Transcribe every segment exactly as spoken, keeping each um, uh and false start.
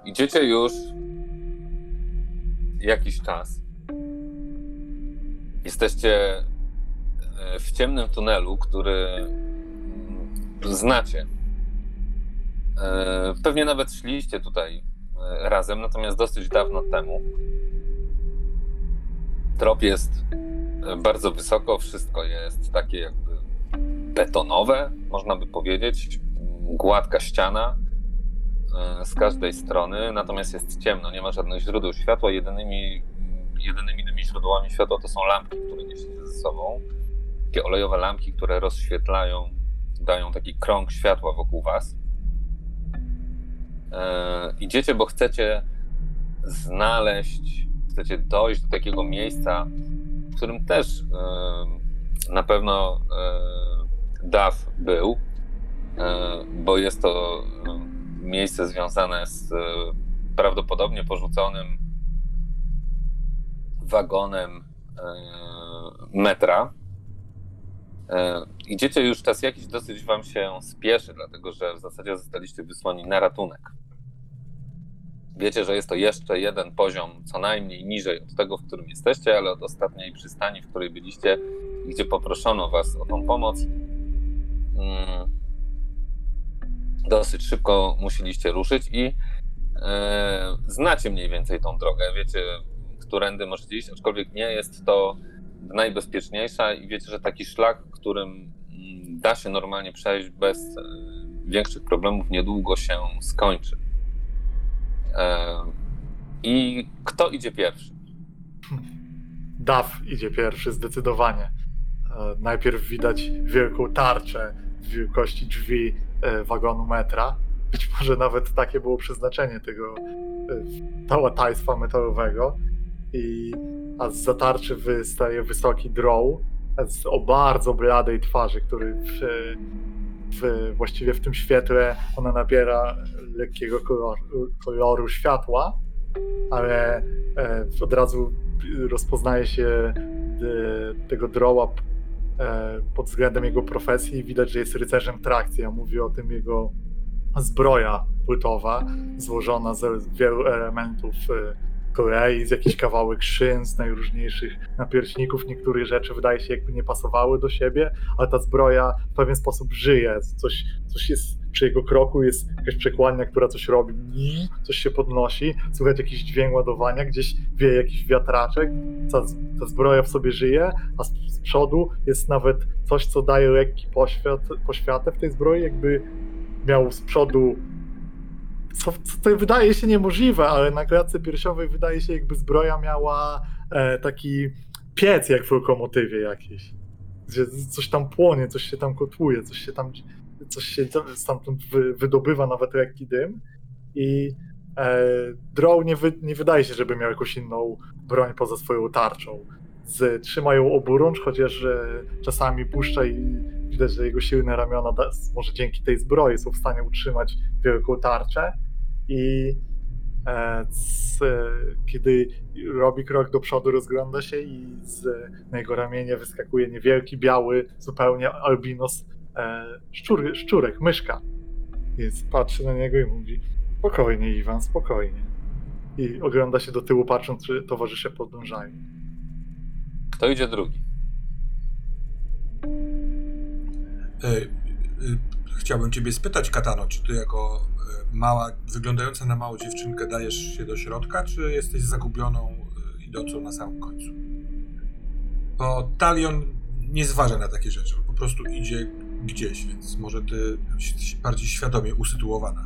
Idziecie już jakiś czas. Jesteście w ciemnym tunelu, który znacie. Pewnie nawet szliście tutaj razem, natomiast dosyć dawno temu. Trop jest bardzo wysoko, wszystko jest takie jakby betonowe, można by powiedzieć. Gładka ściana z każdej strony, natomiast jest ciemno, nie ma żadnych źródeł światła. Jedynymi, jedynymi tymi źródłami światła to są lampki, które niesiecie ze sobą. Takie olejowe lampki, które rozświetlają, dają taki krąg światła wokół was. E, idziecie, bo chcecie znaleźć, chcecie dojść do takiego miejsca, w którym też e, na pewno e, Duff był, e, bo jest to e, miejsce związane z e, prawdopodobnie porzuconym wagonem e, metra. E, idziecie już czas jakiś, dosyć wam się spieszy, dlatego że w zasadzie zostaliście wysłani na ratunek. Wiecie, że jest to jeszcze jeden poziom co najmniej niżej od tego, w którym jesteście, ale od ostatniej przystani, w której byliście, gdzie poproszono was o tą pomoc, mm, dosyć szybko musieliście ruszyć i e, znacie mniej więcej tą drogę. Wiecie, którędy możecie iść, aczkolwiek nie jest to najbezpieczniejsza i wiecie, że taki szlak, którym da się normalnie przejść bez e, większych problemów, niedługo się skończy. E, I kto idzie pierwszy? Duff idzie pierwszy, zdecydowanie. E, najpierw widać wielką tarczę wielkości drzwi e, wagonu metra. Być może nawet takie było przeznaczenie tego e, tałatajstwa metalowego. I, a zza tarczy wystaje wysoki drow z, o bardzo bladej twarzy, który w, w, właściwie w tym świetle ona nabiera lekkiego koloru, koloru światła, ale e, od razu rozpoznaje się e, tego drowa e, pod względem jego profesji i widać, że jest rycerzem trakcji. Ja mówię o tym jego zbroja płytowa, złożona z wielu elementów e, Korei, z jakichś kawałek szyn, z najróżniejszych napierśników. Niektóre rzeczy wydaje się jakby nie pasowały do siebie, ale ta zbroja w pewien sposób żyje. Coś, coś jest przy jego kroku, jest jakaś przekładnia, która coś robi, coś się podnosi, słychać jakiś dźwięk ładowania, gdzieś wieje jakiś wiatraczek, ta, ta zbroja w sobie żyje, a z, z przodu jest nawet coś, co daje lekki poświat, poświatę w tej zbroi, jakby miał z przodu Co, co wydaje się niemożliwe, ale na klatce piersiowej wydaje się, jakby zbroja miała e, taki piec jak w lokomotywie jakiś. Gdzie coś tam płonie, coś się tam kotłuje, coś się tam coś się stamtąd wy, wydobywa, nawet lekki dym. I e, Drow nie, wy, nie wydaje się, żeby miał jakąś inną broń poza swoją tarczą. Z, trzyma ją oburącz, chociaż e, czasami puszcza i widać, że jego silne ramiona, da, może dzięki tej zbroi, są w stanie utrzymać wielką tarczę. I e, z, kiedy robi krok do przodu, rozgląda się i z, na jego ramienie wyskakuje niewielki, biały, zupełnie albinos e, szczur, szczurek, myszka. Więc patrzy na niego i mówi: spokojnie, Iwan, spokojnie. I ogląda się do tyłu, patrząc, czy towarzysze podążają. Kto idzie drugi? E, e, chciałbym ciebie spytać, Katano, czy ty jako mała, wyglądająca na małą dziewczynkę dajesz się do środka, czy jesteś zagubioną, y, idącą na samym końcu? Bo Talion nie zważa na takie rzeczy, po prostu idzie gdzieś, więc może ty jesteś bardziej świadomie usytuowana.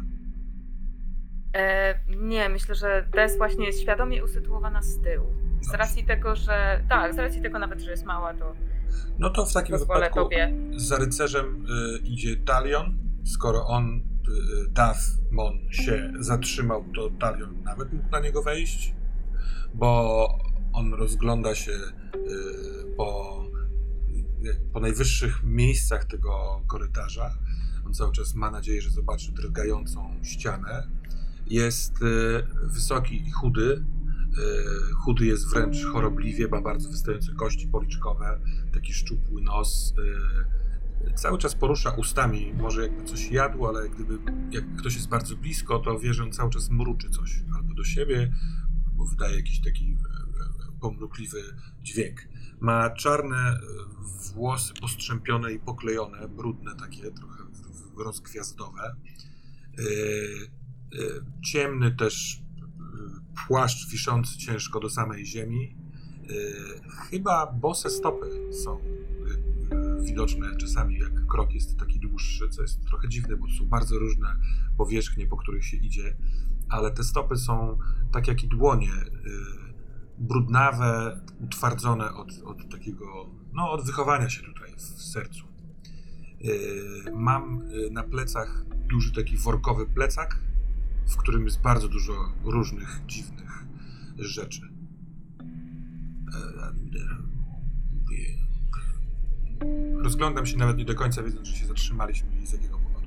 E, nie, myślę, że Des właśnie jest świadomie usytuowana z tyłu. Z Dobrze. racji tego, że... Tak, z racji tego nawet, że jest mała, to... No to w takim Pozwolę wypadku tobie. za rycerzem y, idzie Talion. Skoro on, y, Duff Mon, się zatrzymał, to Talion nawet mógł na niego wejść, bo on rozgląda się y, po, y, po najwyższych miejscach tego korytarza. On cały czas ma nadzieję, że zobaczy drgającą ścianę. Jest y, wysoki i chudy. Y, chudy jest wręcz chorobliwie, ma bardzo wystające kości policzkowe, taki szczupły nos, y, Cały czas porusza ustami, może jakby coś jadł, ale gdyby jak ktoś jest bardzo blisko, to wie, że on cały czas mruczy coś albo do siebie, albo wydaje jakiś taki pomrukliwy dźwięk. Ma czarne włosy postrzępione i poklejone, brudne takie, trochę rozgwiazdowe. Ciemny też płaszcz wiszący ciężko do samej ziemi. Chyba bose stopy są widoczne czasami, jak krok jest taki dłuższy, co jest trochę dziwne, bo są bardzo różne powierzchnie, po których się idzie, ale te stopy są tak jak i dłonie, brudnawe, utwardzone od, od takiego, no od wychowania się tutaj w sercu. Mam na plecach duży taki workowy plecak, w którym jest bardzo dużo różnych dziwnych rzeczy. Rozglądam się nawet nie do końca, wiedząc, że się zatrzymaliśmy i z jakiego powodu.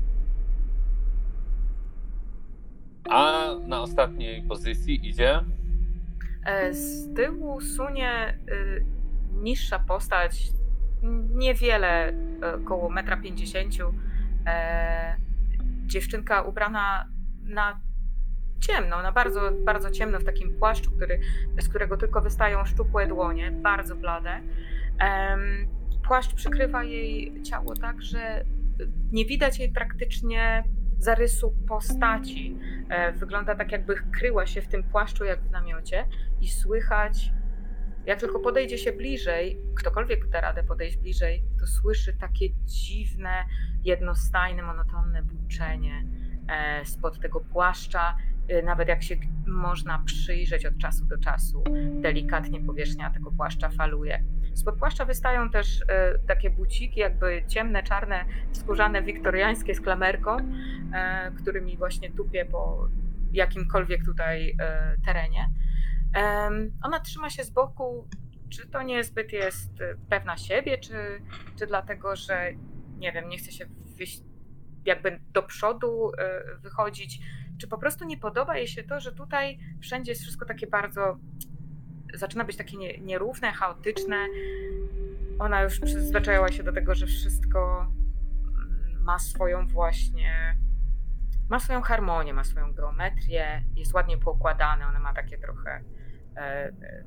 A na ostatniej pozycji idzie? Z tyłu sunie y, niższa postać, niewiele, około metra pięćdziesięciu. E, dziewczynka ubrana na ciemno, na bardzo, bardzo ciemno, w takim płaszczu, który, z którego tylko wystają szczupłe dłonie, bardzo blade. E, płaszcz przykrywa jej ciało tak, że nie widać jej praktycznie zarysu postaci. E, wygląda tak, jakby kryła się w tym płaszczu, jak w namiocie, i słychać, jak tylko podejdzie się bliżej, ktokolwiek da radę podejść bliżej, to słyszy takie dziwne, jednostajne, monotonne buczenie e, spod tego płaszcza. E, nawet jak się można przyjrzeć od czasu do czasu, delikatnie powierzchnia tego płaszcza faluje. Spod płaszcza wystają też e, takie buciki, jakby ciemne, czarne, skórzane, wiktoriańskie z klamerką, e, którymi właśnie tupie po jakimkolwiek tutaj e, terenie. E, ona trzyma się z boku, czy to niezbyt jest pewna siebie, czy, czy dlatego, że nie wiem, nie chce się wyjść jakby do przodu e, wychodzić, czy po prostu nie podoba jej się to, że tutaj wszędzie jest wszystko takie bardzo... Zaczyna być takie nie, nierówne, chaotyczne. Ona już przyzwyczaiła się do tego, że wszystko ma swoją właśnie, ma swoją harmonię, ma swoją geometrię, jest ładnie poukładane, ona ma takie trochę e, e,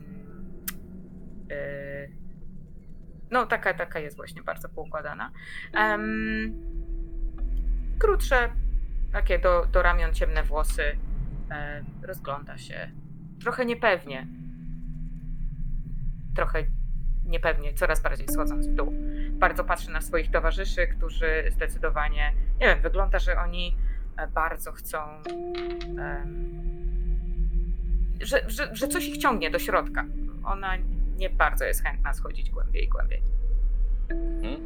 e, no taka, taka jest właśnie bardzo poukładana. Um, krótsze, takie do, do ramion ciemne włosy, e, rozgląda się trochę niepewnie. Trochę niepewnie, coraz bardziej schodząc w dół. Bardzo patrzy na swoich towarzyszy, którzy zdecydowanie, nie wiem, wygląda, że oni bardzo chcą, um, że, że, że coś ich ciągnie do środka. Ona nie bardzo jest chętna schodzić głębiej i głębiej. Mhm.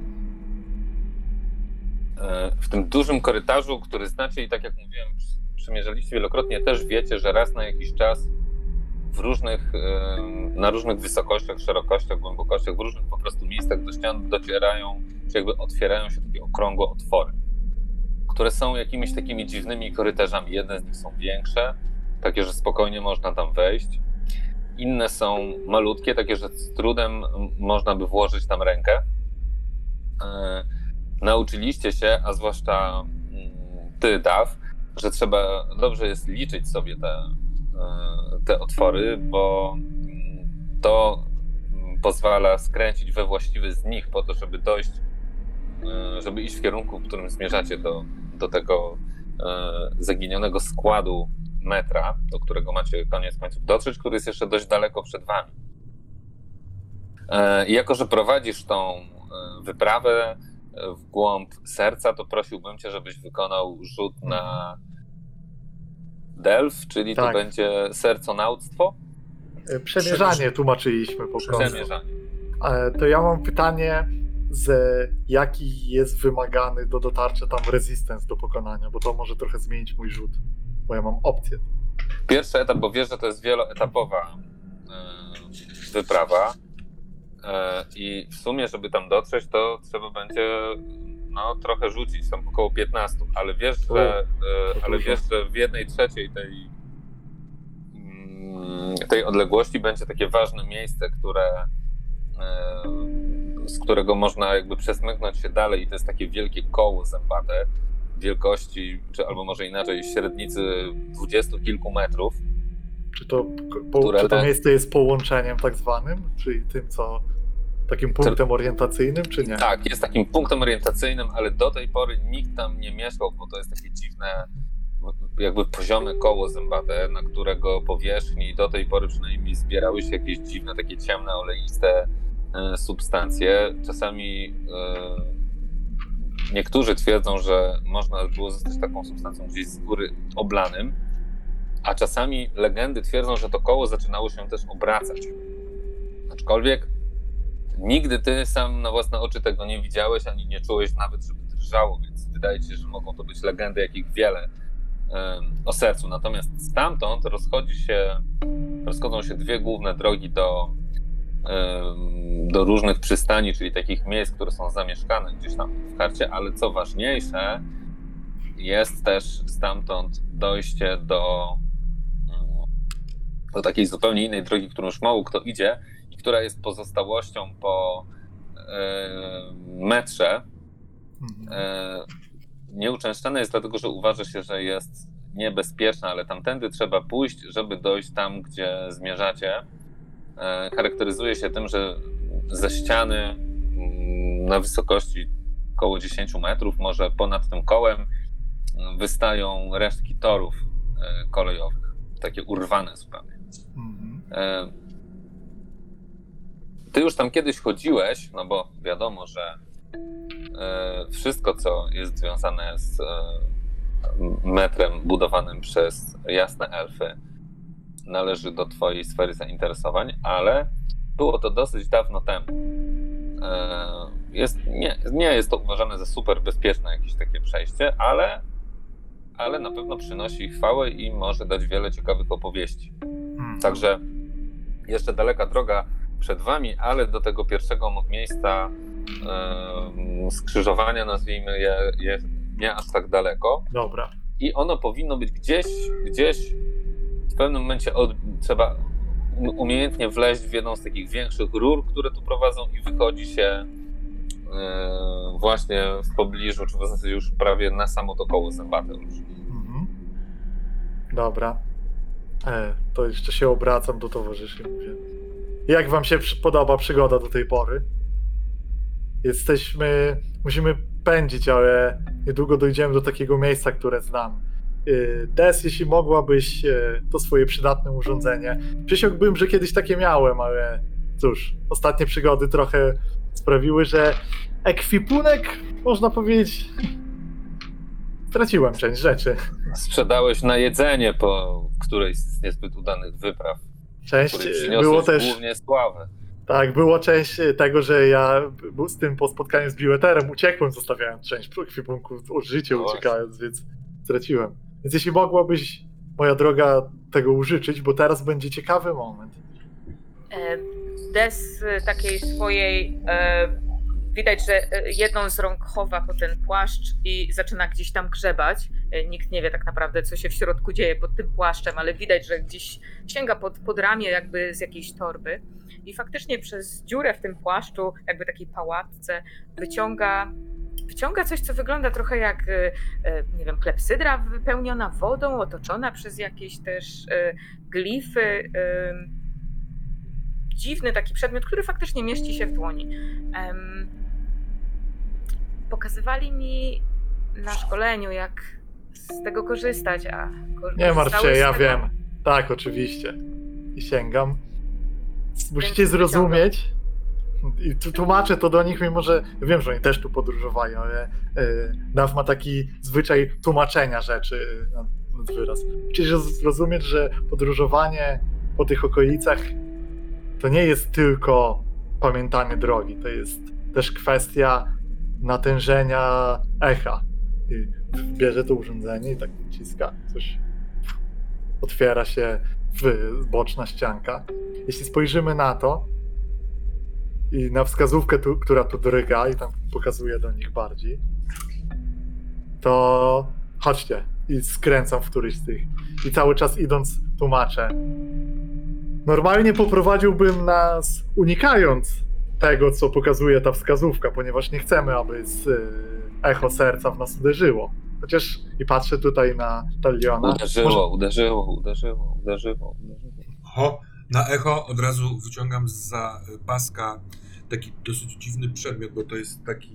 W tym dużym korytarzu, który znacie i tak jak mówiłem, przymierzaliście wielokrotnie, też wiecie, że raz na jakiś czas w różnych, na różnych wysokościach, szerokościach, głębokościach, w różnych po prostu miejscach do ścian docierają, czy jakby otwierają się takie okrągłe otwory, które są jakimiś takimi dziwnymi korytarzami. Jedne z nich są większe, takie, że spokojnie można tam wejść. Inne są malutkie, takie, że z trudem można by włożyć tam rękę. Nauczyliście się, a zwłaszcza ty, Daw, że trzeba dobrze jest liczyć sobie te, te otwory, bo to pozwala skręcić we właściwy z nich po to, żeby dojść, żeby iść w kierunku, w którym zmierzacie do, do tego zaginionego składu metra, do którego macie koniec końców dotrzeć, który jest jeszcze dość daleko przed wami. I jako że prowadzisz tą wyprawę w głąb serca, to prosiłbym cię, żebyś wykonał rzut na Delf, czyli Tak. to będzie serconauctwo? Przemierzanie tłumaczyliśmy po prostu. Przemierzanie. E, To ja mam pytanie, z jaki jest wymagany do dotarcia tam resistance do pokonania, bo to może trochę zmienić mój rzut, bo ja mam opcję. Pierwszy etap, bo wiesz, że to jest wieloetapowa e, wyprawa e, i w sumie, żeby tam dotrzeć, to trzeba będzie no, trochę rzucić, tam około piętnaście, ale wiesz, że, e, ale wiesz, że w jednej trzeciej tej, mm, tej odległości będzie takie ważne miejsce, które e, z którego można jakby przesmyknąć się dalej i to jest takie wielkie koło zębate wielkości, czy albo może inaczej średnicy dwudziestu kilku metrów. Czy to, po, Które czy to le- miejsce jest połączeniem tak zwanym, czyli tym, co takim punktem orientacyjnym, czy nie? Tak, jest takim punktem orientacyjnym, ale do tej pory nikt tam nie mieszkał, bo to jest takie dziwne, jakby poziome koło zębate, na którego powierzchni do tej pory przynajmniej zbierały się jakieś dziwne, takie ciemne, oleiste e, substancje. Czasami e, niektórzy twierdzą, że można było zostać taką substancją gdzieś z góry oblanym, a czasami legendy twierdzą, że to koło zaczynało się też obracać. Aczkolwiek nigdy ty sam na własne oczy tego nie widziałeś, ani nie czułeś nawet, żeby drżało, więc wydaje ci się, że mogą to być legendy, jakich wiele um, o sercu. Natomiast stamtąd rozchodzi się, rozchodzą się dwie główne drogi do, um, do różnych przystani, czyli takich miejsc, które są zamieszkane gdzieś tam w karcie, ale co ważniejsze, jest też stamtąd dojście do, do takiej zupełnie innej drogi, którą już mało kto idzie, która jest pozostałością po e, metrze. Mhm. E, nieuczęszczane jest dlatego, że uważa się, że jest niebezpieczna, ale tamtędy trzeba pójść, żeby dojść tam, gdzie zmierzacie. E, charakteryzuje się tym, że ze ściany m, na wysokości około dziesięciu metrów, może ponad tym kołem, wystają resztki torów e, kolejowych, takie urwane zupełnie. Mhm. E, Ty już tam kiedyś chodziłeś, no bo wiadomo, że e, wszystko, co jest związane z e, metrem budowanym przez jasne elfy, należy do twojej sfery zainteresowań, ale było to dosyć dawno temu. E, jest, nie, nie jest to uważane za super bezpieczne jakieś takie przejście, ale, ale na pewno przynosi chwałę i może dać wiele ciekawych opowieści. Mhm. Także jeszcze daleka droga przed wami, ale do tego pierwszego miejsca e, skrzyżowania, nazwijmy je, je nie aż tak daleko. Dobra. I ono powinno być gdzieś, gdzieś w pewnym momencie od, trzeba umiejętnie wleźć w jedną z takich większych rur, które tu prowadzą i wychodzi się e, właśnie w pobliżu, czy w zasadzie już prawie na samo to koło zębate już. Mhm. Dobra. E, to jeszcze się obracam do towarzyszy i mówię. Jak wam się przy- podoba przygoda do tej pory? Jesteśmy... Musimy pędzić, ale niedługo dojdziemy do takiego miejsca, które znam. Y, Des, jeśli mogłabyś y, to swoje przydatne urządzenie. Przysiągłbym, że kiedyś takie miałem, ale cóż, ostatnie przygody trochę sprawiły, że ekwipunek, można powiedzieć, straciłem część rzeczy. Sprzedałeś na jedzenie po którejś z niezbyt udanych wypraw, Część której y, przyniosłeś było też... głównie sławę. Tak, było część tego, że ja b- z tym po spotkaniu z Bileterem uciekłem, zostawiając część ekwipunku od życia, No uciekając, więc straciłem. Więc jeśli mogłabyś, moja droga, tego użyczyć, bo teraz będzie ciekawy moment. E, Des e, takiej swojej, e, widać, że e, jedną z rąk chowa po ten płaszcz i zaczyna gdzieś tam grzebać. E, Nikt nie wie tak naprawdę, co się w środku dzieje pod tym płaszczem, ale widać, że gdzieś sięga pod, pod ramię jakby z jakiejś torby i faktycznie przez dziurę w tym płaszczu, jakby takiej pałatce, wyciąga wyciąga coś, co wygląda trochę jak, e, e, nie wiem, klepsydra wypełniona wodą, otoczona przez jakieś też e, glify. E, dziwny taki przedmiot, który faktycznie mieści się w dłoni. Em, pokazywali mi na szkoleniu, jak z tego korzystać, a ko- Nie martw się, korzystałeś ja z tego? wiem. Tak, oczywiście. I sięgam. Musicie Więc zrozumieć, i tu tłumaczę to do nich, mimo że wiem, że oni też tu podróżowają, ale e, Daw ma taki zwyczaj tłumaczenia rzeczy na, na wyraz. Musicie zrozumieć, że podróżowanie po tych okolicach to nie jest tylko pamiętanie drogi, to jest też kwestia natężenia echa. I bierze to urządzenie i tak naciska, coś otwiera się w boczna ścianka. Jeśli spojrzymy na to i na wskazówkę, tu, która tu dryga i tam pokazuje do nich bardziej, to chodźcie i skręcam w któryś z tych. I cały czas idąc tłumaczę. Normalnie poprowadziłbym nas unikając tego, co pokazuje ta wskazówka, ponieważ nie chcemy, aby z y, echo serca w nas uderzyło. Chociaż i patrzę tutaj na Taliona. Uderzyło, Może- uderzyło, uderzyło, uderzyło, uderzyło. Oho, na echo od razu wyciągam zza paska taki dosyć dziwny przedmiot, bo to jest taki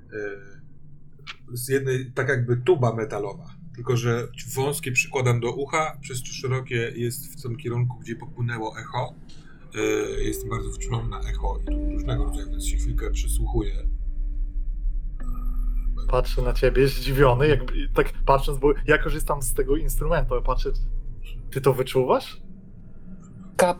e, z jednej, tak jakby tuba metalowa, tylko że wąskie przykładam do ucha, przez to szerokie jest w tym kierunku, gdzie popłynęło echo. E, jestem bardzo wyczulony na echo i tu różnego rodzaju, więc się chwilkę przysłuchuję. Patrzę na ciebie zdziwiony, jakby, tak patrząc, bo ja korzystam z tego instrumentu, ale patrzę, ty to wyczuwasz? Kap.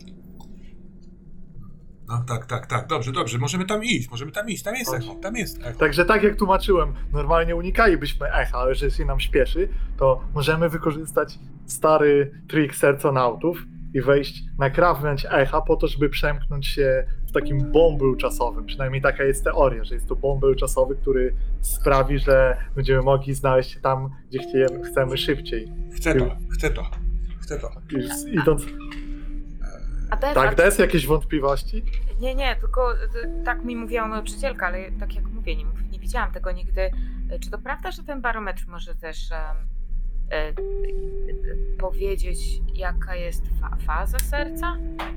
No tak, tak, tak, dobrze, dobrze, możemy tam iść, możemy tam iść, tam jest Chodź. echo, tam jest echo. Także tak jak tłumaczyłem, normalnie unikalibyśmy echa, ale że się nam śpieszy, to możemy wykorzystać stary trik serconautów i wejść na krawędź echa po to, żeby przemknąć się w takim bąblu czasowym. Przynajmniej taka jest teoria, że jest to bąbel czasowy, który sprawi, że będziemy mogli znaleźć się tam, gdzie chcemy, chcemy szybciej. Chcę to, chcę to, chcę to. I- Idąc... A Dev, Tak, a- Des, jakieś wątpliwości? Nie, nie, tylko y, tak mi mówiła nauczycielka, ale tak jak mówię, nie, mów- nie widziałam tego nigdy. Y, Czy to prawda, że ten barometr może też em, y, y, y, powiedzieć, jaka jest fa- faza serca?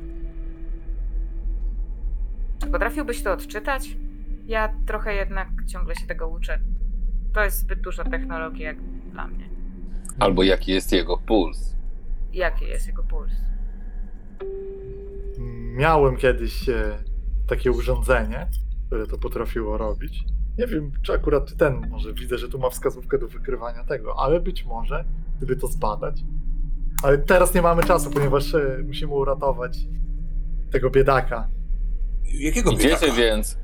Czy potrafiłbyś to odczytać? Ja trochę jednak ciągle się tego uczę. To jest zbyt dużo technologii jak dla mnie. Albo jaki jest jego puls. Jaki jest jego puls? Miałem kiedyś e, takie urządzenie, które to potrafiło robić. Nie wiem, czy akurat ten, może widzę, że tu ma wskazówkę do wykrywania tego, ale być może, gdyby to zbadać. Ale teraz nie mamy czasu, ponieważ e, musimy uratować tego biedaka. Jakiego Idziecie biedaka? więc.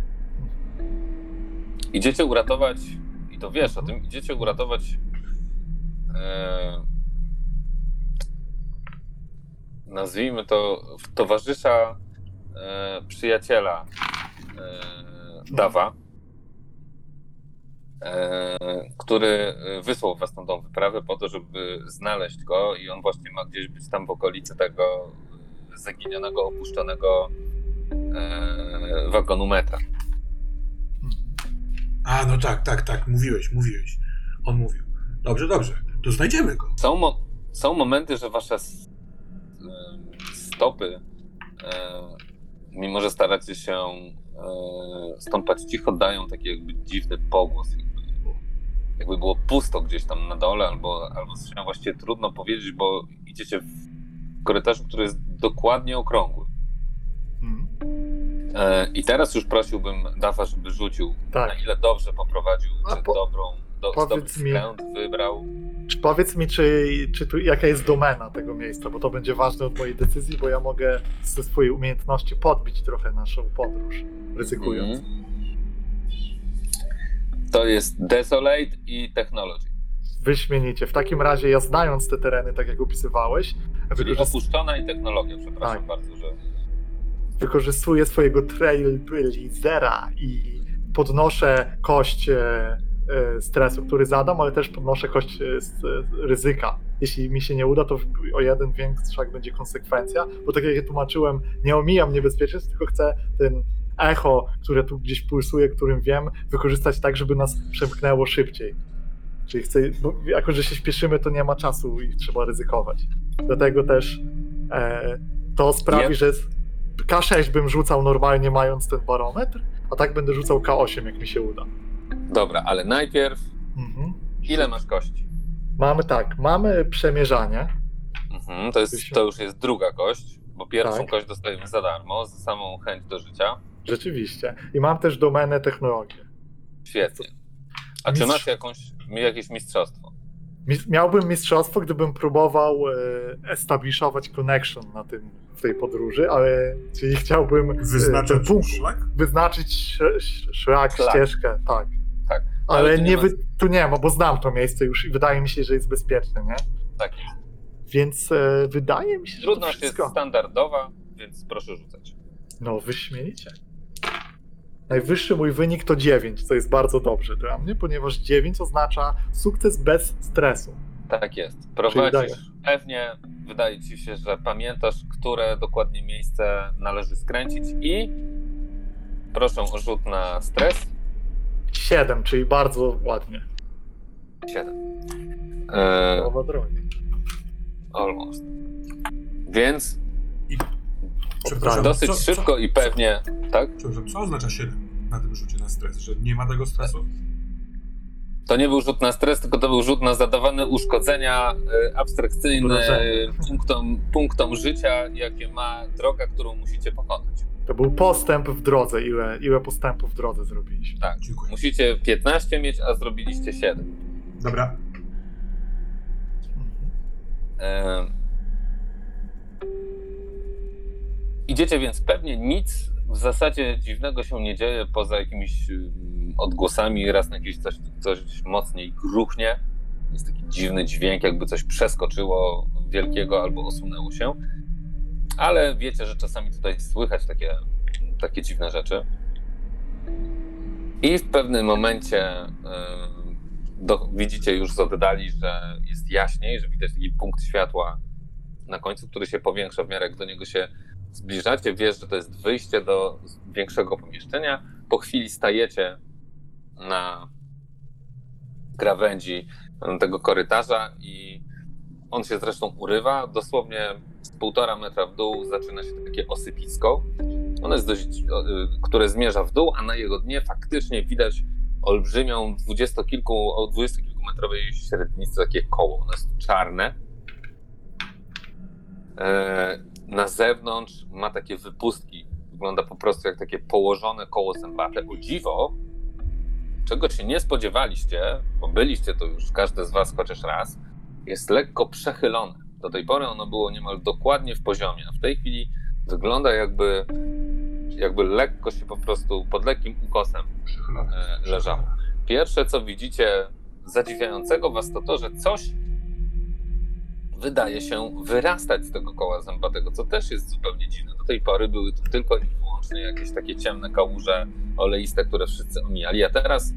Idziecie uratować, i to wiesz o tym, idziecie uratować. E, nazwijmy to towarzysza, e, przyjaciela e, Dawa, e, który wysłał was na tą wyprawę po to, żeby znaleźć go i on właśnie ma gdzieś być tam w okolicy tego zaginionego, opuszczonego e, wagonu metra. A, no tak, tak, tak, mówiłeś, mówiłeś. On mówił. Dobrze, dobrze, to znajdziemy go. Są, mo- są momenty, że wasze s- em, stopy, e, mimo że staracie się e, stąpać cicho, dają taki jakby dziwny pogłos. Jakby, jakby było pusto gdzieś tam na dole, albo, albo zresztą właściwie trudno powiedzieć, bo idziecie w korytarzu, który jest dokładnie okrągły. Mhm. E, I teraz już prosiłbym Dawa, żeby rzucił, Tak. na ile dobrze poprowadził, A czy po- dobrą, do, dobry powiedz mi- skręt wybrał. Czy powiedz mi, czy, czy tu, jaka jest domena tego miejsca, bo to będzie ważne od mojej decyzji, bo ja mogę ze swojej umiejętności podbić trochę naszą podróż, ryzykując. Mhm. To jest Desolate i Technology. Wyśmienicie. W takim razie ja, znając te tereny, tak jak opisywałeś, Czyli wykorzys- opuszczona i technologia, przepraszam Tak. bardzo, że... wykorzystuję swojego trailblazera i podnoszę kość e, e, stresu, który zadam, ale też podnoszę kość e, s- e, ryzyka. Jeśli mi się nie uda, to w- o jeden większak będzie konsekwencja, bo tak jak ja tłumaczyłem, nie omijam niebezpieczeństw, tylko chcę ten echo, które tu gdzieś pulsuje, którym wiem, wykorzystać tak, żeby nas przemknęło szybciej. Czyli chcę, bo jako że się śpieszymy, to nie ma czasu i trzeba ryzykować. Dlatego też e, to sprawi, Jep. że z- K sześć bym rzucał normalnie mając ten barometr, a tak będę rzucał K osiem, jak mi się uda. Dobra, ale najpierw, Mhm. ile masz kości? Mamy tak, mamy przemierzanie. Mhm, to, jest, to już jest druga kość, bo pierwszą Tak. kość dostajemy za darmo, za samą chęć do życia. Rzeczywiście. I mam też domenę technologię. Świetnie. A czy Mistrz- masz jakąś, jakieś mistrzostwo? Mis- Miałbym mistrzostwo, gdybym próbował e, establiszować connection na tym, w tej podróży, ale czyli chciałbym e, ten Wyznaczać punkt, szlak? wyznaczyć sz- sz- szlak, Szlak. ścieżkę, tak. Tak. Ale, tu nie ma- wy, tu nie ma, bo znam to miejsce już i wydaje mi się, że jest bezpieczne, nie? Tak jest. Więc e, wydaje mi się, że to Trudność jest wszystko... standardowa, więc proszę rzucać. No, wyśmienicie. Najwyższy mój wynik to dziewięć, co jest bardzo dobrze dla mnie, ponieważ dziewięć oznacza sukces bez stresu. Tak jest. daję. Prowadzisz. Pewnie wydaje ci się, że pamiętasz, które dokładnie miejsce należy skręcić i Proszę o rzut na stres. siedem, czyli bardzo ładnie. siedem. E, Połowa drogi. almost. Więc Przepraszam, dosyć co, szybko co, i pewnie, tak? Przepraszam, co oznacza siedem na tym rzucie na stres? Że nie ma tego stresu? To nie był rzut na stres, tylko to był rzut na zadawane uszkodzenia e, abstrakcyjne Obrażenia. punktom, punktom życia, jakie ma droga, którą musicie pokonać. To był postęp w drodze. Ile, ile postępu w drodze zrobiliśmy? Tak. Dziękuję. Musicie piętnaście mieć, a zrobiliście siedem. Dobra. E, Idziecie, więc pewnie nic w zasadzie dziwnego się nie dzieje, poza jakimiś ym, odgłosami, raz na jakiś coś, coś mocniej gruchnie. Jest taki dziwny dźwięk, jakby coś przeskoczyło wielkiego albo osunęło się. Ale wiecie, że czasami tutaj słychać takie, takie dziwne rzeczy. I w pewnym momencie ym, do, widzicie już z oddali, że jest jaśniej, że widać taki punkt światła na końcu, który się powiększa w miarę jak do niego się zbliżacie. Wiesz, że to jest wyjście do większego pomieszczenia. Po chwili stajecie na krawędzi tego korytarza i on się zresztą urywa. Dosłownie z półtora metra w dół zaczyna się takie osypisko. Ono jest dość, które zmierza w dół, a na jego dnie faktycznie widać olbrzymią dwudziestokilku, o dwudziestokilkumetrowej średnicy takie koło. Ono jest czarne. Na zewnątrz ma takie wypustki. Wygląda po prostu jak takie położone koło zębate. O dziwo, czego się nie spodziewaliście, bo byliście to już, każdy z was chociaż raz, jest lekko przechylone. Do tej pory ono było niemal dokładnie w poziomie, a w tej chwili wygląda jakby, jakby lekko się po prostu pod lekkim ukosem e, leżało. Pierwsze, co widzicie zadziwiającego was, to to, że coś wydaje się wyrastać z tego koła zębatego, co też jest zupełnie dziwne. Do tej pory były tu tylko i wyłącznie jakieś takie ciemne kałuże oleiste, które wszyscy omijali, a teraz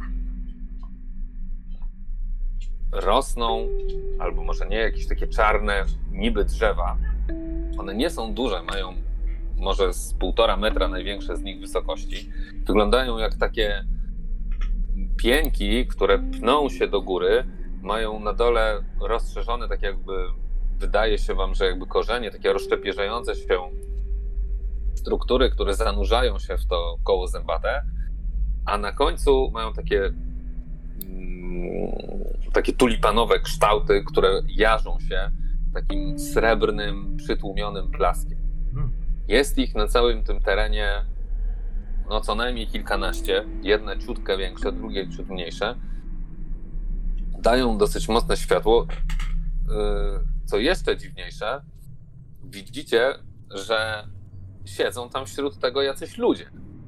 rosną, albo może nie, jakieś takie czarne niby drzewa. One nie są duże, mają może z półtora metra największe z nich wysokości. Wyglądają jak takie pieńki, które pną się do góry, mają na dole rozszerzone, tak jakby wydaje się wam, że jakby korzenie, takie rozszczepierzające się struktury, które zanurzają się w to koło zębate, a na końcu mają takie mm, takie tulipanowe kształty, które jarzą się takim srebrnym, przytłumionym blaskiem. Jest ich na całym tym terenie no co najmniej kilkanaście, jedne ciutkę większe, drugie ciut mniejsze. Dają dosyć mocne światło. Co jeszcze dziwniejsze, widzicie, że siedzą tam wśród tego jacyś ludzie.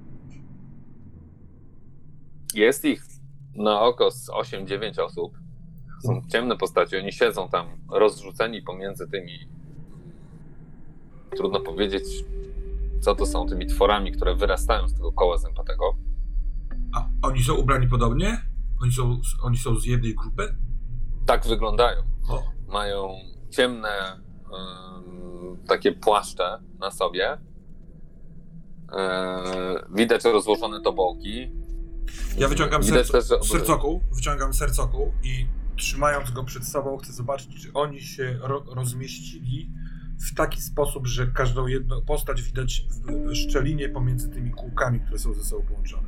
Jest ich na oko z osiem dziewięć osób. Są ciemne postacie, oni siedzą tam rozrzuceni pomiędzy tymi, trudno powiedzieć, co to są, tymi tworami, które wyrastają z tego koła zębatego. A oni są ubrani podobnie? Oni są, oni są z jednej grupy? Tak wyglądają. O. Mają ciemne um, takie płaszcze na sobie. E, widać rozłożone tobołki. Ja wyciągam Widać serco- też, że... sercokół, wyciągam sercokół i trzymając go przed sobą chcę zobaczyć, czy oni się ro- rozmieścili w taki sposób, że każdą jedną postać widać w szczelinie pomiędzy tymi kółkami, które są ze sobą połączone.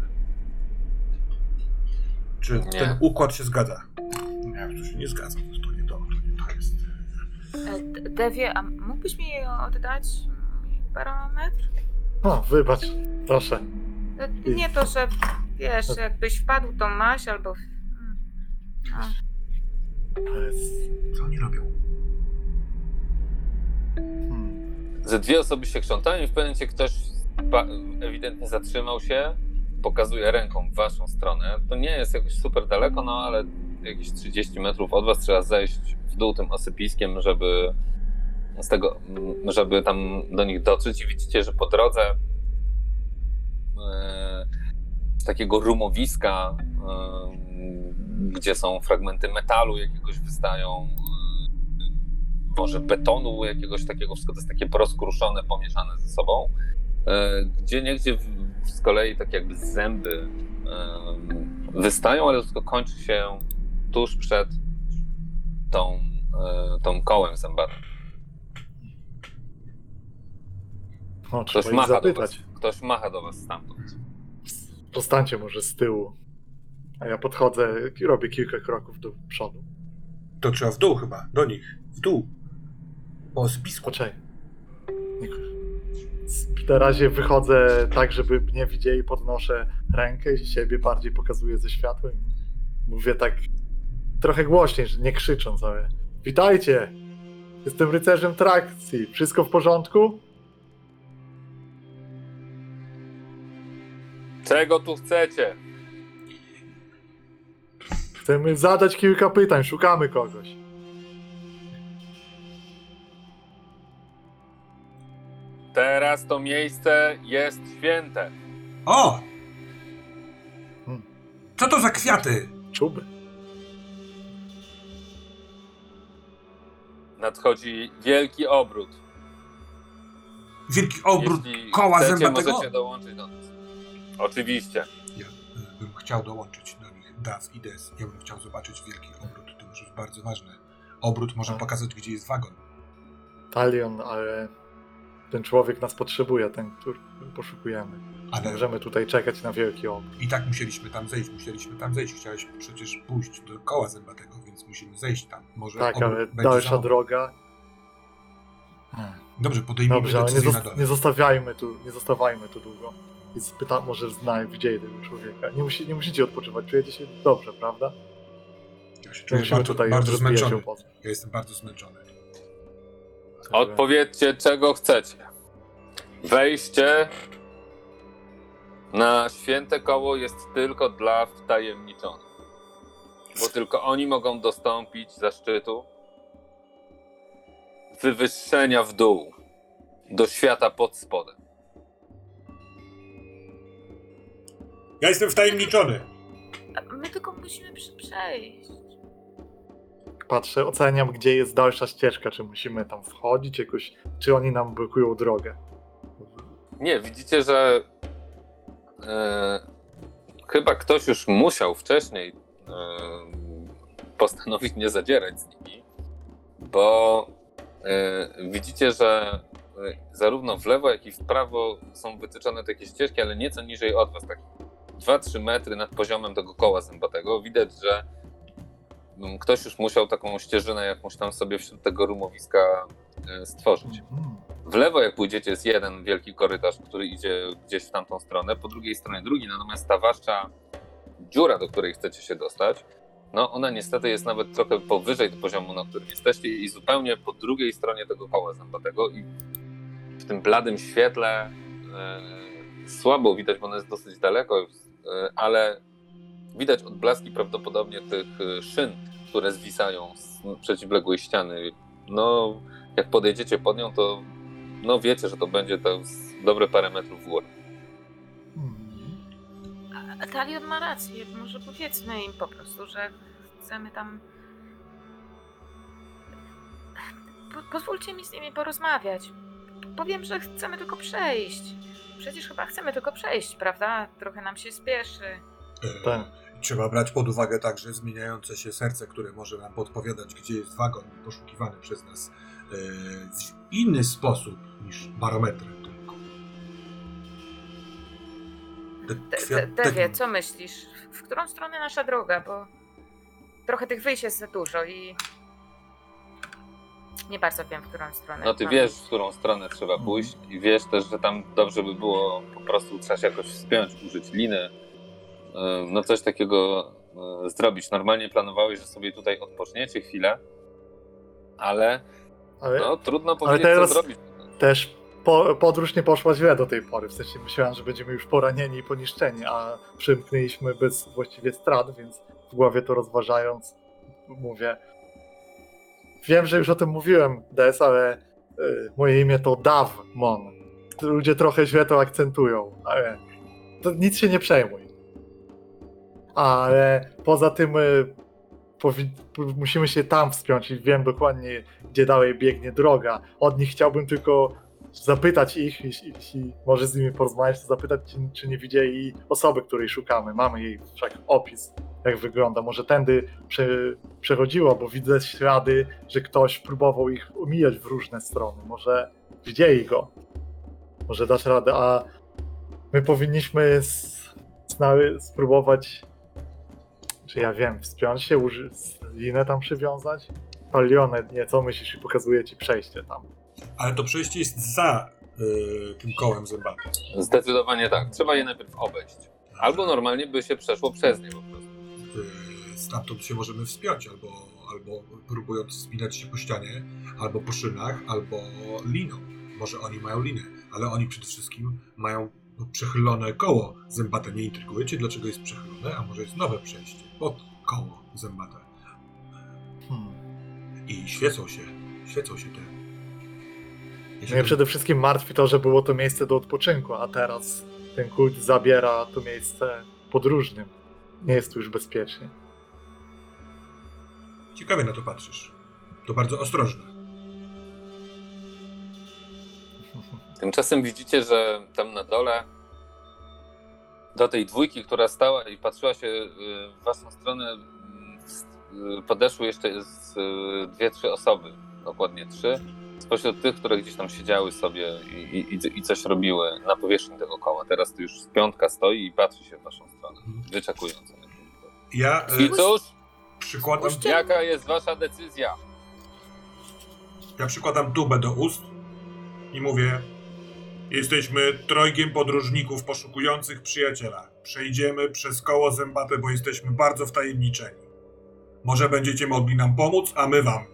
Czy Nie. ten układ się zgadza? Nie, to się nie zgadza, to nie to, to nie to jest. E, Devie, a mógłbyś mi oddać barometr? O, wybacz, proszę. E, Nie to, że wiesz, jakbyś wpadł, to maś albo... Hmm. A. To jest... Co oni robią? Hmm. Ze dwie osoby się krzątają i w pewnym momencie ktoś pa- ewidentnie zatrzymał się, pokazuje ręką w waszą stronę. To nie jest jakoś super daleko, no ale jakieś trzydzieści metrów od was trzeba zejść w dół tym osypiskiem, żeby z tego, żeby tam do nich dotrzeć i widzicie, że po drodze e, z takiego rumowiska, e, gdzie są fragmenty metalu jakiegoś wystają, e, może betonu jakiegoś takiego, wszystko to jest takie porozkruszone, pomieszane ze sobą. Gdzie niegdzie z kolei tak jakby zęby em, wystają, ale to tylko kończy się tuż przed tą, e, tą kołem zębatym. O, Ktoś trzeba ich macha, do was, zapytać. ktoś macha do was stamtąd. Postańcie może z tyłu. A ja podchodzę i robię kilka kroków do przodu. To trzeba w dół chyba, do nich. W dół. Po spisku. Poczekaj. Na razie wychodzę tak, żeby mnie widzieli, podnoszę rękę i siebie bardziej pokazuję ze światłem. Mówię tak trochę głośniej, że nie krzycząc, ale witajcie! Jestem rycerzem trakcji. Wszystko w porządku? Czego tu chcecie? Chcemy zadać kilka pytań, szukamy kogoś. Teraz to miejsce jest święte. O! Hmm. Co to za kwiaty? Czuby. Nadchodzi wielki obrót. Wielki obrót Jeśli koła chcecie, zębatego? możecie dołączyć do nas. Oczywiście. Ja y, bym chciał dołączyć do nich Daz i Des. Ja bym chciał zobaczyć wielki obrót. To może być bardzo ważne. Obrót może No. pokazać, gdzie jest wagon. Talion, ale ten człowiek nas potrzebuje, ten, który poszukujemy. Nie Ale możemy tutaj czekać na wielki obrót. i tak musieliśmy tam zejść, musieliśmy tam zejść. Chciałeś przecież pójść do koła zębatego, więc musimy zejść tam. Może Tak, obrót ale będzie dalsza za- droga. Dobrze, podejmijmy Dobrze, ale nie, decyzję na zos- dole. nie zostawiajmy tu, nie zostawajmy tu długo. I spytam, może znają, widzieli tego człowieka. Nie, musi, nie musicie odpoczywać, czujecie się dobrze, prawda? Ja się Nie czuję musimy bardzo, tutaj bardzo rozbijać zmęczony. obozu. Ja jestem bardzo zmęczony. Odpowiedzcie, czego chcecie. Wejście na święte koło jest tylko dla wtajemniczonych. Bo tylko oni mogą dostąpić zaszczytu wywyższenia w dół do świata pod spodem. Ja jestem wtajemniczony. A my tylko musimy przy- przejść. Patrzę, oceniam, gdzie jest dalsza ścieżka, czy musimy tam wchodzić jakoś, czy oni nam blokują drogę. Nie, widzicie, że e, chyba ktoś już musiał wcześniej e, postanowić nie zadzierać z nimi, bo e, widzicie, że e, zarówno w lewo, jak i w prawo są wytyczone takie ścieżki, ale nieco niżej od was, tak dwa trzy metry nad poziomem tego koła zębatego. Widać, że mm, ktoś już musiał taką ścieżynę jakąś tam sobie wśród tego rumowiska e, stworzyć. Mhm. W lewo, jak pójdziecie, jest jeden wielki korytarz, który idzie gdzieś w tamtą stronę, po drugiej stronie drugi, natomiast ta wasza dziura, do której chcecie się dostać, no ona niestety jest nawet trochę powyżej poziomu, na którym jesteście i zupełnie po drugiej stronie tego koła zębatego i w tym bladym świetle e, słabo widać, bo ono jest dosyć daleko, e, ale widać odblaski prawdopodobnie tych e, szyn, które zwisają z przeciwległej ściany. No, jak podejdziecie pod nią, to no wiecie, że to będzie to z dobre parę metrów w górę. Mhm. A- A Talion ma rację. Może powiedzmy im po prostu, że chcemy tam... Po, pozwólcie mi z nimi porozmawiać. Powiem, że chcemy tylko przejść. Przecież chyba chcemy tylko przejść, prawda? Trochę nam się spieszy. E, Tak. Trzeba brać pod uwagę także zmieniające się serce, które może nam podpowiadać, gdzie jest wagon poszukiwany przez nas e, w inny sposób niż barometrem tylko. Te Te- kwiat- te- Devie, te- co myślisz? W którą stronę nasza droga? Bo trochę tych wyjść jest za dużo i nie bardzo wiem, w którą stronę. No ty mam wiesz, iść. w którą stronę trzeba pójść i wiesz też, że tam dobrze by było po prostu trzeba się jakoś wspiąć, użyć liny, yy, no coś takiego yy, zrobić. Normalnie planowałeś, że sobie tutaj odpoczniecie chwilę, ale Ale no trudno powiedzieć, teraz- co zrobić. też po, podróż nie poszła źle do tej pory. W sensie myślałem, że będziemy już poranieni i poniszczeni, a przymknęliśmy bez właściwie strat, więc w głowie to rozważając mówię. Wiem, że już o tym mówiłem, Des, ale y, moje imię to Davmon. Ludzie trochę źle to akcentują, ale to nic się nie przejmuj. Ale poza tym y, powi- musimy się tam wspiąć i wiem dokładnie, gdzie dalej biegnie droga. Od nich chciałbym tylko zapytać ich, jeśli, jeśli może z nimi porozmawiać, to zapytać, czy, czy nie widzieli osoby, której szukamy. Mamy jej wszak opis, jak wygląda. Może tędy prze, przechodziła, bo widzę ślady, że ktoś próbował ich omijać w różne strony. Może widzieli go. Może dasz radę, a my powinniśmy s, s, spróbować, czy ja wiem, wspiąć się, uży, linę tam przywiązać? Palionę, nie, co myślisz, i pokazuje ci przejście tam. Ale to przejście jest za y, tym kołem zębatym. Zdecydowanie tak. Trzeba je najpierw obejść. Albo normalnie by się przeszło przez nie po prostu. Y, stamtąd się możemy wspiąć, albo, albo próbując wspinać się po ścianie, albo po szynach, albo liną. Może oni mają linę, ale oni przede wszystkim mają przechylone koło zębate. Nie intryguje cię, dlaczego jest przechylone, a może jest nowe przejście pod koło zębate. Hmm. I świecą się, świecą się te. Ja się Mnie to- przede wszystkim martwi to, że było to miejsce do odpoczynku, a teraz ten kult zabiera to miejsce podróżnym. Nie jest tu już bezpiecznie. Ciekawie na to patrzysz. To bardzo ostrożne. Tymczasem widzicie, że tam na dole do tej dwójki, która stała i patrzyła się w waszą stronę, podeszły jeszcze z dwie, trzy osoby, dokładnie trzy, spośród tych, które gdzieś tam siedziały sobie i, i, i coś robiły na powierzchni tego koła. Teraz tu już piątka stoi i patrzy się w waszą stronę, wyczekując. Ja I e, cóż, przykładam, Spuśćcie- jaka jest wasza decyzja? ja przykładam tubę do ust i mówię: jesteśmy trojgiem podróżników poszukujących przyjaciela. Przejdziemy przez koło zębate, bo jesteśmy bardzo wtajemniczeni. Może będziecie mogli nam pomóc, a my wam.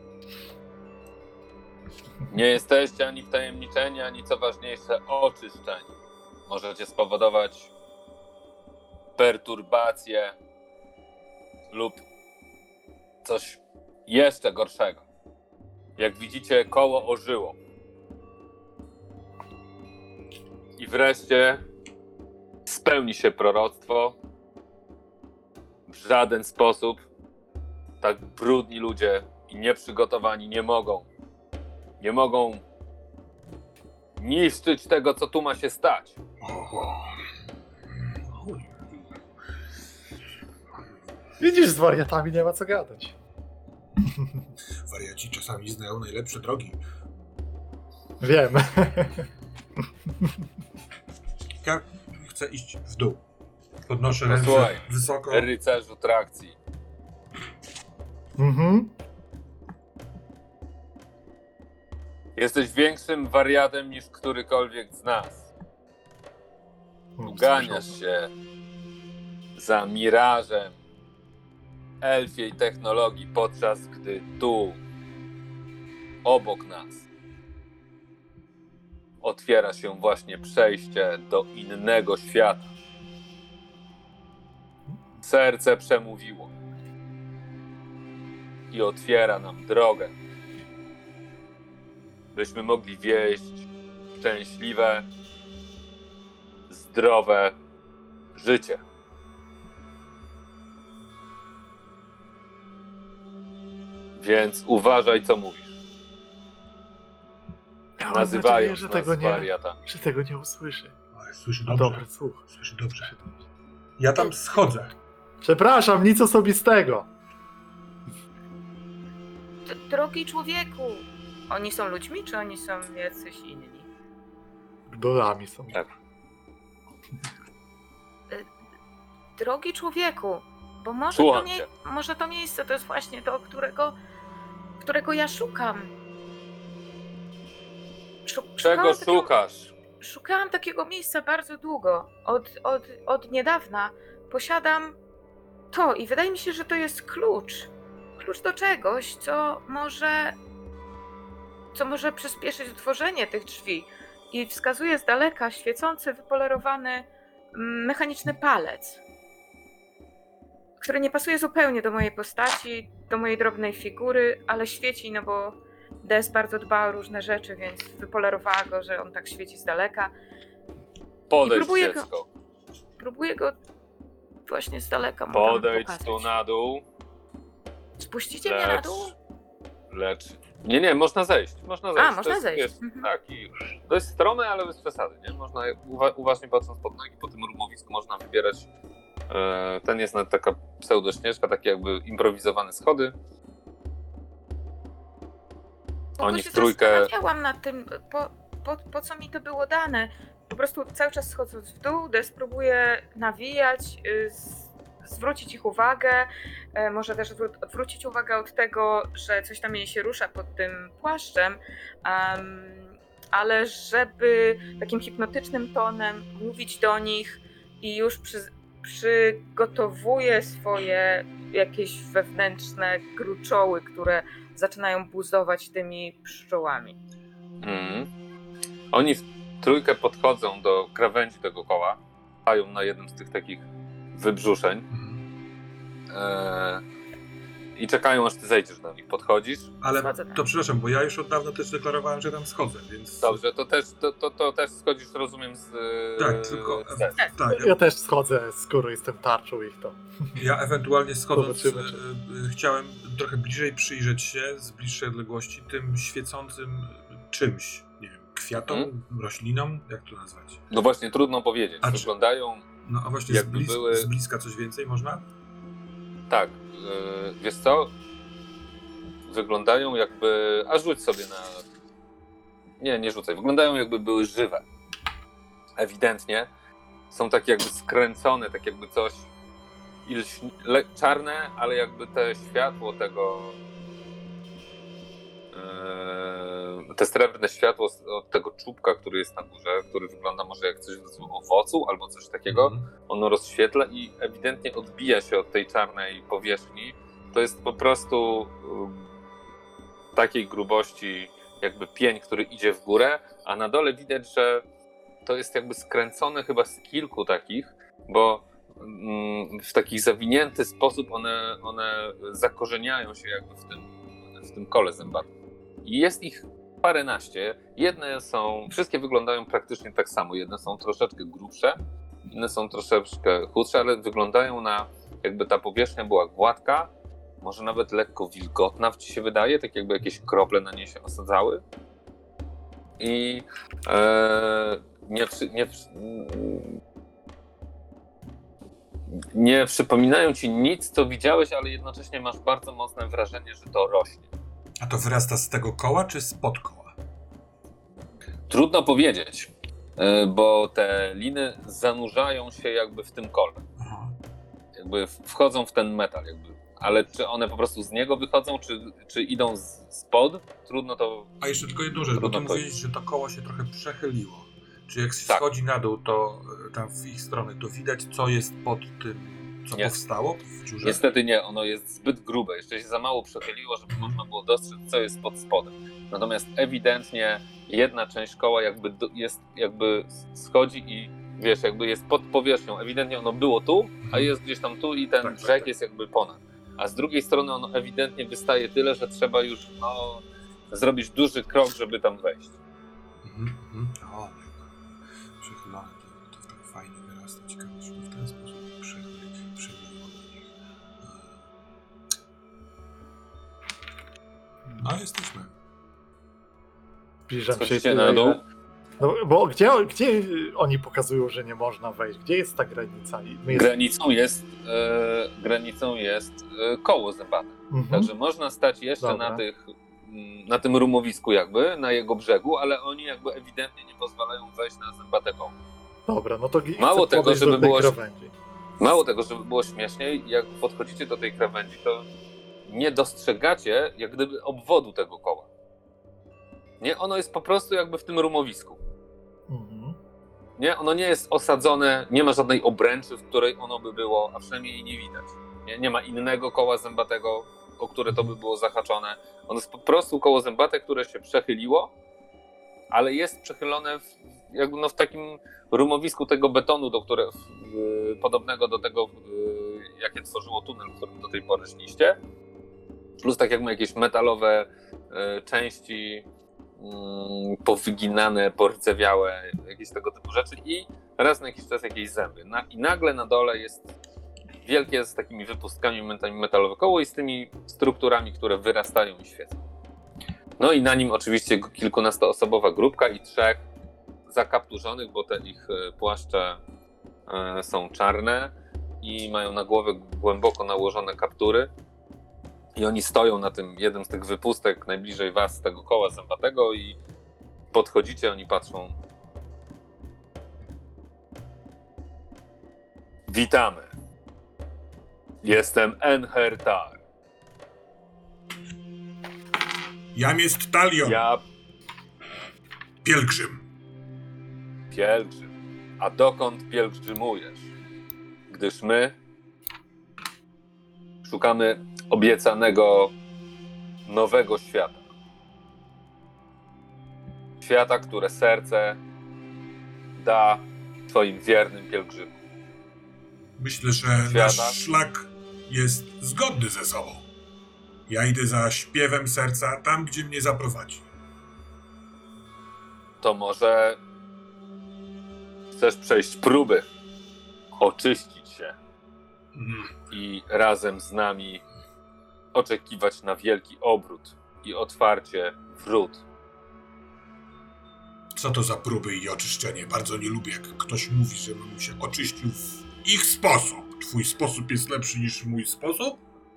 Nie jesteście ani wtajemniczeni, ani co ważniejsze, oczyszczeni. Możecie spowodować perturbację lub coś jeszcze gorszego. Jak widzicie, koło ożyło. I wreszcie spełni się proroctwo. W żaden sposób tak brudni ludzie i nieprzygotowani nie mogą Nie mogą niszczyć tego, co tu ma się stać. Widzisz, z wariatami nie ma co gadać. Wariaci czasami znają najlepsze drogi. Wiem. Ja chcę iść w dół. Podnoszę No ręce słuchaj, wysoko. Rycerzu trakcji. Mhm. Jesteś większym wariatem niż którykolwiek z nas. Uganiasz się za mirażem elfiej technologii, podczas gdy tu, obok nas, otwiera się właśnie przejście do innego świata. Serce przemówiło i otwiera nam drogę, byśmy mogli wieść szczęśliwe, zdrowe życie. Więc uważaj, co mówisz. Miałem nadzieję, Nazywając że nas tego nie, wariata. że tego nie usłyszy. Ale słyszy A dobrze. dobry słuch. Słyszy dobrze. Słyszy dobrze. Ja tam schodzę. Przepraszam, nic osobistego. D- drogi człowieku, oni są ludźmi, czy oni są jacyś inni? Gdolami są. Tak. Drogi człowieku, bo może Słucham to, nie, cię. może to miejsce to jest właśnie to, którego, którego ja szukam. Szu- Czego szukałam takiego- szukasz? Szukałam takiego miejsca bardzo długo. Od, od, od niedawna posiadam to i wydaje mi się, że to jest klucz. Klucz do czegoś, co może, co może przyspieszyć otworzenie tych drzwi. I wskazuje z daleka świecący, wypolerowany mm, mechaniczny palec, który nie pasuje zupełnie do mojej postaci, do mojej drobnej figury, ale świeci, no bo Des bardzo dba o różne rzeczy, więc wypolerowała go, że on tak świeci z daleka. Podejdź, próbuję go- dziecko. Próbuję go właśnie z daleka mu tam Podejdź pokazać. tu na dół. Spuścicie mnie na Lecz, dół? lecz. Nie, nie, można zejść. Można zejść. A, można jest, zejść. Jest, Mhm. tak, i już. To jest strome, ale bez przesady, nie? Można, uwa- uważnie patrząc pod nogi, po tym rumowisku można wybierać. E, ten jest na taka pseudośnieżka, takie jakby improwizowane schody. Bo Oni się w trójkę... zastanawiałam nad tym, po, po, po co mi to było dane. Po prostu cały czas schodząc w dół, Des próbuje nawijać, y, z, zwrócić ich uwagę, e, może też odwró- odwrócić uwagę od tego, że coś tam jej się rusza pod tym płaszczem, um, ale żeby takim hipnotycznym tonem mówić do nich i już przy, przygotowuje swoje jakieś wewnętrzne gruczoły, które zaczynają buzować tymi pszczołami. Mm. Oni w trójkę podchodzą do krawędzi tego koła, stają na jednym z tych takich wybrzuszeń Mhm. e, i czekają, aż ty zejdziesz do nich. Podchodzisz. Ale Schodzę tam. to przepraszam, bo ja już od dawna też deklarowałem, że tam schodzę, więc... Dobrze, to też, to, to, to też schodzisz, rozumiem, z... Tak, tylko... z Des. Tak, Ja też schodzę, skoro jestem tarczą ich to. ja ewentualnie schodząc Zobaczymy, czy- e, e, chciałem trochę bliżej przyjrzeć się z bliższej odległości tym świecącym czymś, nie wiem, kwiatom, Hmm? roślinom, jak to nazwać? No właśnie, trudno powiedzieć. A czy- Wyglądają, No a właśnie z, Jakby blis- były- z bliska coś więcej można? tak, e, wiesz co? Wyglądają jakby... A rzuć sobie na... Nie, nie rzucaj. Wyglądają jakby były żywe. Ewidentnie. Są takie jakby skręcone, tak jakby coś... Ileś le- czarne, ale jakby te światło tego... e, te srebrne światło z- od tego czubka, który jest na górze, który wygląda może jak coś z owocu albo coś takiego, Mhm. ono rozświetla i ewidentnie odbija się od tej czarnej powierzchni. To jest po prostu um, takiej grubości jakby pień, który idzie w górę, a na dole widać, że to jest jakby skręcone chyba z kilku takich, bo mm, w taki zawinięty sposób one, one zakorzeniają się jakby w tym, w tym kole zębatym. I jest ich paręnaście. Jedne są, wszystkie wyglądają praktycznie tak samo. Jedne są troszeczkę grubsze, inne są troszeczkę chudsze, ale wyglądają na, jakby ta powierzchnia była gładka, może nawet lekko wilgotna, ci się wydaje, tak jakby jakieś krople na niej się osadzały. I e, nie, przy, nie, przy- nie przypominają ci nic, co widziałeś, ale jednocześnie masz bardzo mocne wrażenie, że to rośnie. A to wyrasta z tego koła, czy spod koła? Trudno powiedzieć, e, bo te liny zanurzają się jakby w tym kole. Aha. Jakby wchodzą w ten metal, jakby. Ale czy one po prostu z niego wychodzą, czy, czy idą z, spod? Trudno to... A jeszcze tylko jedną rzecz, bo Trudno ty powiedzieć. mówiłeś, że to koło się trochę przechyliło. Czy jak się Tak. schodzi na dół, to e, tam w ich stronę, to widać, co jest pod tym, co Nie. powstało w dziurze? Niestety nie, ono jest zbyt grube. Jeszcze się za mało przechyliło, żeby można było dostrzec, co jest pod spodem. Natomiast ewidentnie jedna część koła jakby do, jest, jakby schodzi i wiesz, jakby jest pod powierzchnią. Ewidentnie ono było tu, a jest gdzieś tam tu i ten Tak, tak, brzeg tak. jest jakby ponad. A z drugiej strony ono ewidentnie wystaje tyle, że trzeba już no, zrobić duży krok, żeby tam wejść. Mhm, mhm. O, przechylone, to, to tak fajnie wyrasta. Ciekawe, czy w ten sposób przechyliło przechyliło do nich. E, No, jesteśmy. Zbliżam się Schodzicie tutaj, na dół? że- No, bo gdzie, gdzie oni pokazują, że nie można wejść? Gdzie jest ta granica? I my jest... Granicą jest, e, granicą jest e, koło zębate. Mhm. Także można stać jeszcze Dobra. na, tych, mm, na tym rumowisku jakby, na jego brzegu, ale oni jakby ewidentnie nie pozwalają wejść na zębate koło. Dobra, no to chcę Mało tego, podejść żeby do tej było- krawędzi. Mało tego, żeby było śmieszniej, jak podchodzicie do tej krawędzi, to nie dostrzegacie jak gdyby obwodu tego koła. Nie, ono jest po prostu jakby w tym rumowisku. Mhm. Nie, ono nie jest osadzone, nie ma żadnej obręczy, w której ono by było, a przynajmniej jej nie widać. Nie, nie ma innego koła zębatego, o które to by było zahaczone. Ono jest po prostu koło zębate, które się przechyliło, ale jest przechylone w, jakby no w takim rumowisku tego betonu, do które, w, w, podobnego do tego, w, jakie tworzyło tunel, w którym do tej pory szliście. Plus tak jakby jakieś metalowe e, części mm, powyginane, porcewiałe, jakieś tego typu rzeczy i raz na jakiś czas jakieś zęby. Na, I nagle na dole jest wielkie z takimi wypustkami meta- metalowe koło i z tymi strukturami, które wyrastają i świecą. No i na nim oczywiście kilkunastoosobowa grupka i trzech zakapturzonych, bo te ich e, płaszcze e, są czarne i mają na głowę głęboko nałożone kaptury. I oni stoją na tym, jednym z tych wypustek najbliżej was, tego koła zębatego i podchodzicie, oni patrzą. Witamy. Jestem Enhertar. Jam jest Talion, Ja pielgrzym. pielgrzym. A dokąd pielgrzymujesz? Gdyż my szukamy obiecanego nowego świata. Świata, które serce da twoim wiernym pielgrzymom. Myślę, że Świata. nasz szlak jest zgodny ze sobą. Ja idę za śpiewem serca tam, gdzie mnie zaprowadzi. To może chcesz przejść próby, oczyścić się Mm. i razem z nami oczekiwać na wielki obrót i otwarcie wrót. Co to za próby i oczyszczenie? Bardzo nie lubię, jak ktoś mówi, że mu się oczyścił w ich sposób. Twój sposób jest lepszy niż mój sposób?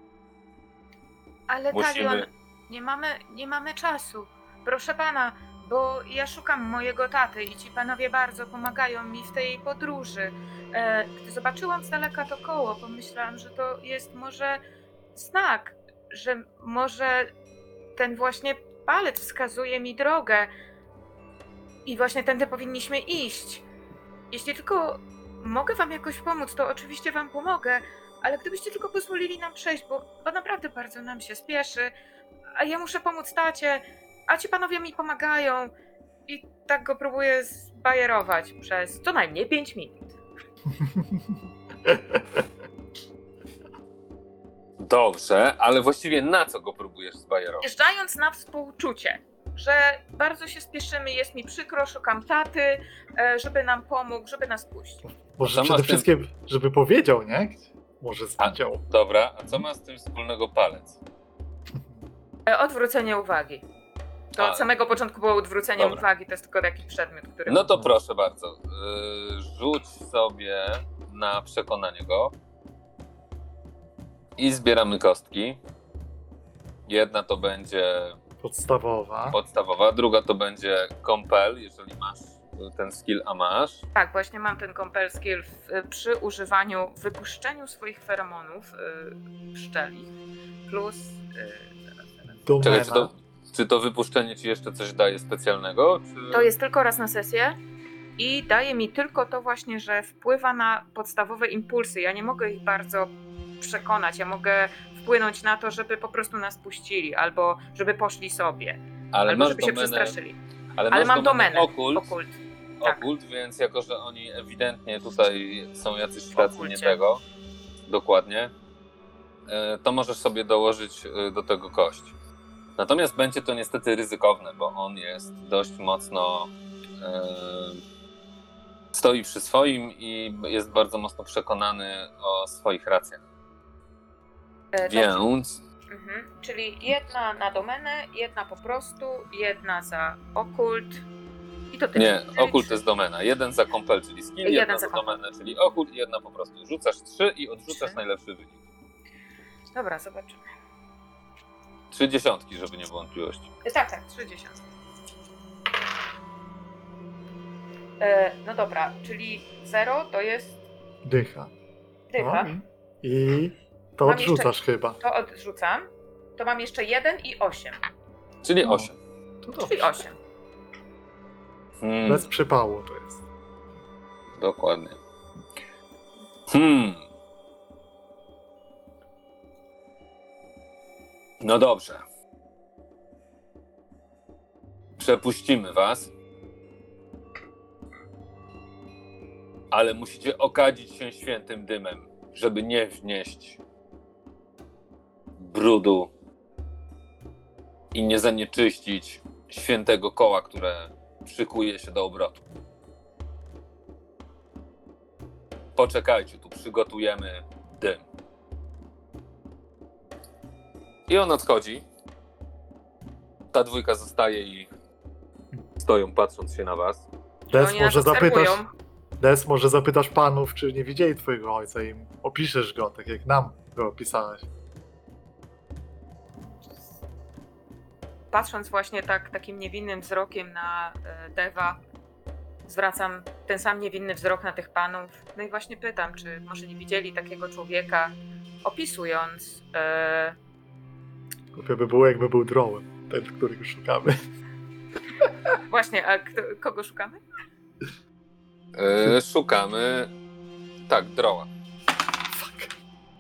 Ale Musimy- Talion, nie mamy, nie mamy czasu. Proszę pana, bo ja szukam mojego taty i ci panowie bardzo pomagają mi w tej podróży. E, gdy zobaczyłam z daleka to koło, pomyślałam, że to jest może znak, że może ten właśnie palec wskazuje mi drogę i właśnie tędy powinniśmy iść. Jeśli tylko mogę wam jakoś pomóc, to oczywiście wam pomogę, ale gdybyście tylko pozwolili nam przejść, bo, bo naprawdę bardzo nam się spieszy, a ja muszę pomóc tacie, a ci panowie mi pomagają i tak go próbuję zbajerować przez co najmniej pięć minut. Dobrze, ale właściwie na co go próbujesz zbajerować? Wjeżdżając na współczucie, że bardzo się spieszymy, jest mi przykro, szukam taty, e, żeby nam pomógł, żeby nas puścił. Może Co ma przede z tym- wszystkim, żeby powiedział, nie? Może A- widział. Dobra, a co ma z tym wspólnego palec? E, Odwrócenie uwagi. To A, od samego początku było odwróceniem dobra. uwagi, to jest tylko taki przedmiot, który... No to proszę bardzo, yy, rzuć sobie na przekonanie go i zbieramy kostki. Jedna to będzie Podstawowa. podstawowa, druga to będzie compel, jeżeli masz ten skill, a masz. Tak, właśnie mam ten compel skill w, przy używaniu, wypuszczeniu swoich feromonów y, pszczeli, plus... Y, zaraz, zaraz. Domena. Czekaj, czy to, czy to wypuszczenie ci jeszcze coś daje specjalnego? Czy... To jest tylko raz na sesję i daje mi tylko to właśnie, że wpływa na podstawowe impulsy. Ja nie mogę ich bardzo przekonać, ja mogę wpłynąć na to, żeby po prostu nas puścili, albo żeby poszli sobie, ale albo masz żeby się domenę, przestraszyli. ale, Ale masz mam domenę, Okult, okult. tak. okult, więc jako, że oni ewidentnie tutaj są jacyś tacy nie Okulcie. tego, dokładnie, e, to możesz sobie dołożyć e, do tego kość. Natomiast będzie to niestety ryzykowne, bo on jest dość mocno e, stoi przy swoim i jest bardzo mocno przekonany o swoich racjach. E, dobrze. Więc Mhm. Czyli jedna na domenę, jedna po prostu, jedna za okult i to tyle. nie, Czyli okult trzy. to jest domena. Jeden za compel, czyli skill, Jeden jedna za za domenę, czyli okult i jedna po prostu. Rzucasz trzy i odrzucasz Trzy. najlepszy wynik. Dobra, zobaczymy. Trzy dziesiątki, żeby nie było wątpliwości. E, Tak, tak, trzy dziesiątki. E, no dobra, czyli zero to jest Dycha. dycha. No. I to Mam odrzucasz chyba. To odrzucam. To mam jeszcze jeden i osiem. Czyli No. osiem. To Czyli dobrze. osiem. Hmm, Bez przypału to jest. dokładnie. Hmm. No dobrze. Przepuścimy was. Ale musicie okadzić się świętym dymem, żeby nie wnieść brudu i nie zanieczyścić świętego koła, które szykuje się do obrotu. Poczekajcie, tu przygotujemy dym. I on odchodzi. Ta dwójka zostaje i stoją patrząc się na was. Des, Oni nas może zapytasz, obserwują. Des, może zapytasz panów, czy nie widzieli twojego ojca i im opiszesz go, tak jak nam go opisałeś. Patrząc właśnie tak takim niewinnym wzrokiem na e, Dewa, zwracam ten sam niewinny wzrok na tych panów. No i właśnie pytam, czy może nie widzieli takiego człowieka, opisując. E, Głupio by było, jakby był drołem, ten, którego szukamy. właśnie, a kto, kogo szukamy? E, szukamy. Tak, Droła. Fuck.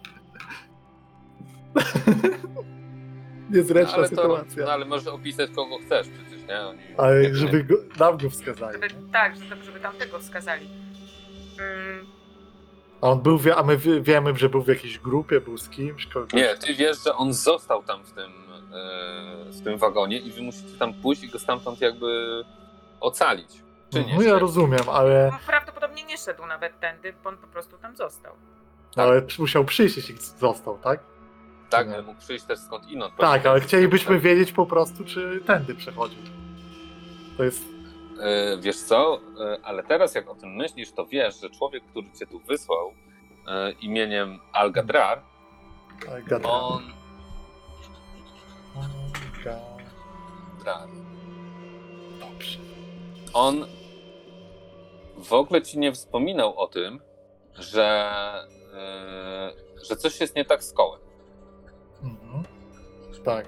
Niezręczna Ale to, sytuacja. no ale możesz opisać kogo chcesz przecież, nie? Oni, Ale jak żeby go, nam go wskazali. Żeby, nie? tak, żeby, żeby tamtego wskazali. Mm, A on był, wie- a my wie- wiemy, że był w jakiejś grupie, był z kimś, kogoś. Nie, ty wiesz, że on został tam w tym, e, w tym wagonie i wy musicie tam pójść i go stamtąd jakby ocalić. Czy nie? No ja rozumiem, ale, no, prawdopodobnie nie szedł nawet tędy, bo on po prostu tam został. ale musiał przyjść, jeśli został, tak? Tak, Nie. ale mógł przyjść też skąd inąd. Tak, ale chcielibyśmy Tak. wiedzieć po prostu, czy tędy przechodził. To jest... E, wiesz co, e, ale teraz jak o tym myślisz, to wiesz, że człowiek, który cię tu wysłał e, imieniem Algadrar, Gadra. on... Ga- Drar, Dobrze. on w ogóle ci nie wspominał o tym, że, e, że coś jest nie tak z kołem. Mhm. Tak.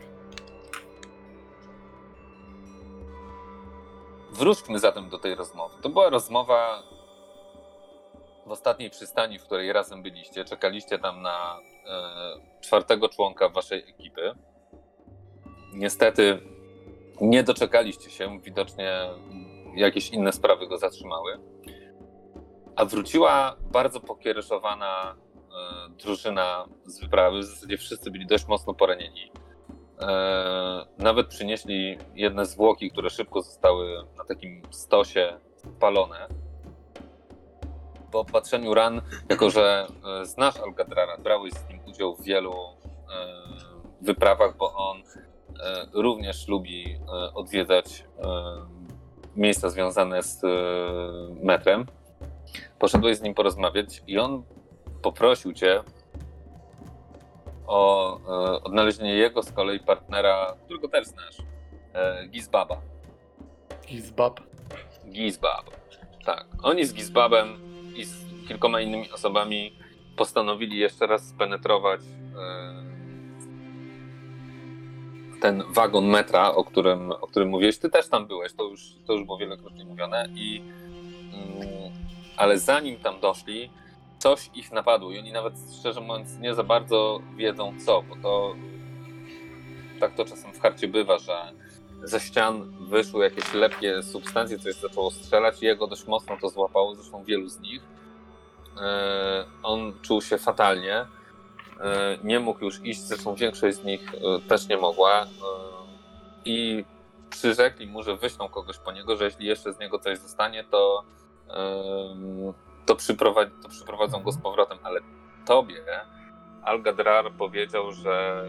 Wróćmy zatem do tej rozmowy. To była rozmowa w ostatniej przystani, w której razem byliście. Czekaliście tam na e, czwartego członka waszej ekipy. Niestety nie doczekaliście się. Widocznie jakieś inne sprawy go zatrzymały. A wróciła bardzo pokiereszowana e, drużyna z wyprawy. W zasadzie wszyscy byli dość mocno poranieni. E, nawet przynieśli jedne zwłoki, które szybko zostały na takim stosie spalone. Po opatrzeniu ran, jako że e, znasz Algadrara, brałeś z nim udział w wielu e, wyprawach, bo on e, również lubi e, odwiedzać e, miejsca związane z e, metrem. Poszedłeś z nim porozmawiać i on poprosił cię o e, odnalezienie jego z kolei partnera, którego też znasz, e, Gizbaba. Gizbab. Gizbab. Tak. Oni z Gizbabem i z kilkoma innymi osobami postanowili jeszcze raz spenetrować e, ten wagon metra, o którym, o którym mówiłeś. Ty też tam byłeś, to już, to już było wielokrotnie mówione. I, mm, ale zanim tam doszli, coś ich napadło i oni nawet, szczerze mówiąc, nie za bardzo wiedzą co, bo to tak to czasem w karcie bywa, że ze ścian wyszły jakieś lepkie substancje, coś zaczęło strzelać i jego dość mocno to złapało, zresztą wielu z nich. E, on czuł się fatalnie, e, nie mógł już iść, zresztą większość z nich e, też nie mogła e, i przyrzekli mu, że wyślą kogoś po niego, że jeśli jeszcze z niego coś zostanie, to e, to, przyprowadzi, to przyprowadzą go z powrotem, ale tobie Algadrar powiedział, że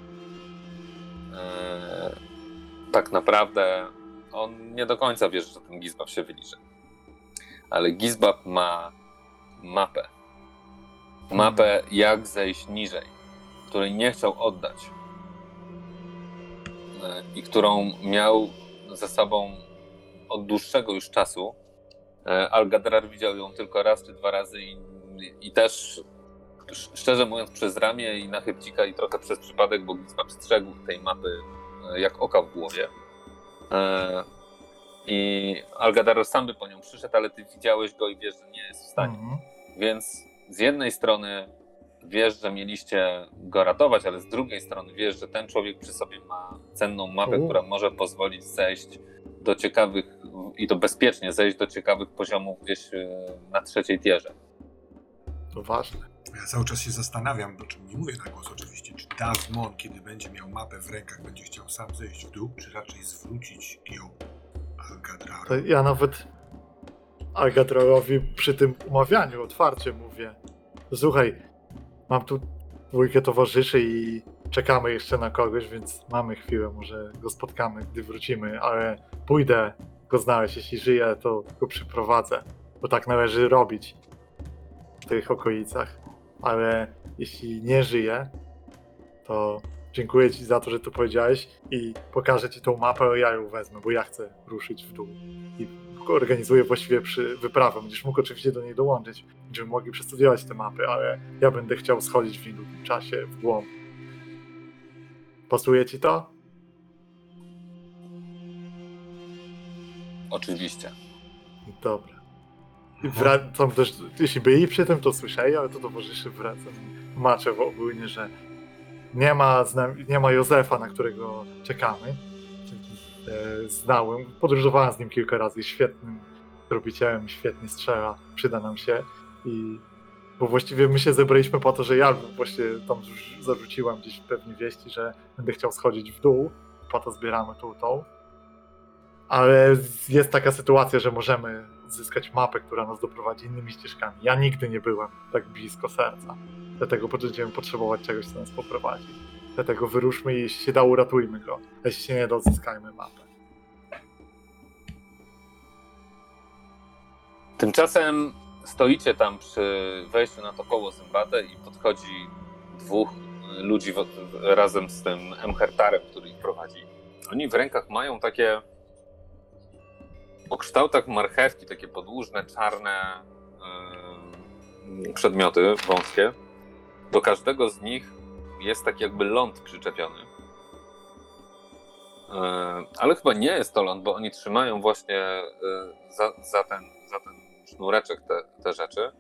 e, tak naprawdę on nie do końca wierzy, że ten Gizbab się wyliczy. Ale Gizbab ma mapę. Mapę, jak zejść niżej, której nie chciał oddać e, i którą miał ze sobą od dłuższego już czasu. Algadrar widział ją tylko raz czy dwa razy i, i też szczerze mówiąc przez ramię i na chybcika i trochę przez przypadek, bo Gizbab strzegł tej mapy jak oka w głowie. I Algadrar sam by po nią przyszedł, ale ty widziałeś go i wiesz, że nie jest w stanie. Mhm. Więc z jednej strony wiesz, że mieliście go ratować, ale z drugiej strony wiesz, że ten człowiek przy sobie ma cenną mapę, U. która może pozwolić zejść do ciekawych i to bezpiecznie zejść do ciekawych poziomów gdzieś na trzeciej tierze. To ważne. Ja cały czas się zastanawiam, bo czym nie mówię na głos oczywiście, czy Dazmon, kiedy będzie miał mapę w rękach, będzie chciał sam zejść w dół, czy raczej zwrócić ją To Algadrarowi. ja nawet Algadrarowi przy tym umawianiu otwarcie mówię: słuchaj, mam tu dwójkę towarzyszy i czekamy jeszcze na kogoś, więc mamy chwilę, może go spotkamy, gdy wrócimy, ale pójdę go znaleźć. Jeśli żyje, to go przyprowadzę, bo tak należy robić w tych okolicach. Ale jeśli nie żyje, to dziękuję ci za to, że to powiedziałeś i pokażę ci tą mapę, a ja ją wezmę, bo ja chcę ruszyć w dół. I organizuję właściwie przy wyprawę. Będziesz mógł oczywiście do niej dołączyć. Będziemy mogli przestudiować te mapy, ale ja będę chciał schodzić w niedługim czasie w głąb. Pasuje ci to? Oczywiście. Dobra. I wracam też, jeśli byli przy tym, to słyszeli, ale to towarzyszy wracam. Tłumaczę ogólnie, że nie ma, z nami, nie ma Józefa, na którego czekamy. E, znałem, podróżowałem z nim kilka razy, świetnym zrobicielem, świetnie strzela, przyda nam się. I bo właściwie my się zebraliśmy po to, że ja właśnie tam zarzuciłam gdzieś pewnie wieści, że będę chciał schodzić w dół, po to zbieramy tą tą. Ale jest taka sytuacja, że możemy zyskać mapę, która nas doprowadzi innymi ścieżkami. Ja nigdy nie byłem tak blisko serca. Dlatego będziemy potrzebować czegoś, co nas poprowadzi. Dlatego wyruszmy i jeśli się da, uratujmy go. A jeśli się nie da, odzyskajmy mapę. Tymczasem stoicie tam przy wejściu na to koło Zymbatę i podchodzi dwóch ludzi w, razem z tym Emhertarem, który ich prowadzi. Oni w rękach mają takie o kształtach marchewki, takie podłużne, czarne yy, przedmioty wąskie. Do każdego z nich jest taki jakby ląd przyczepiony. Yy, ale chyba nie jest to ląd, bo oni trzymają właśnie yy, za, za, ten, za ten sznureczek te, te rzeczy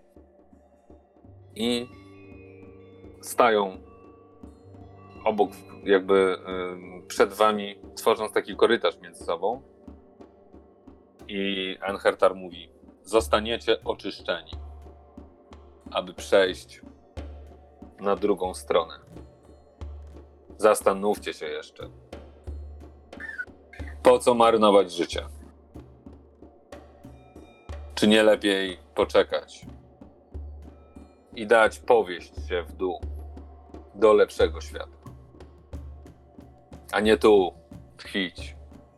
i stają obok, jakby yy, przed wami, tworząc taki korytarz między sobą. I Emhertar mówi: zostaniecie oczyszczeni, aby przejść na drugą stronę. Zastanówcie się jeszcze. Po co marnować życie? Czy nie lepiej poczekać i dać powieść się w dół do lepszego świata, a nie tu tkwić?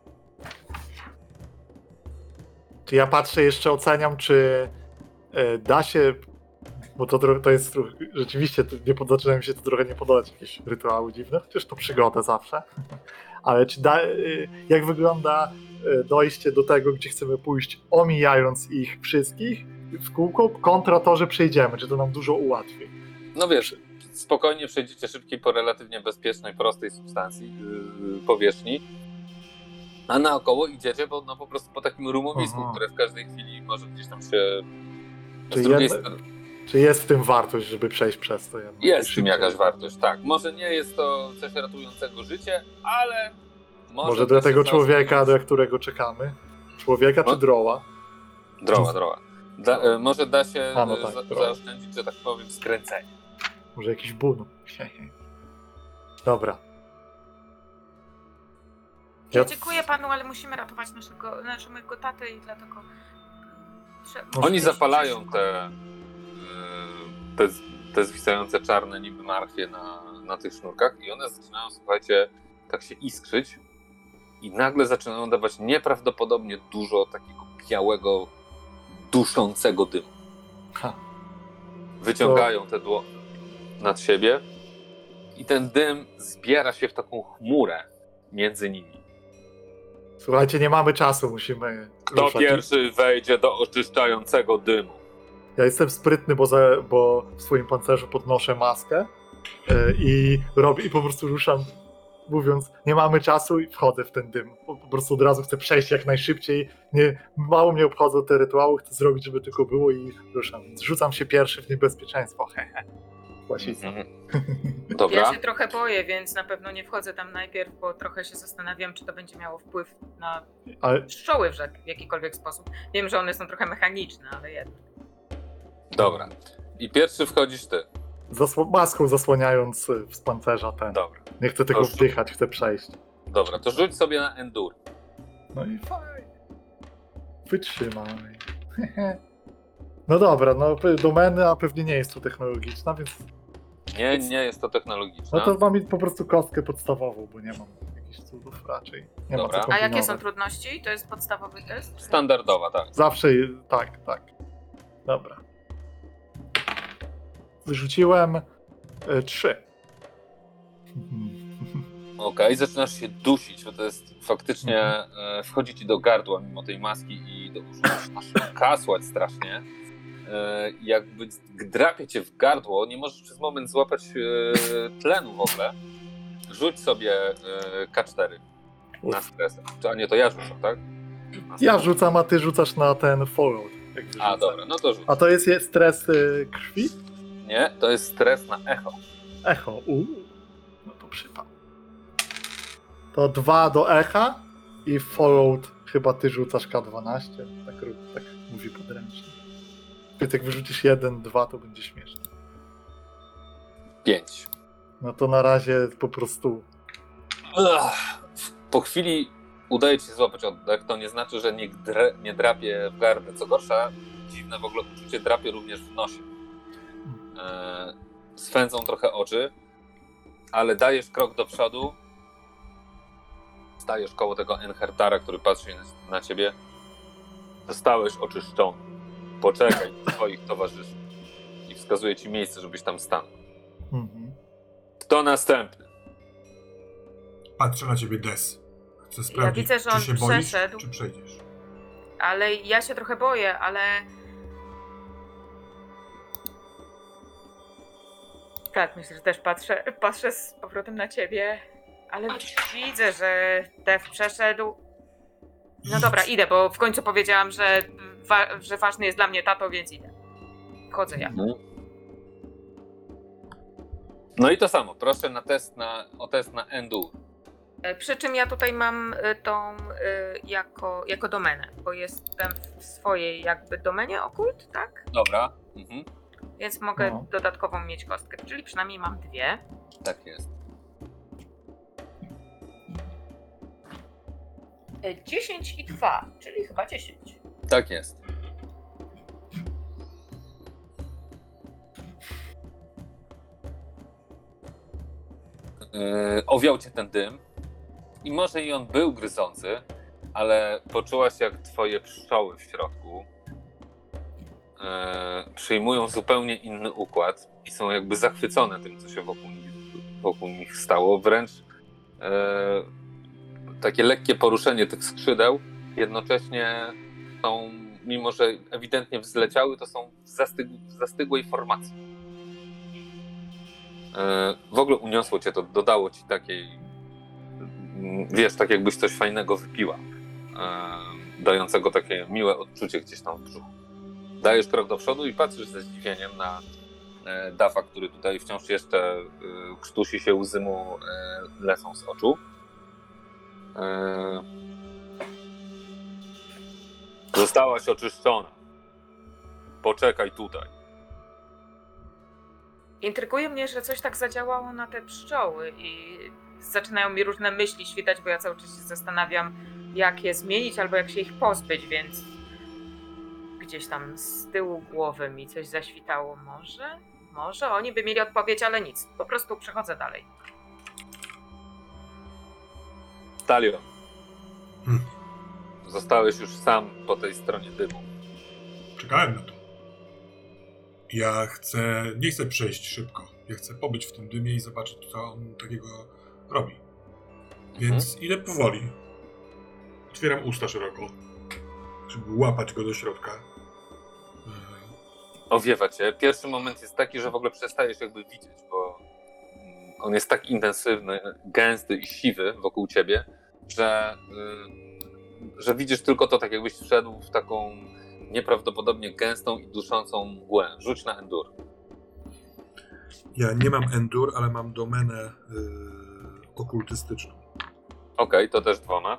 Czy ja patrzę jeszcze, oceniam, czy e, da się, bo to, to jest trochę, rzeczywiście to nie pod, zaczyna mi się to trochę nie podobać, jakieś rytuały dziwne, chociaż to przygoda zawsze, ale czy da, e, jak wygląda e, dojście do tego, gdzie chcemy pójść, omijając ich wszystkich w kółko, kontra to, że przejdziemy, czy to nam dużo ułatwi? No wiesz, spokojnie przejdziecie szybkiej po relatywnie bezpiecznej, prostej substancji, yy, powierzchni, a naokoło idziecie po, no, po prostu po takim rumowisku, Aha. które w każdej chwili może gdzieś tam się... Czy, Z drugiej jedna, strony czy jest w tym wartość, żeby przejść przez to? Jednak? jest w tym jakaś wartość, tak. Może nie jest to coś ratującego życie, ale... Może, Może da dla się tego zaoszczędzić- człowieka, do którego czekamy? Człowieka No. czy droła? Droła, droła. Da, y, może da się A, no y, tak, za, droła. zaoszczędzić, że tak powiem, skręcenie. Może jakiś bun? Dobra. Ja dziękuję panu, ale musimy ratować naszego, naszego tatę i dlatego... Trze- Oni musimy zapalają iść te, y, te, te zwisające czarne niby marchwie na, na tych sznurkach i one zaczynają, słuchajcie, tak się iskrzyć i nagle zaczynają dawać nieprawdopodobnie dużo takiego białego, duszącego dymu. Ha. Wyciągają te dłonie nad siebie i ten dym zbiera się w taką chmurę między nimi. Słuchajcie, nie mamy czasu, musimy Kto ruszać. pierwszy wejdzie do oczyszczającego dymu? Ja jestem sprytny, bo, za, bo w swoim pancerzu podnoszę maskę yy, i robię i po prostu ruszam, mówiąc, nie mamy czasu i wchodzę w ten dym. Po, po prostu od razu chcę przejść jak najszybciej. Nie, mało mnie obchodzą te rytuały, chcę zrobić, żeby tylko było i ruszam. Zrzucam się pierwszy w niebezpieczeństwo. Hehe. Łasica. Mhm. Ja Dobra. się trochę boję, więc na pewno nie wchodzę tam najpierw, bo trochę się zastanawiam, czy to będzie miało wpływ na Ale pszczoły w, żak- w jakikolwiek sposób. Wiem, że one są trochę mechaniczne, ale jednak. Dobra. I pierwszy wchodzisz ty. zasło- maską zasłaniając y, z pancerza ten. Dobra. Nie chcę tego Proszę. wdychać, chcę przejść. Dobra, to rzuć sobie na Endure. No i fajnie. Wytrzymaj. No dobra, no p- domeny, a pewnie nie jest to technologiczna, więc Nie, nie jest to technologiczne. no to mam po prostu kostkę podstawową, bo nie mam jakichś jakichś cudów raczej. Nie Dobra. ma co A jakie są kombinować. trudności? To jest podstawowy test? Standardowa, tak. Zawsze je- tak, tak. Dobra. Wyrzuciłem y, trzy. Okej, zaczynasz się dusić, bo to jest faktycznie, e, wchodzi ci do gardła mimo tej maski i do uszu aż kasłać strasznie. E, jakby drapie cię w gardło, nie możesz przez moment złapać e, tlenu w ogóle. Rzuć sobie e, K cztery na stresę. Czy- A nie, to ja rzucam, tak? Na Ja stres. rzucam, a ty rzucasz na ten forward. jak A, wyrzucę. dobra, no to rzuć. A to jest, jest stres y, krwi? Nie, to jest stres na echo. Echo. Uuu. No to przypał. To dwa do echa i followed chyba ty rzucasz K dwanaście. Tak, rób, tak mówi podręcznik. Więc jak wyrzucisz jeden, dwa, to będzie śmieszne. Pięć. No to na razie po prostu Ugh. Po chwili udaje ci się złapać oddech, to nie znaczy, że nie, dre, nie drapie w gardle. Co gorsza, dziwne w ogóle uczucie, drapie również w nosie. E, swędzą trochę oczy, ale dajesz krok do przodu, stajesz koło tego Enhertara, który patrzy na, na ciebie. Zostałeś oczyszczony. Poczekaj na swoich towarzyszy. I wskazuje ci miejsce, żebyś tam stanął. Mhm. Kto następny? Patrzę na ciebie, Des. Chcę sprawdzić, widzę, że czy on się boisz, przeszedł. czy przejdziesz. Ale ja się trochę boję, ale... Tak, myślę, że też patrzę, patrzę z powrotem na ciebie, ale widzę, że Dev przeszedł. No dobra, idę, bo w końcu powiedziałam, że, wa- że ważny jest dla mnie tato, więc idę. Chodzę ja. Mhm. No i to samo. Proszę na test na, o test na Endure. E, Przy czym ja tutaj mam y, tą y, jako, jako domenę, bo jestem w swojej jakby domenie okult, tak? Dobra. Mhm. Więc mogę No. dodatkową mieć kostkę, czyli przynajmniej mam dwie. Tak jest. E, dziesięć i dwa, czyli chyba dziesięć. Tak jest. Yy, owiał cię ten dym i może i on był gryzący, ale poczułaś, jak twoje pszczoły w środku yy, przyjmują zupełnie inny układ i są jakby zachwycone tym, co się wokół nich, wokół nich stało. Wręcz yy, takie lekkie poruszenie tych skrzydeł jednocześnie są, mimo że ewidentnie wzleciały, to są w, zastyg- w zastygłej formacji. Yy, w ogóle uniosło cię to, dodało ci takiej, mm, wiesz, tak jakbyś coś fajnego wypiła, yy, dającego takie miłe odczucie gdzieś tam w brzuchu. Dajesz krok do przodu i patrzysz ze zdziwieniem na yy, Dafa, który tutaj wciąż jeszcze yy, krztusi się, łzy mu yy, lecą z oczu. Yy, Zostałaś oczyszczona. Poczekaj tutaj. Intryguje mnie, że coś tak zadziałało na te pszczoły i zaczynają mi różne myśli świtać, bo ja cały czas się zastanawiam, jak je zmienić albo jak się ich pozbyć, więc gdzieś tam z tyłu głowy mi coś zaświtało. Może? Może oni by mieli odpowiedź, ale nic. Po prostu przechodzę dalej. Talion. Hmm. Zostałeś już sam po tej stronie dymu. Czekałem na to. Ja chcę, nie chcę przejść szybko. Ja chcę pobyć w tym dymie i zobaczyć, co on takiego robi. Więc Mhm. idę powoli. Otwieram usta szeroko, żeby łapać go do środka. Yy, Owiewa cię. Pierwszy moment jest taki, że w ogóle przestajesz jakby widzieć, bo mm, on jest tak intensywny, gęsty i siwy wokół ciebie, że, yy, że widzisz tylko to, tak jakbyś wszedł w taką nieprawdopodobnie gęstą i duszącą mgłę. Rzuć na Endure. Ja nie mam Endure, ale mam domenę yy, okultystyczną. Okej, to też dwoma.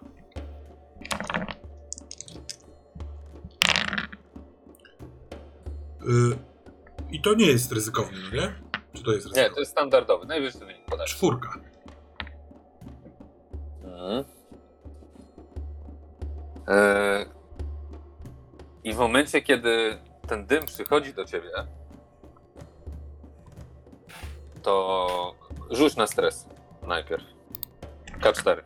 Yy, I to nie jest ryzykowne, no nie? Czy to jest ryzykowne? Nie, to jest standardowy. Najwyższy wynik podajesz. Czwórka. Mhm. E, I w momencie, kiedy ten dym przychodzi do ciebie, to rzuć na stres najpierw. K cztery.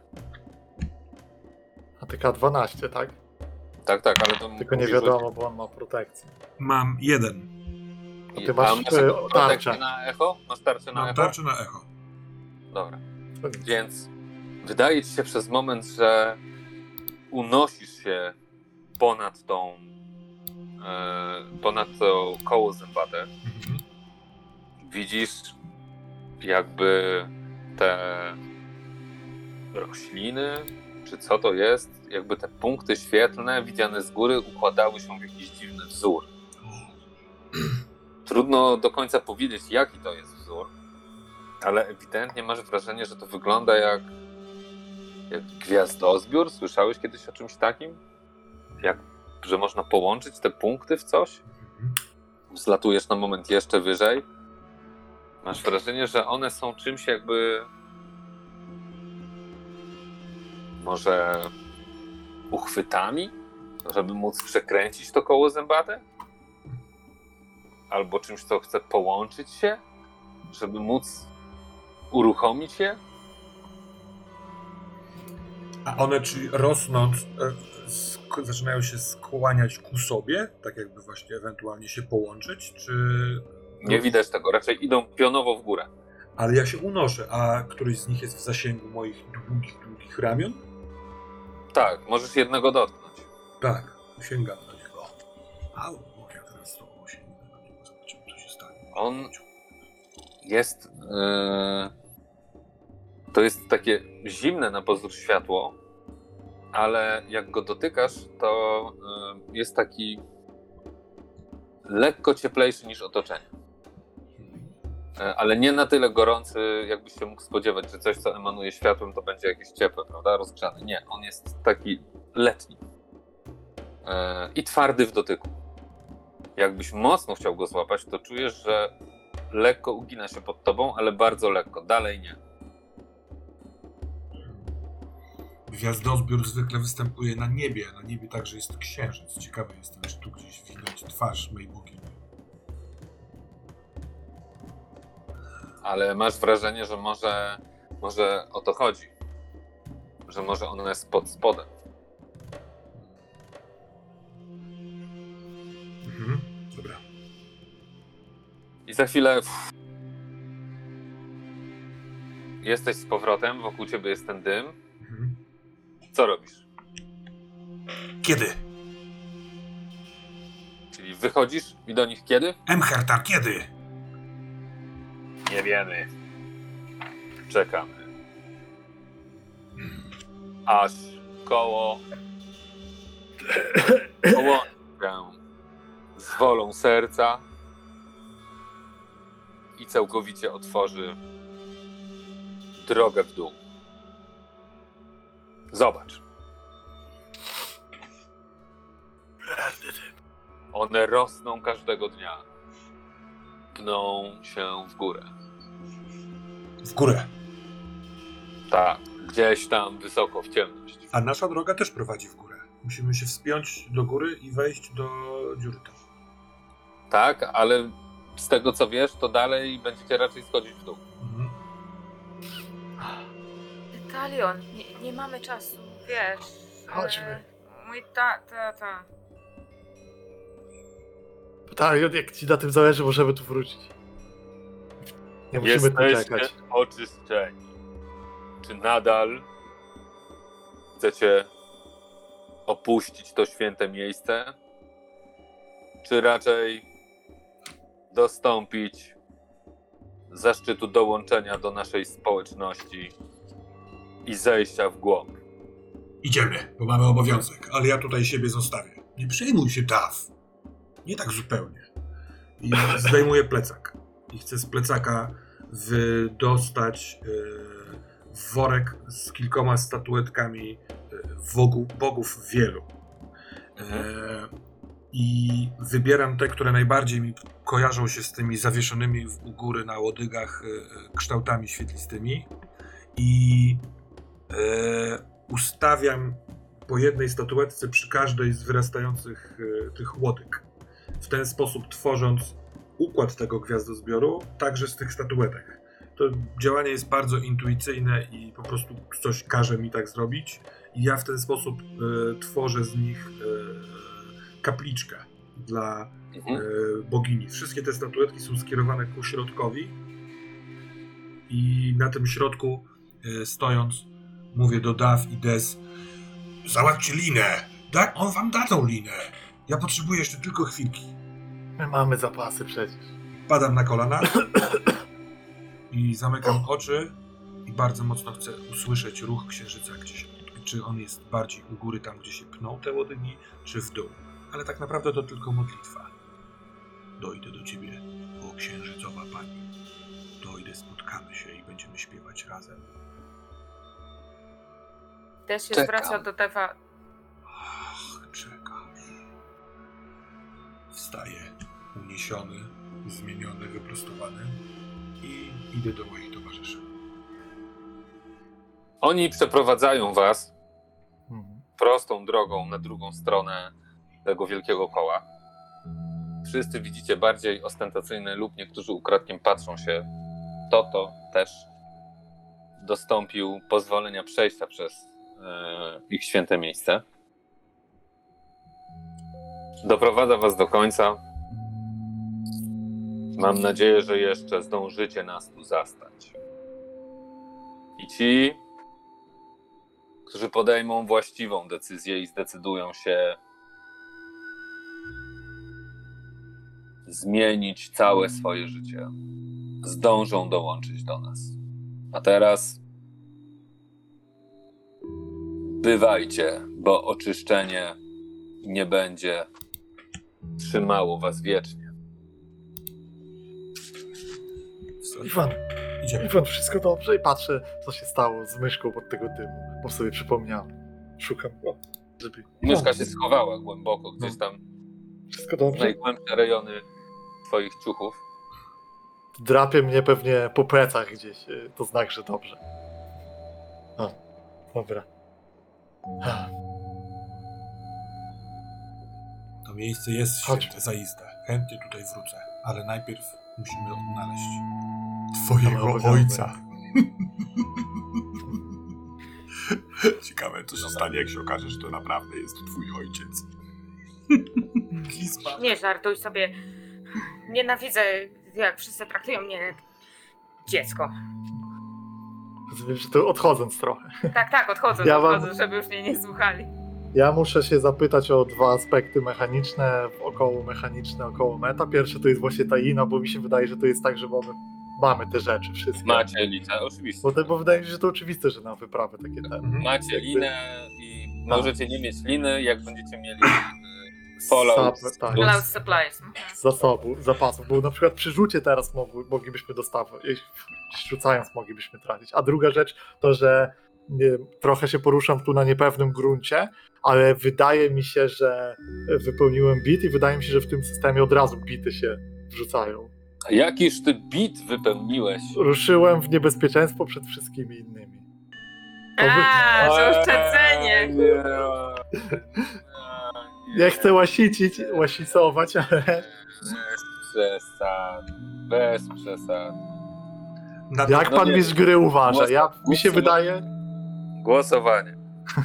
A ty K dwanaście, tak? Tak, tak, ale to Tylko nie musisz wiadomo, bo on ma protekcję. Mam jeden. rzucić. A ty masz, A masz e, protekcję tarczę. na echo? Masz tarczę na Mam echo? tarczę na echo. Dobra. To nic. Więc wydaje ci się przez moment, że unosisz się ponad tą e, ponad to koło zębate. Mhm. Widzisz jakby te rośliny, czy co to jest, jakby te punkty świetlne widziane z góry układały się w jakiś dziwny wzór. Trudno do końca powiedzieć, jaki to jest wzór, ale ewidentnie masz wrażenie, że to wygląda jak, jak gwiazdozbiór. Słyszałeś kiedyś o czymś takim? Jak, że można połączyć te punkty w coś? Zlatujesz na moment jeszcze wyżej. Masz wrażenie, że one są czymś jakby... Może uchwytami, żeby móc przekręcić to koło zębate? Albo czymś, co chce połączyć się, żeby móc uruchomić je? A one, czy rosnąc, e, sk- zaczynają się skłaniać ku sobie, tak jakby właśnie ewentualnie się połączyć, czy... Nie widać tego, raczej idą pionowo w górę. Ale ja się unoszę, a któryś z nich jest w zasięgu moich długich, długich ramion? Tak, możesz jednego dotknąć. Tak, sięgam do niego. Au, bo ja teraz z tobą sięgnę do niego, zobaczymy, co się stanie. On jest... Yy... To jest takie zimne na pozór światło, ale jak go dotykasz, to yy, jest taki lekko cieplejszy niż otoczenie. Yy, ale nie na tyle gorący, jakbyś się mógł spodziewać, że coś, co emanuje światłem, to będzie jakieś ciepłe, prawda? Rozgrzany. Nie, on jest taki letni. Yy, I twardy w dotyku. Jakbyś mocno chciał go złapać, to czujesz, że lekko ugina się pod tobą, ale bardzo lekko. Dalej nie. Gwiazdozbiór zwykle występuje na niebie, na niebie także jest księżyc. Ciekawy jestem, czy tu gdzieś widać twarz mej bogini. Ale masz wrażenie, że może, może o to chodzi. Że może ona jest pod spodem. Mhm, dobra. I za chwilę uff, jesteś z powrotem, wokół ciebie jest ten dym. Mhm. Co robisz? Kiedy? Czyli wychodzisz i do nich kiedy? Emhertar, kiedy? Nie wiemy. Czekamy. Aż koło połączy się z wolą serca i całkowicie otworzy drogę w dół. Zobacz. One rosną każdego dnia. Pną się w górę. W górę. Tak, gdzieś tam wysoko w ciemność. A nasza droga też prowadzi w górę. Musimy się wspiąć do góry i wejść do dziury tam. Tak, ale z tego co wiesz, to dalej będziecie raczej schodzić w dół. Mhm. Talion, nie, nie mamy czasu, wiesz. Chodźmy. e, Mój ta, ta, ta. Tak, jak ci na tym zależy, możemy tu wrócić. Nie musimy tu Jesteście czekać. oczyszczeni. Czy nadal chcecie opuścić to święte miejsce? Czy raczej dostąpić zaszczytu dołączenia do naszej społeczności i zejścia w głąb? Idziemy, bo mamy obowiązek, ale ja tutaj siebie zostawię. Nie przejmuj się, Daf. Nie tak zupełnie. I zdejmuję plecak. I chcę z plecaka wydostać yy, worek z kilkoma statuetkami yy, wogu, bogów wielu. Yy, I wybieram te, które najbardziej mi kojarzą się z tymi zawieszonymi u góry na łodygach yy, kształtami świetlistymi. I yy, ustawiam po jednej statuetce przy każdej z wyrastających y, tych łodyg. W ten sposób tworząc układ tego gwiazdozbioru także z tych statuetek. To działanie jest bardzo intuicyjne i po prostu coś każe mi tak zrobić. I ja w ten sposób e, tworzę z nich e, kapliczkę dla Mhm. e, bogini. Wszystkie te statuetki są skierowane ku środkowi i na tym środku e, stojąc mówię do Daw i Des: załatwcie linę! Da, on wam da tą linę! Ja potrzebuję jeszcze tylko chwilki. My mamy zapasy przecież. Padam na kolana i zamykam oczy i bardzo mocno chcę usłyszeć ruch księżyca gdzieś. Czy on jest bardziej u góry, tam gdzie się pną te łodygi, czy w dół. Ale tak naprawdę to tylko modlitwa. Dojdę do ciebie, o księżycowa pani. Dojdę, spotkamy się i będziemy śpiewać razem. Też się Czekam. zwraca do Dewa. Ach, czekasz. Wstaję, uniesiony, zmieniony, wyprostowany i idę do moich towarzyszy. Oni przeprowadzają was Mhm. prostą drogą na drugą stronę tego wielkiego koła. Wszyscy widzicie bardziej ostentacyjne lub niektórzy ukradkiem patrzą się. Toto też dostąpił pozwolenia przejścia przez e, ich święte miejsce. Doprowadza was do końca. Mam nadzieję, że jeszcze zdążycie nas tu zastać. I ci, którzy podejmą właściwą decyzję i zdecydują się zmienić całe swoje życie, zdążą dołączyć do nas. A teraz bywajcie, bo oczyszczenie nie będzie trzymało was wiecznie. Iwan, Idziemy. Iwan, wszystko dobrze? I patrzę, co się stało z myszką pod tego dymu, bo sobie przypomniałem. Szukam go, żeby... Myszka się schowała głęboko, gdzieś tam Wszystko w dobrze? najgłębsze rejony twoich ciuchów. Drapie mnie pewnie po plecach gdzieś, y, to znak, że dobrze. O, dobra. To miejsce jest Chodź. święte, zaiste. Chętnie tutaj wrócę, ale najpierw musimy odnaleźć twojego Dobra, ojca. Ciekawe, co się stanie, jak się okaże, że to naprawdę jest twój ojciec. Gizma. Nie żartuj sobie. Nienawidzę, jak wszyscy traktują mnie jak dziecko. Rozumiem, że to odchodząc trochę. Tak, tak, odchodzę, Ja wam- odchodzę, żeby już mnie nie słuchali. Ja muszę się zapytać o dwa aspekty mechaniczne, około mechaniczne, około meta. Pierwsze to jest właśnie ta ina, bo mi się wydaje, że to jest tak, że mamy, mamy te rzeczy wszystkie. Macie linę, oczywiście. Bo, te, bo wydaje mi się, że to oczywiste, że na wyprawę takie te. Mhm. Macie linę i możecie nie mieć liny, jak będziecie mieli e, fallout Sap- tak. Cloud supplies. Mhm. Zasobu, zapasów, bo na przykład przy rzucie teraz mogli, moglibyśmy dostawać, jeśli rzucając moglibyśmy tracić. A druga rzecz to, że nie, trochę się poruszam tu na niepewnym gruncie, ale wydaje mi się, że wypełniłem bit i wydaje mi się, że w tym systemie od razu bity się wrzucają. A jakiż ty bit wypełniłeś? Ruszyłem w niebezpieczeństwo przed wszystkimi innymi. To wy- A, zaoszczędzenie. Eee, nie. Nie chcę łasicić, łasicować, ale Bez przesad. Bez przesad. Na to, jak no pan nie. mistrz gry uważa? Ja, mi się Głosowa- wydaje, Głosowanie.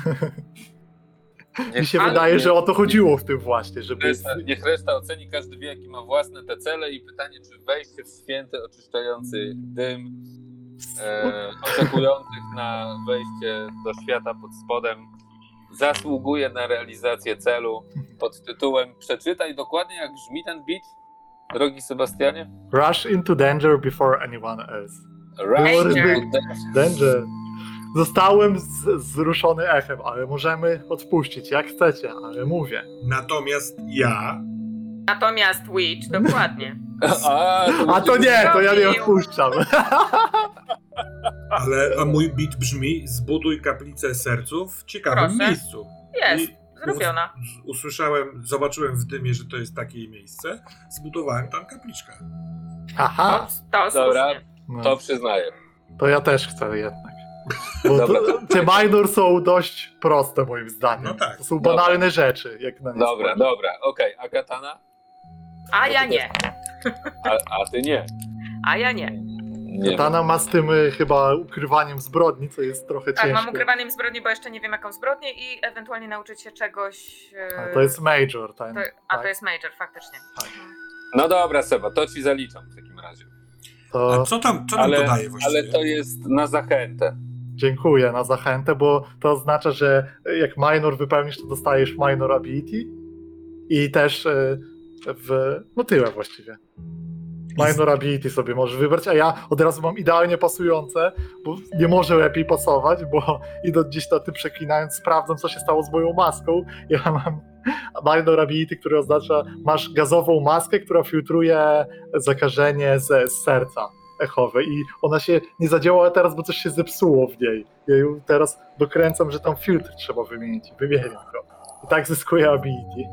mi się Ale wydaje, nie- że o to chodziło w tym właśnie, żeby... Reszta, niech reszta oceni, każdy wie, jaki ma własne te cele i pytanie, czy wejście w święty, oczyszczający dym e, oczekujących na wejście do świata pod spodem zasługuje na realizację celu pod tytułem przeczytaj dokładnie, jak brzmi ten beat, drogi Sebastianie. Rush into danger before anyone else. Rush Danger. into danger. Danger. Zostałem z, wzruszony echem, ale możemy odpuścić jak chcecie, ale mówię. Natomiast ja Natomiast Witch, dokładnie. A, A to nie, to ja nie odpuszczam. Ale a mój beat brzmi: zbuduj kaplicę serców w ciekawym Proszę. miejscu. Jest, I zrobiona. us- Usłyszałem, zobaczyłem w dymie, że to jest takie miejsce. Zbudowałem tam kapliczkę. Haha. To, to Dobra. słusznie. No, To przyznaję. to ja też chcę jednak. Bo Dobra. to, te minor są dość proste moim zdaniem. No tak. To są Dobra. banalne rzeczy. Jak na nie Dobra, spojrzeć. dobra, okej, a katana? A ja nie. A, a ty nie. A ja nie. nie Katana wiem. ma z tym y, chyba ukrywaniem zbrodni, co jest trochę Tak, ciężkie. mam ukrywaniem zbrodni, bo jeszcze nie wiem jaką zbrodnię i ewentualnie nauczyć się czegoś... e, A, to jest Major. Ten, to, a to jest Major, faktycznie. No dobra, Seba, to ci zaliczam w takim razie. To A co tam, co nam Ale, to daje właściwie? ale to jest na zachętę. dziękuję na zachętę, bo to oznacza, że jak minor wypełnisz, to dostajesz minor ability i też y, w... no tyle właściwie. Minor ability sobie możesz wybrać, a ja od razu mam idealnie pasujące, bo nie może lepiej pasować, bo idąc gdzieś na tym przeklinając, sprawdzam, co się stało z moją maską. Ja mam minor ability, który oznacza, masz gazową maskę, która filtruje zakażenie ze z serca echowe i ona się nie zadziałała teraz, bo coś się zepsuło w niej. Ja ją teraz dokręcam, że tam filtr trzeba wymienić i wymieniam go. I tak zyskuję ability.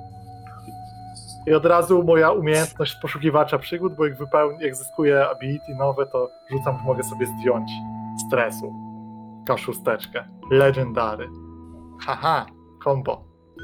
I od razu moja umiejętność poszukiwacza przygód, bo jak, wypełni, jak zyskuję ability nowe, to rzucam, mogę sobie zdjąć stresu. Kaszusteczkę. Legendary. Haha, combo.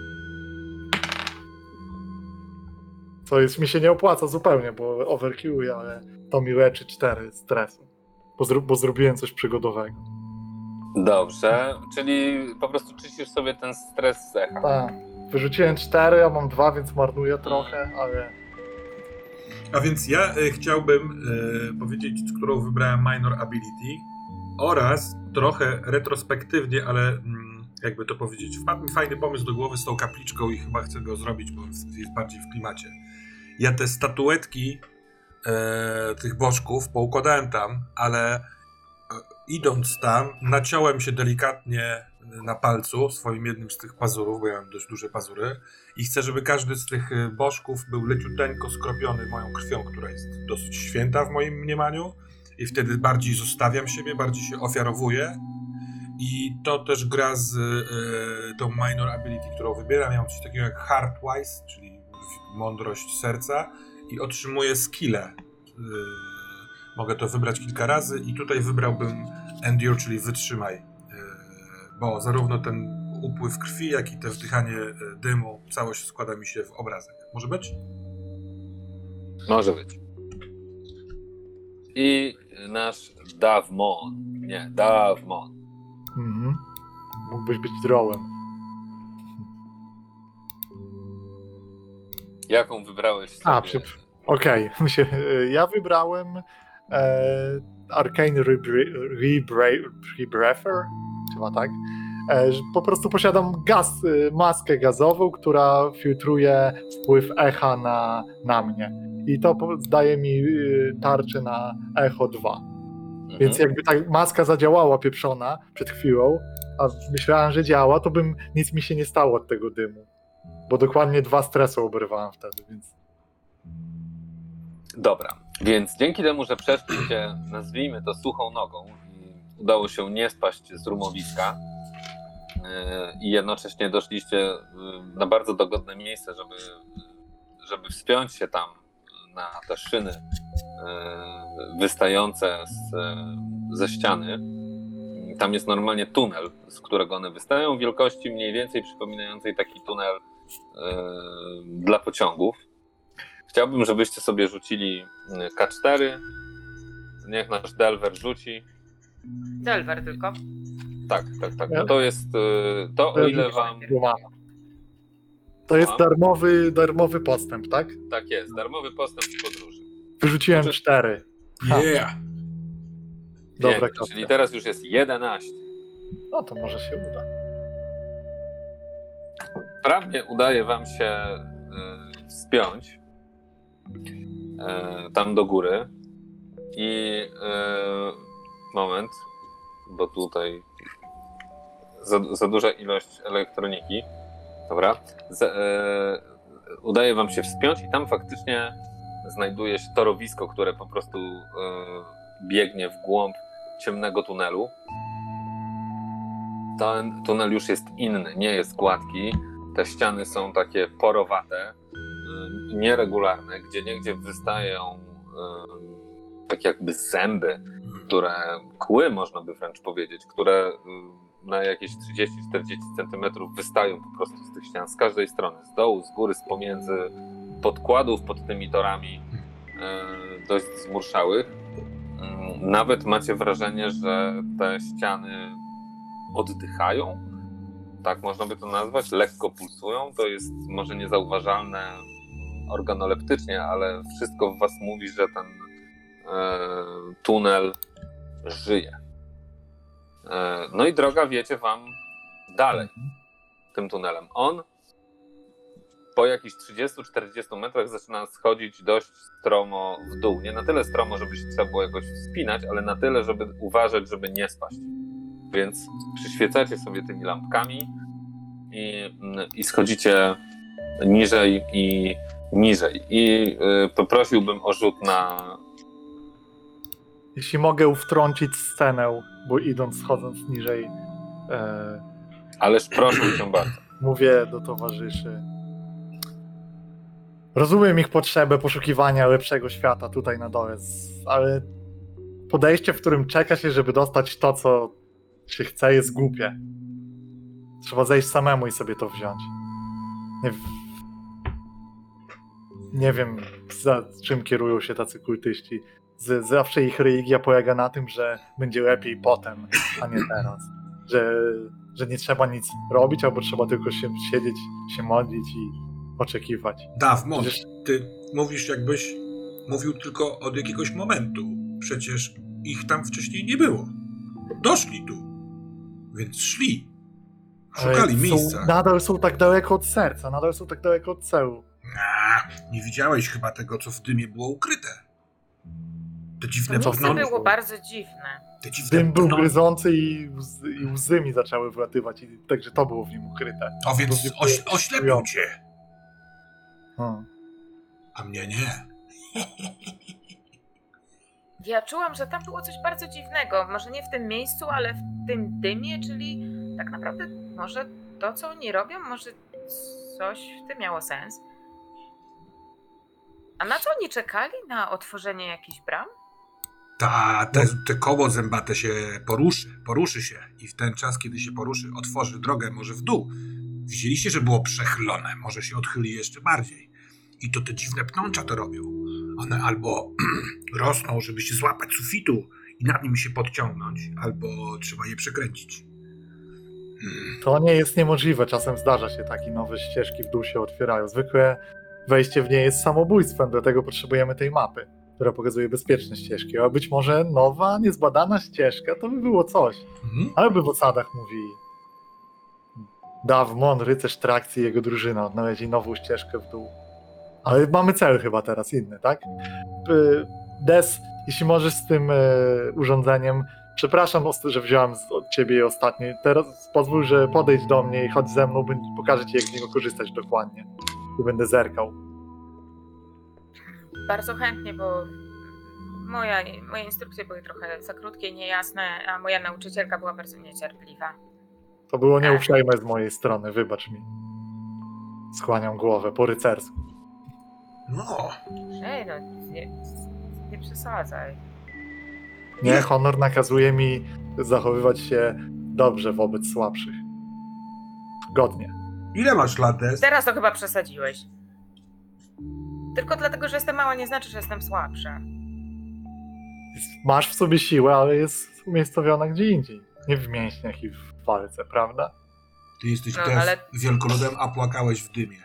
Co jest, mi się nie opłaca zupełnie, bo overkilluję, ale to mi leczy cztery stresu. Bo, zro, bo zrobiłem coś przygodowego. Dobrze, czyli po prostu czyścisz sobie ten stres z echa. Tak. Wyrzuciłem cztery, ja mam dwa, więc marnuję trochę, ale... A więc ja y, chciałbym y, powiedzieć, którą wybrałem minor ability oraz trochę retrospektywnie, ale mm, jakby to powiedzieć, wpadł mi fajny pomysł do głowy z tą kapliczką i chyba chcę go zrobić, bo jest bardziej w klimacie. Ja te statuetki e, tych bożków poukładałem tam, ale e, idąc tam naciąłem się delikatnie na palcu swoim jednym z tych pazurów, bo ja mam dość duże pazury i chcę, żeby każdy z tych bożków był leciuteńko skropiony moją krwią, która jest dosyć święta w moim mniemaniu i wtedy bardziej zostawiam siebie, bardziej się ofiarowuję i to też gra z e, tą minor ability, którą wybieram. Ja mam coś takiego jak Heartwise, czyli mądrość serca i otrzymuję skille. E, mogę to wybrać kilka razy i tutaj wybrałbym Endure, czyli wytrzymaj. Bo zarówno ten upływ krwi, jak i to wdychanie dymu, całość składa mi się w obrazek. Może być? Może być. I nasz Davmon. Nie, Davmon. Mhm. Mógłbyś być drawem. Jaką wybrałeś sobie? A, przy... Okej, okay. Ja wybrałem e, Arcane Rebreather, chyba tak. E, po prostu posiadam gaz, maskę gazową, która filtruje wpływ echa na, na mnie. I to daje mi tarczę na echo dwa. Mhm. Więc jakby ta maska zadziałała pieprzona przed chwilą, a myślałem, że działa, to bym nic mi się nie stało od tego dymu. Bo dokładnie dwa stresy oberwałem wtedy, więc... Dobra, więc dzięki temu, że przeszliście, nazwijmy to suchą nogą i udało się nie spaść z rumowiska yy, i jednocześnie doszliście yy, na bardzo dogodne miejsce, żeby, żeby wspiąć się tam na te szyny yy, wystające z, ze ściany. Tam jest normalnie tunel, z którego one wystają, wielkości mniej więcej przypominającej taki tunel yy, dla pociągów. Chciałbym, żebyście sobie rzucili K cztery. Niech nasz Delver rzuci. Delver tylko. Tak, tak, tak. No to jest yy, to, o ile wam... To jest A? darmowy, darmowy postęp, tak? Tak jest, darmowy postęp w podróży. Wyrzuciłem Znaczy- cztery. Ha. Yeah! Dobra, Pięknie, kropka. czyli teraz już jest jedenaście. No to może się uda. Prawnie udaje wam się yy, wspiąć yy, tam do góry i yy, moment, bo tutaj za, za duża ilość elektroniki. Dobra. Z, yy, udaje wam się wspiąć i tam faktycznie znajduje się torowisko, które po prostu yy, biegnie w głąb ciemnego tunelu. Ten tunel już jest inny, nie jest gładki. Te ściany są takie porowate, yy, nieregularne, gdzie niegdzie wystają yy, tak jakby zęby, które, kły można by wręcz powiedzieć, które yy, na jakieś trzydzieści czterdzieści centymetrów wystają po prostu z tych ścian, z każdej strony, z dołu, z góry, z pomiędzy podkładów pod tymi torami yy, dość zmurszałych. Mm, Nawet macie wrażenie, że te ściany oddychają, tak można by to nazwać, lekko pulsują. To jest może niezauważalne organoleptycznie, ale wszystko w was mówi, że ten e, tunel żyje. E, no i droga wiecie wam dalej tym tunelem. On po jakichś trzydziestu czterdziestu metrach zaczyna schodzić dość stromo w dół. Nie na tyle stromo, żeby się trzeba było jakoś wspinać, ale na tyle, żeby uważać, żeby nie spaść. Więc przyświecacie sobie tymi lampkami i, i schodzicie niżej i niżej. I y, poprosiłbym o rzut na... Jeśli mogę wtrącić scenę, bo idąc, schodząc niżej, e, Ależ proszę cię bardzo. mówię do towarzyszy. Rozumiem ich potrzebę poszukiwania lepszego świata tutaj na dole, z- ale podejście, w którym czeka się, żeby dostać to, co się chce, jest głupie. Trzeba zejść samemu i sobie to wziąć. Nie, w- nie wiem, za czym kierują się tacy kultyści. Z, zawsze ich religia polega na tym, że będzie lepiej potem, a nie teraz. Że, że nie trzeba nic robić, albo trzeba tylko się siedzieć, się modlić i oczekiwać. Dawmon, Przecież- ty mówisz, jakbyś mówił tylko od jakiegoś momentu. Przecież ich tam wcześniej nie było. Doszli tu, więc szli. Szukali Ale miejsca. Są, nadal są tak daleko od serca, nadal są tak daleko od celu. A, nie widziałeś chyba tego, co w dymie było ukryte. Te dziwne To miejsce pnącze. było bardzo dziwne. Te dziwne Dym był pnącze. gryzący i, łzy- i łzy mi zaczęły wlatywać, i także to było w nim ukryte. O, więc oś, oślepił cię. Hmm. A mnie nie. Ja czułam, że tam było coś bardzo dziwnego. Może nie w tym miejscu, ale w tym dymie, czyli tak naprawdę może to, co oni robią, może coś w tym miało sens. A na co oni czekali? Na otworzenie jakichś bram? Ta, te, te koło zębate się poruszy, poruszy się i w ten czas, kiedy się poruszy, otworzy drogę może w dół. Widzieliście, że było przechylone, może się odchyli jeszcze bardziej. I to te dziwne pnącza to robią. One albo rosną, żeby się złapać sufitu i nad nim się podciągnąć, albo trzeba je przekręcić. Hmm. To nie jest niemożliwe, czasem zdarza się takie nowe ścieżki w dół się otwierają. Zwykle wejście w nie jest samobójstwem, dlatego potrzebujemy tej mapy, która pokazuje bezpieczne ścieżki. A być może nowa, niezbadana ścieżka to by było coś. Mhm. Ale by w osadach mówili. Dawmon, rycerz trakcji i jego drużyna odnaleźli nową ścieżkę w dół. Ale mamy cel chyba teraz inny, tak? Y, Des, jeśli możesz z tym y, urządzeniem, przepraszam, ost- że wziąłem z- od ciebie je ostatnie. Teraz pozwól, że podejdź do mnie i chodź ze mną, będę- pokażę ci, jak z niego korzystać dokładnie. I będę zerkał. Bardzo chętnie, bo moja, moje instrukcje były trochę za krótkie i niejasne, a moja nauczycielka była bardzo niecierpliwa. To było nieuprzejme z mojej strony, wybacz mi. Skłaniam głowę po rycersku. No, Ej, no, nie, nie przesadzaj. Nie, honor nakazuje mi zachowywać się dobrze wobec słabszych. Godnie. ile masz lat, Des? Teraz to chyba przesadziłeś. Tylko dlatego, że jestem mała, nie znaczy, że jestem słabsza. Jest- Masz w sobie siłę, ale jest umiejscowiona gdzie indziej. Nie w mięśniach i w walce, prawda? Ty jesteś No, też ale- wielkoludem, a płakałeś w dymie.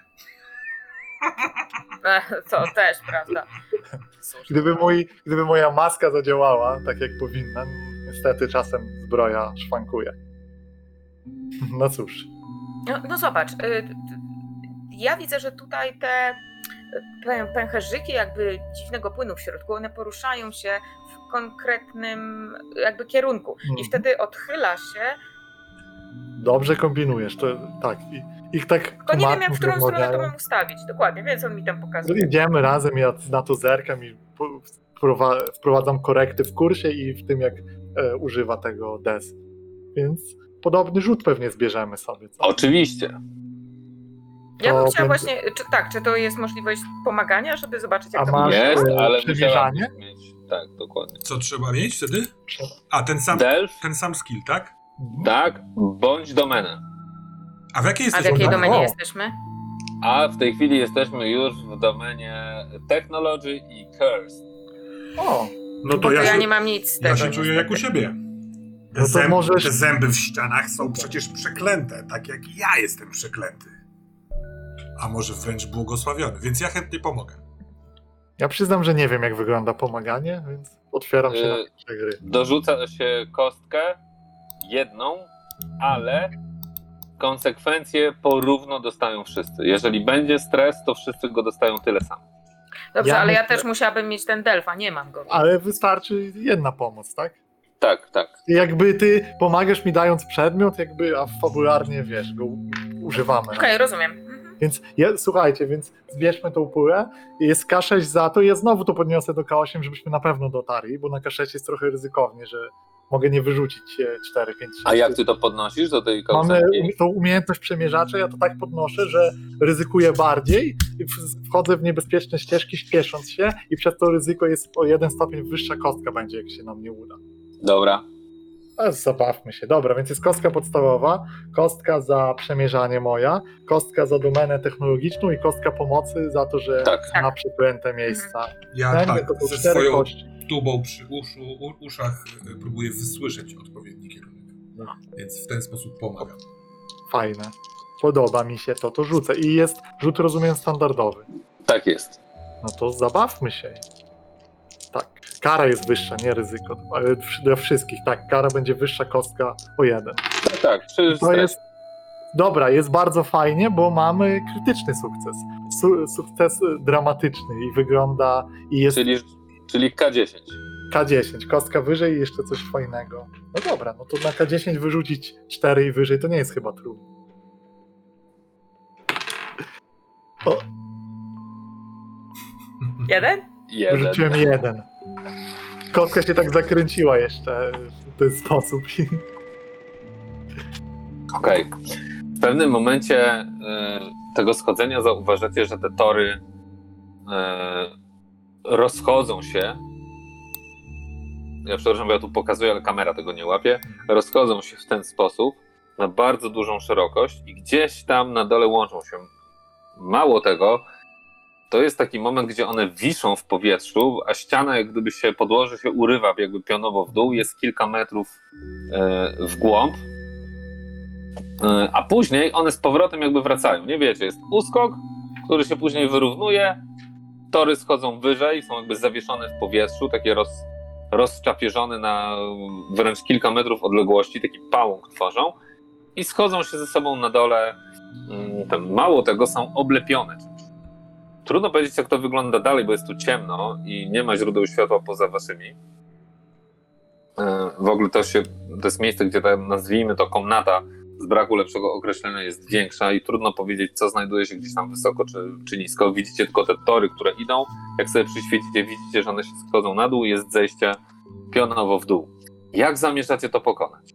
E, To też, prawda. Cóż, Gdyby, mój, gdyby moja maska zadziałała tak jak powinna, niestety czasem zbroja szwankuje. No cóż. No, no zobacz, y, y, ja widzę, że tutaj te pę- pęcherzyki jakby dziwnego płynu w środku, one poruszają się w konkretnym jakby kierunku i Mhm. wtedy odchyla się, Dobrze kombinujesz, to tak. I, ich tak tylko nie wiem, jak tłumacząc, w którą stronę to rozmawiają. mam ustawić, dokładnie, więc on mi tam No pokazuje. idziemy razem, ja na to zerkam i po- wprowa- wprowadzam korekty w kursie i w tym, jak e, używa tego Des. Więc podobny rzut pewnie zbierzemy sobie. Co? Oczywiście. Ja bym to chciała będzie- właśnie, czy, tak, czy to jest możliwość pomagania, żeby zobaczyć, jak A to masz- wygląda? Jest, e, ale przymierzanie? musiałam mieć. Tak, dokładnie. Co trzeba mieć wtedy? A, ten sam, Delf, ten sam skill, tak? tak, bądź domenę. A w jakiej A w jesteś jakiej O. domenie jesteśmy? A w tej chwili jesteśmy już w domenie Technology i Curse. O, No Bo to to ja ja się, nie mam nic z ja tego. się czuję jak u niestety. siebie. Te, No to zęb, możesz- te zęby w ścianach są przecież przeklęte, tak jak ja jestem przeklęty. A może wręcz błogosławiony, więc ja chętnie pomogę. Ja przyznam, że nie wiem, jak wygląda pomaganie, więc otwieram się na Y- pierwsze gry. Dorzuca się kostkę jedną, ale konsekwencje porówno dostają wszyscy. Jeżeli będzie stres, to wszyscy go dostają tyle samo. Dobrze, Ja ale ja myślę- też musiałabym mieć ten delfa, nie mam go. Ale wystarczy jedna pomoc, tak? Tak, tak. Jakby ty pomagasz mi dając przedmiot, jakby, a fabularnie, wiesz, go u- używamy. Okej, rozumiem. Mhm. Więc ja, słuchajcie, więc zbierzmy tą pulę. Jest K sześć za to i ja znowu to podniosę do K osiem, żebyśmy na pewno dotarli, bo na K sześć jest trochę ryzykownie, że mogę nie wyrzucić e, cztery, pięć, sześć. A jak ty to podnosisz do tej Mamy kołsanki? um- tą umiejętność przemierzacza, ja to tak podnoszę, że ryzykuję bardziej, i w- wchodzę w niebezpieczne ścieżki śpiesząc się i przez to ryzyko jest o jeden stopień wyższa kostka będzie, jak się nam nie uda. Dobra. Ale zabawmy się. Dobra, więc jest kostka podstawowa, kostka za przemierzanie moja, kostka za domenę technologiczną i kostka pomocy za to, że Tak. ma przeklęte miejsca. Ja Ten, tak, to są ze cztery swoją kości. tubą przy uszu, u, uszach y, próbuję wysłyszeć odpowiedni kierunek. No. Więc w ten sposób pomagam. Fajne. Podoba mi się to, to rzucę. I jest rzut, rozumiem, standardowy. Tak jest. No to zabawmy się. Tak. Kara jest wyższa, nie ryzyko. Ale dla wszystkich, tak. Kara będzie wyższa, kostka o jeden. Tak, tak. Przy To stresie. jest. Dobra, jest bardzo fajnie, bo mamy krytyczny sukces. Su- sukces dramatyczny i wygląda. I jest Czyli, czyli K dziesięć. K dziesięć, kostka wyżej i jeszcze coś fajnego. No dobra, no to na K dziesięć wyrzucić cztery i wyżej to nie jest chyba trudne. O, Jeden? Jeden. wyrzuciłem jeden. Kostka się tak zakręciła jeszcze w ten sposób. Okej. W pewnym momencie y, tego schodzenia zauważacie, że te tory y, rozchodzą się. Ja przepraszam, bo ja tu pokazuję, ale kamera tego nie łapie. Rozchodzą się w ten sposób na bardzo dużą szerokość i gdzieś tam na dole łączą się. Mało tego, to jest taki moment, gdzie one wiszą w powietrzu, a ściana, jak gdyby się podłoże, się urywa jakby pionowo w dół, jest kilka metrów y, w głąb. A później one z powrotem jakby wracają. Nie wiecie, jest uskok, który się później wyrównuje, tory schodzą wyżej, są jakby zawieszone w powietrzu, takie roz, rozczapieżone na wręcz kilka metrów odległości, taki pałąk tworzą i schodzą się ze sobą na dole. Tam, mało tego, są oblepione czymś. Trudno powiedzieć, jak to wygląda dalej, bo jest tu ciemno i nie ma źródeł światła poza waszymi. W ogóle to, się, to jest miejsce, gdzie ta, nazwijmy to komnata, z braku lepszego określenia jest większa i trudno powiedzieć, co znajduje się gdzieś tam wysoko czy, czy nisko. Widzicie tylko te tory, które idą. Jak sobie przyświecicie, widzicie, że one się schodzą na dół i jest zejście pionowo w dół. Jak zamierzacie to pokonać?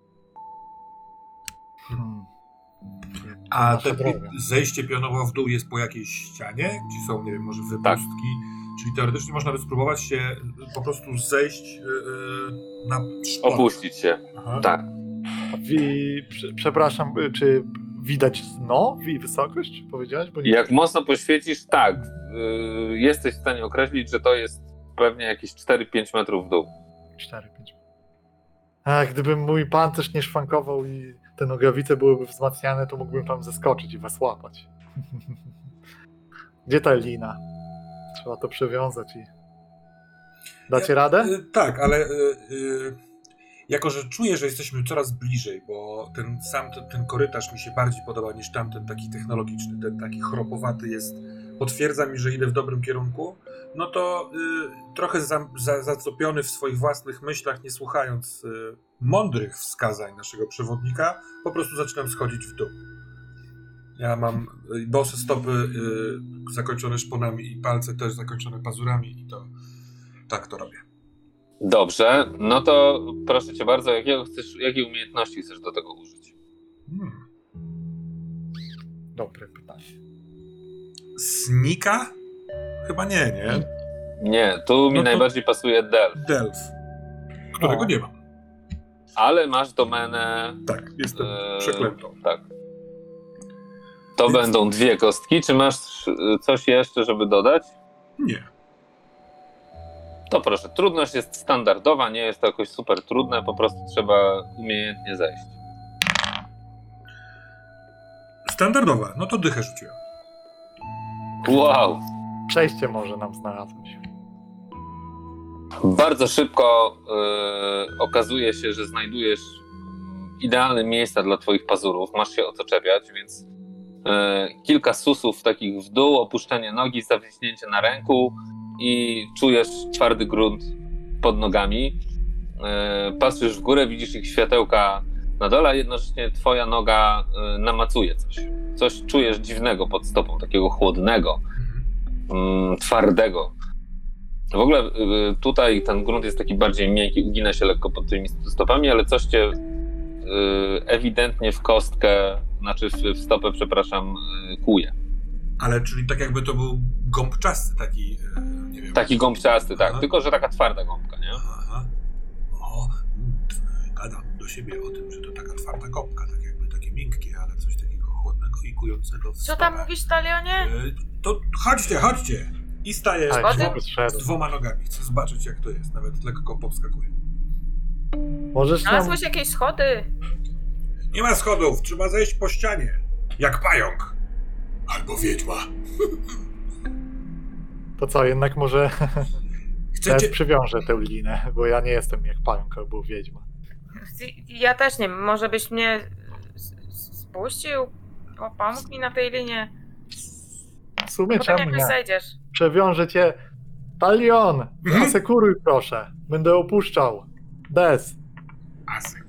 Hmm. A Nasza te droga. zejście pionowo w dół jest po jakiejś ścianie, gdzie są, nie wiem, może wypustki, czyli teoretycznie można by spróbować się po prostu zejść yy, na szpon. Opuścić się. Aha. Tak. Wi- prze- przepraszam, czy widać dno i wysokość? Powiedziałeś? Bo nie... Jak mocno poświecisz, tak. Yy, jesteś w stanie określić, że to jest pewnie jakieś cztery pięć metrów w dół. cztery pięć. A gdyby mój pancerz nie szwankował i te nogawice byłyby wzmacniane, to mógłbym tam zeskoczyć i was łapać. Gdzie ta lina? Trzeba to przewiązać i... Dacie radę? Y, tak, ale y, y, jako, że czuję, że jesteśmy coraz bliżej, bo ten sam ten, ten korytarz mi się bardziej podoba niż tamten taki technologiczny, ten taki chropowaty jest, potwierdza mi, że idę w dobrym kierunku, no to y, trochę za, za, zacopiony w swoich własnych myślach, nie słuchając y, mądrych wskazań naszego przewodnika, po prostu zaczynam schodzić w dół. Ja mam y, bose stopy y, zakończone szponami i palce też zakończone pazurami i to tak to robię. Dobrze, no to proszę cię bardzo, jakiego chcesz, jakiej umiejętności chcesz do tego użyć? Hmm. Dobre pytanie. Snika? Chyba nie, nie? Nie, tu mi No to- najbardziej pasuje Delf, Delf, którego O. nie mam. ale masz domenę... Tak, jestem e, przeklętą. Tak. To Więc- będą dwie kostki. Czy masz e, coś jeszcze, żeby dodać? Nie. To proszę, trudność jest standardowa, nie jest to jakoś super trudne, po prostu trzeba umiejętnie zejść. Standardowa, no to dychę rzuciłem. Wow! Przejście może nam znalazłeś. Bardzo szybko yy, okazuje się, że znajdujesz idealne miejsca dla twoich pazurów, masz się o co czepiać, więc yy, kilka susów takich w dół, opuszczenie nogi, zawiśnięcie na ręku i czujesz twardy grunt pod nogami. Yy, patrzysz w górę, widzisz ich światełka na dole, a jednocześnie twoja noga yy, namacuje coś. Coś czujesz dziwnego pod stopą, takiego chłodnego, yy, twardego. W ogóle y, tutaj ten grunt jest taki bardziej miękki, ugina się lekko pod tymi stopami, ale coś cię y, ewidentnie w kostkę, znaczy w, w stopę, przepraszam, y, kuje. Ale czyli tak jakby to był gąbczasty taki, e, nie wiem. Taki gąbczasty, tak, Aha. tylko że taka twarda gąbka, nie? Aha. O, mm, gadam do siebie o tym, że to taka twarda gąbka, tak jakby takie miękkie, ale coś takiego chłodnego i kującego w Co stopę. tam mówisz, Talionie? E, to chodźcie, chodźcie! I staję Tak, Schody? z, znowu z zszedł. dwoma nogami. Chcę zobaczyć, jak to jest. Nawet lekko powskakuję. Możesz nam... Znalazłeś jakieś schody? Nie ma schodów, trzeba zejść po ścianie. Jak pająk. Albo wiedźma. To co, jednak może Chcecie... teraz przywiążę tę linę, bo ja nie jestem jak pająk albo wiedźma. Ja też nie wiem, może byś mnie s- s- spuścił? O, pomógł mi na tej linie. W sumie Potem czemu jakoś nie? zejdziesz. Przewiążę cię. Talion! Mhm. Asekuruj proszę. Będę opuszczał. Des. Asek.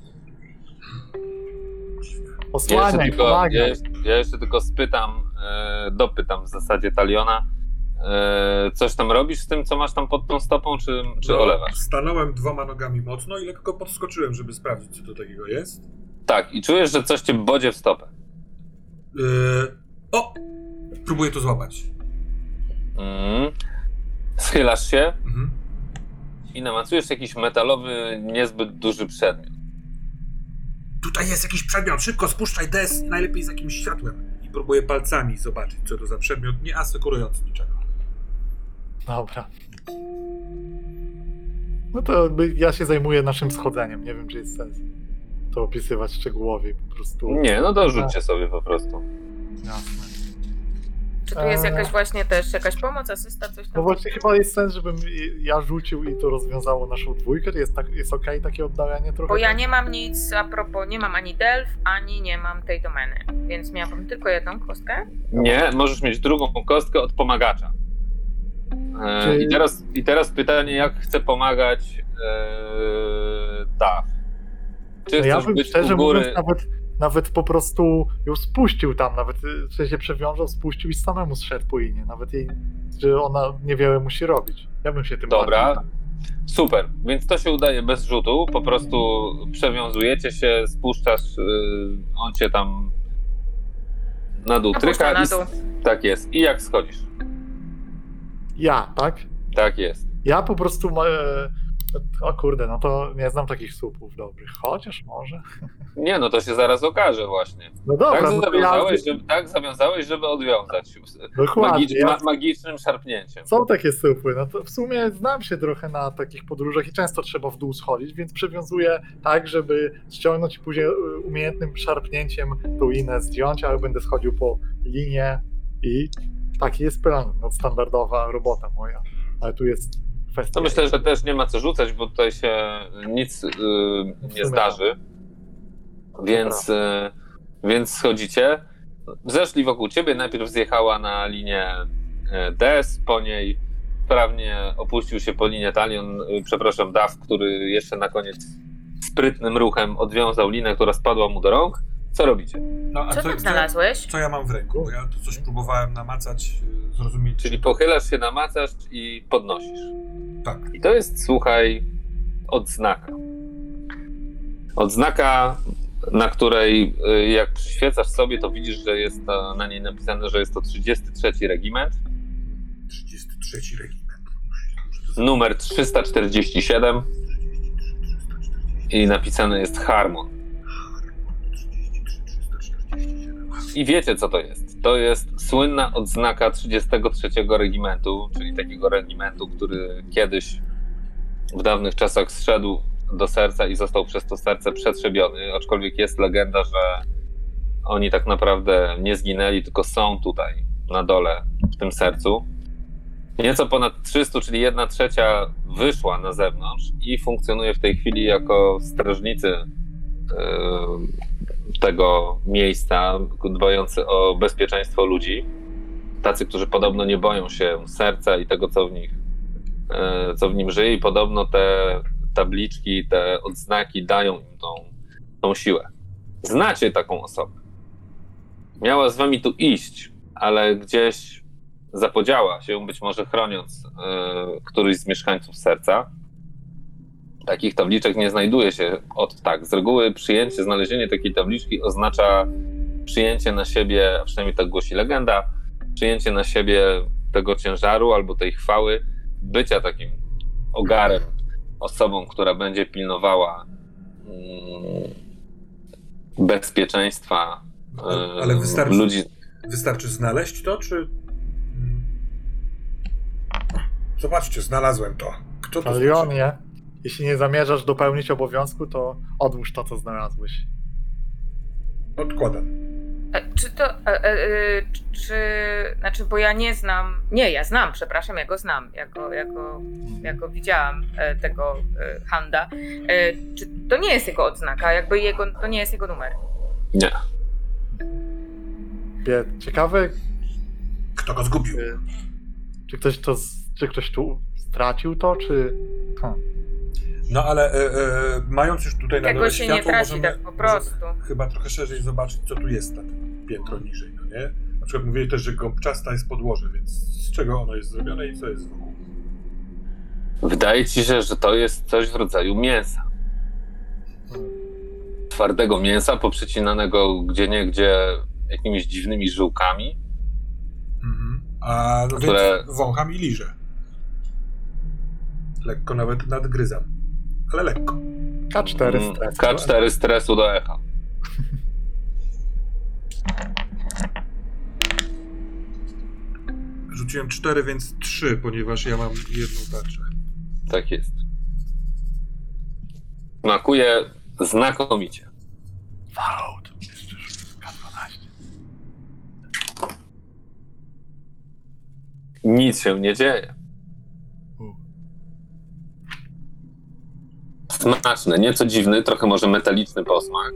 Ja jeszcze, Osłaniaj, tylko, pomagaj. ja, jeszcze, ja jeszcze tylko spytam, e, dopytam w zasadzie Taliona, e, coś tam robisz z tym, co masz tam pod tą stopą, czy, czy No, olewasz? stanąłem dwoma nogami mocno i lekko podskoczyłem, żeby sprawdzić, co to takiego jest. Tak, i czujesz, że coś cię bodzie w stopę. Yy... O! Próbuję to złapać. Mm. Schylasz się Mhm. i namacujesz jakiś metalowy, niezbyt duży przedmiot. Tutaj jest jakiś przedmiot, szybko spuszczaj des, najlepiej z jakimś światłem. I próbuję palcami zobaczyć, co to za przedmiot, nie asekurując niczego. Dobra. No to by- ja się zajmuję naszym schodzeniem. Nie wiem, czy jest sens to opisywać szczegółowo. Po prostu. Nie, no to rzućcie sobie po prostu. Jasne. Czy tu jest Eee. jakaś właśnie też jakaś pomoc, asysta, coś tam? No właśnie chyba jest sens, żebym ja rzucił i to rozwiązało naszą dwójkę. Jest, tak, jest okej takie oddalenie trochę? Bo ja nie mam nic, a propos, nie mam ani delf, ani nie mam tej domeny. Więc miałabym tylko jedną kostkę. Nie, możesz mieć drugą kostkę od pomagacza. E, Czy- i, teraz, I teraz pytanie, jak chce pomagać e, Daf? Czy No ja chcesz bym być szczerze u góry? mówiąc nawet, nawet po prostu ją spuścił tam, nawet y, w sensie przewiążał, spuścił i samemu zszedł po linie. Nawet jej, że ona niewiele musi robić. Ja bym się tym Dobra, bardziej- super. Więc to się udaje bez rzutu. Po prostu przewiązujecie się, spuszczasz, y, on cię tam na dół Opuszcza tryka. na i s- dół. Tak jest. I jak schodzisz? Ja, tak? Tak jest. Ja po prostu. ma- E, o kurde, no to nie znam takich słupów dobrych. Chociaż może. Nie, no to się zaraz okaże właśnie. No dobra, tak, no to ja, zawiązałeś, żeby, tak zawiązałeś, żeby odwiązać. dokładnie. Magicz, Ja, ma, magicznym szarpnięciem. są takie słupy. No to w sumie znam się trochę na takich podróżach i często trzeba w dół schodzić, więc przewiązuję tak, żeby ściągnąć i później e, umiejętnym szarpnięciem tą linę zdjąć, ale będę schodził po linie i taki jest plan. No, standardowa robota moja. Ale tu jest kwestia. To myślę, że też nie ma co rzucać, bo tutaj się nic yy, nie sumie zdarzy. Więc, yy, więc schodzicie. Zeszli wokół ciebie. Najpierw zjechała na linię yy, Des, po niej sprawnie opuścił się po linię Talion, yy, przepraszam, Daf, który jeszcze na koniec sprytnym ruchem odwiązał linę, która spadła mu do rąk. Co robicie? No, a Co tam znalazłeś? Co ja mam w ręku? Bo ja to coś próbowałem namacać, y, zrozumieć. Czyli pochylasz się, namacasz i podnosisz. Tak. I to jest, słuchaj, odznaka. Odznaka, na której y, jak przyświecasz sobie, to widzisz, że jest to, na niej napisane, że jest to trzydziesty trzeci Regiment, trzydziesty trzeci regiment. numer trzysta czterdzieści siedem i napisane jest Harmon. I wiecie, co to jest. To jest słynna odznaka trzydziestego trzeciego Regimentu, czyli takiego regimentu, który kiedyś w dawnych czasach zszedł do serca i został przez to serce przetrzebiony, aczkolwiek jest legenda, że oni tak naprawdę nie zginęli, tylko są tutaj, na dole, w tym sercu. Nieco ponad trzysta, czyli jedna trzecia wyszła na zewnątrz i funkcjonuje w tej chwili jako strażnicy yy, tego miejsca, dbający o bezpieczeństwo ludzi. Tacy, którzy podobno nie boją się serca i tego, co w nich, yy, co w nim żyje, i podobno te tabliczki, te odznaki dają im tą, tą siłę. Znacie taką osobę. Miała z wami tu iść, ale gdzieś zapodziała się, być może chroniąc yy, któryś z mieszkańców serca. Takich tabliczek nie znajduje się od tak. Z reguły przyjęcie, znalezienie takiej tabliczki oznacza przyjęcie na siebie, a przynajmniej tak głosi legenda, przyjęcie na siebie tego ciężaru albo tej chwały, bycia takim ogarem, osobą, która będzie pilnowała yy, bezpieczeństwa yy, Ale wystarczy, ludzi. wystarczy znaleźć to, czy... Zobaczcie, znalazłem to. Kto to znaczy? Talionie, jeśli nie zamierzasz dopełnić obowiązku, to odłóż to, co znalazłeś. Odkładam. E, Czy to, e, e, e, czy, czy, znaczy, bo ja nie znam, nie, ja znam, przepraszam, ja go znam, ja go, ja go, ja go widziałam, e, tego e, Handa. E, Czy to nie jest jego odznaka, jakby jego, to nie jest jego numer? Nie. Wie- Ciekawe, Kto go zgubił? czy, czy, ktoś to, z- czy ktoś tu stracił to, czy... Hmm. No ale e, e, mając już tutaj na Tego dole się światło, nie traci możemy, tak po prostu. możemy chyba trochę szerzej zobaczyć, co tu jest tak piętro niżej, no nie? Na przykład mówili też, że gąbczasta jest podłoże, więc z czego ono jest zrobione i co jest wokół? Wydaje ci się, że to jest coś w rodzaju mięsa. Twardego mięsa, poprzecinanego gdzieniegdzie jakimiś dziwnymi żyłkami. Mhm. A no Które- więc wącham i liżę. Lekko nawet nadgryzam. Ale lekko. K cztery Mm, stres. K cztery stresu do echa. Rzuciłem cztery, więc trzy, ponieważ ja mam jedną tarczę. Tak jest. Smakuje znakomicie. Fallout. K dwanaście. Nic się nie dzieje. U. Smaczny, nieco dziwny, trochę może metaliczny posmak.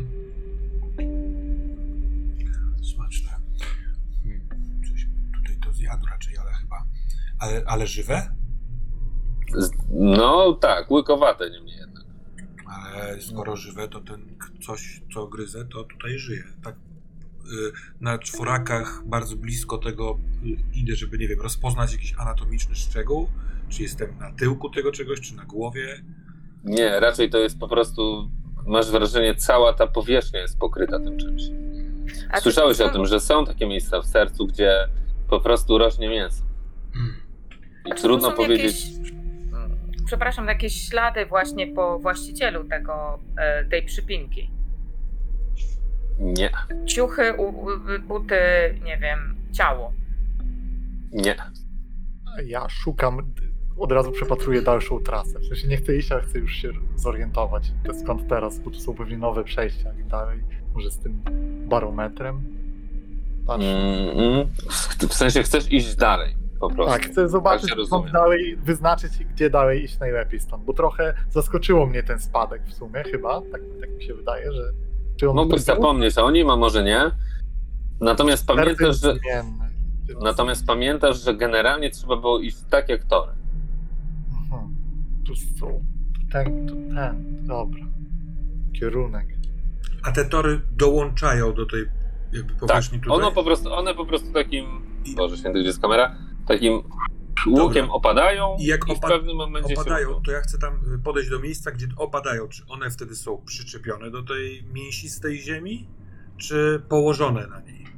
Smaczne. Hmm. Coś tutaj to zjadł raczej, ale chyba... Ale, ale żywe? Z- No tak, łykowate niemniej jednak. Ale skoro żywe, to ten k- coś, co gryzę, to tutaj żyje. Tak y, na czworakach bardzo blisko tego y, idę, żeby, nie wiem, rozpoznać jakiś anatomiczny szczegół. Czy jestem na tyłku tego czegoś, czy na głowie. Nie, raczej to jest po prostu, masz wrażenie, cała ta powierzchnia jest pokryta tym czymś. A czy Słyszałeś to o są- tym, że są takie miejsca w sercu, gdzie po prostu rośnie mięso. Hmm. I A czy trudno tu są powiedzieć... Jakieś, mm, przepraszam, jakieś ślady właśnie po właścicielu tego, e, tej przypinki? Nie, Ciuchy, u, u, buty, nie wiem, ciało. nie. Ja szukam, od razu przepatruję dalszą trasę. W sensie nie chcę iść, ale chcę już się zorientować. To skąd teraz, bo tu są pewnie nowe przejścia i dalej. Może z tym barometrem. Patrz. Mm, w sensie chcesz iść dalej, po prostu. Tak, chcę zobaczyć, Tak się skąd rozumie. dalej, wyznaczyć, gdzie dalej iść najlepiej stąd, bo trochę zaskoczyło mnie ten spadek w sumie, chyba, tak, tak mi się wydaje, że... Czy on Mógłbyś to był? zapomnieć o nim, a może nie. Natomiast pamiętasz, że, Zmienny. natomiast pamiętasz, że generalnie trzeba było iść tak jak tory. Mhm. Tu są, tu ten, tu ten, dobra. Kierunek. A te tory dołączają do tej jakby Tak, powierzchni tutaj? ono po prostu, one po prostu takim, I- Boże święty, gdzie jest kamera, takim łukiem opadają I i, jak w opa- pewnym momencie się opadają, robią. to ja chcę tam podejść do miejsca, gdzie opadają. Czy one wtedy są przyczepione do tej mięsistej ziemi, czy położone na niej?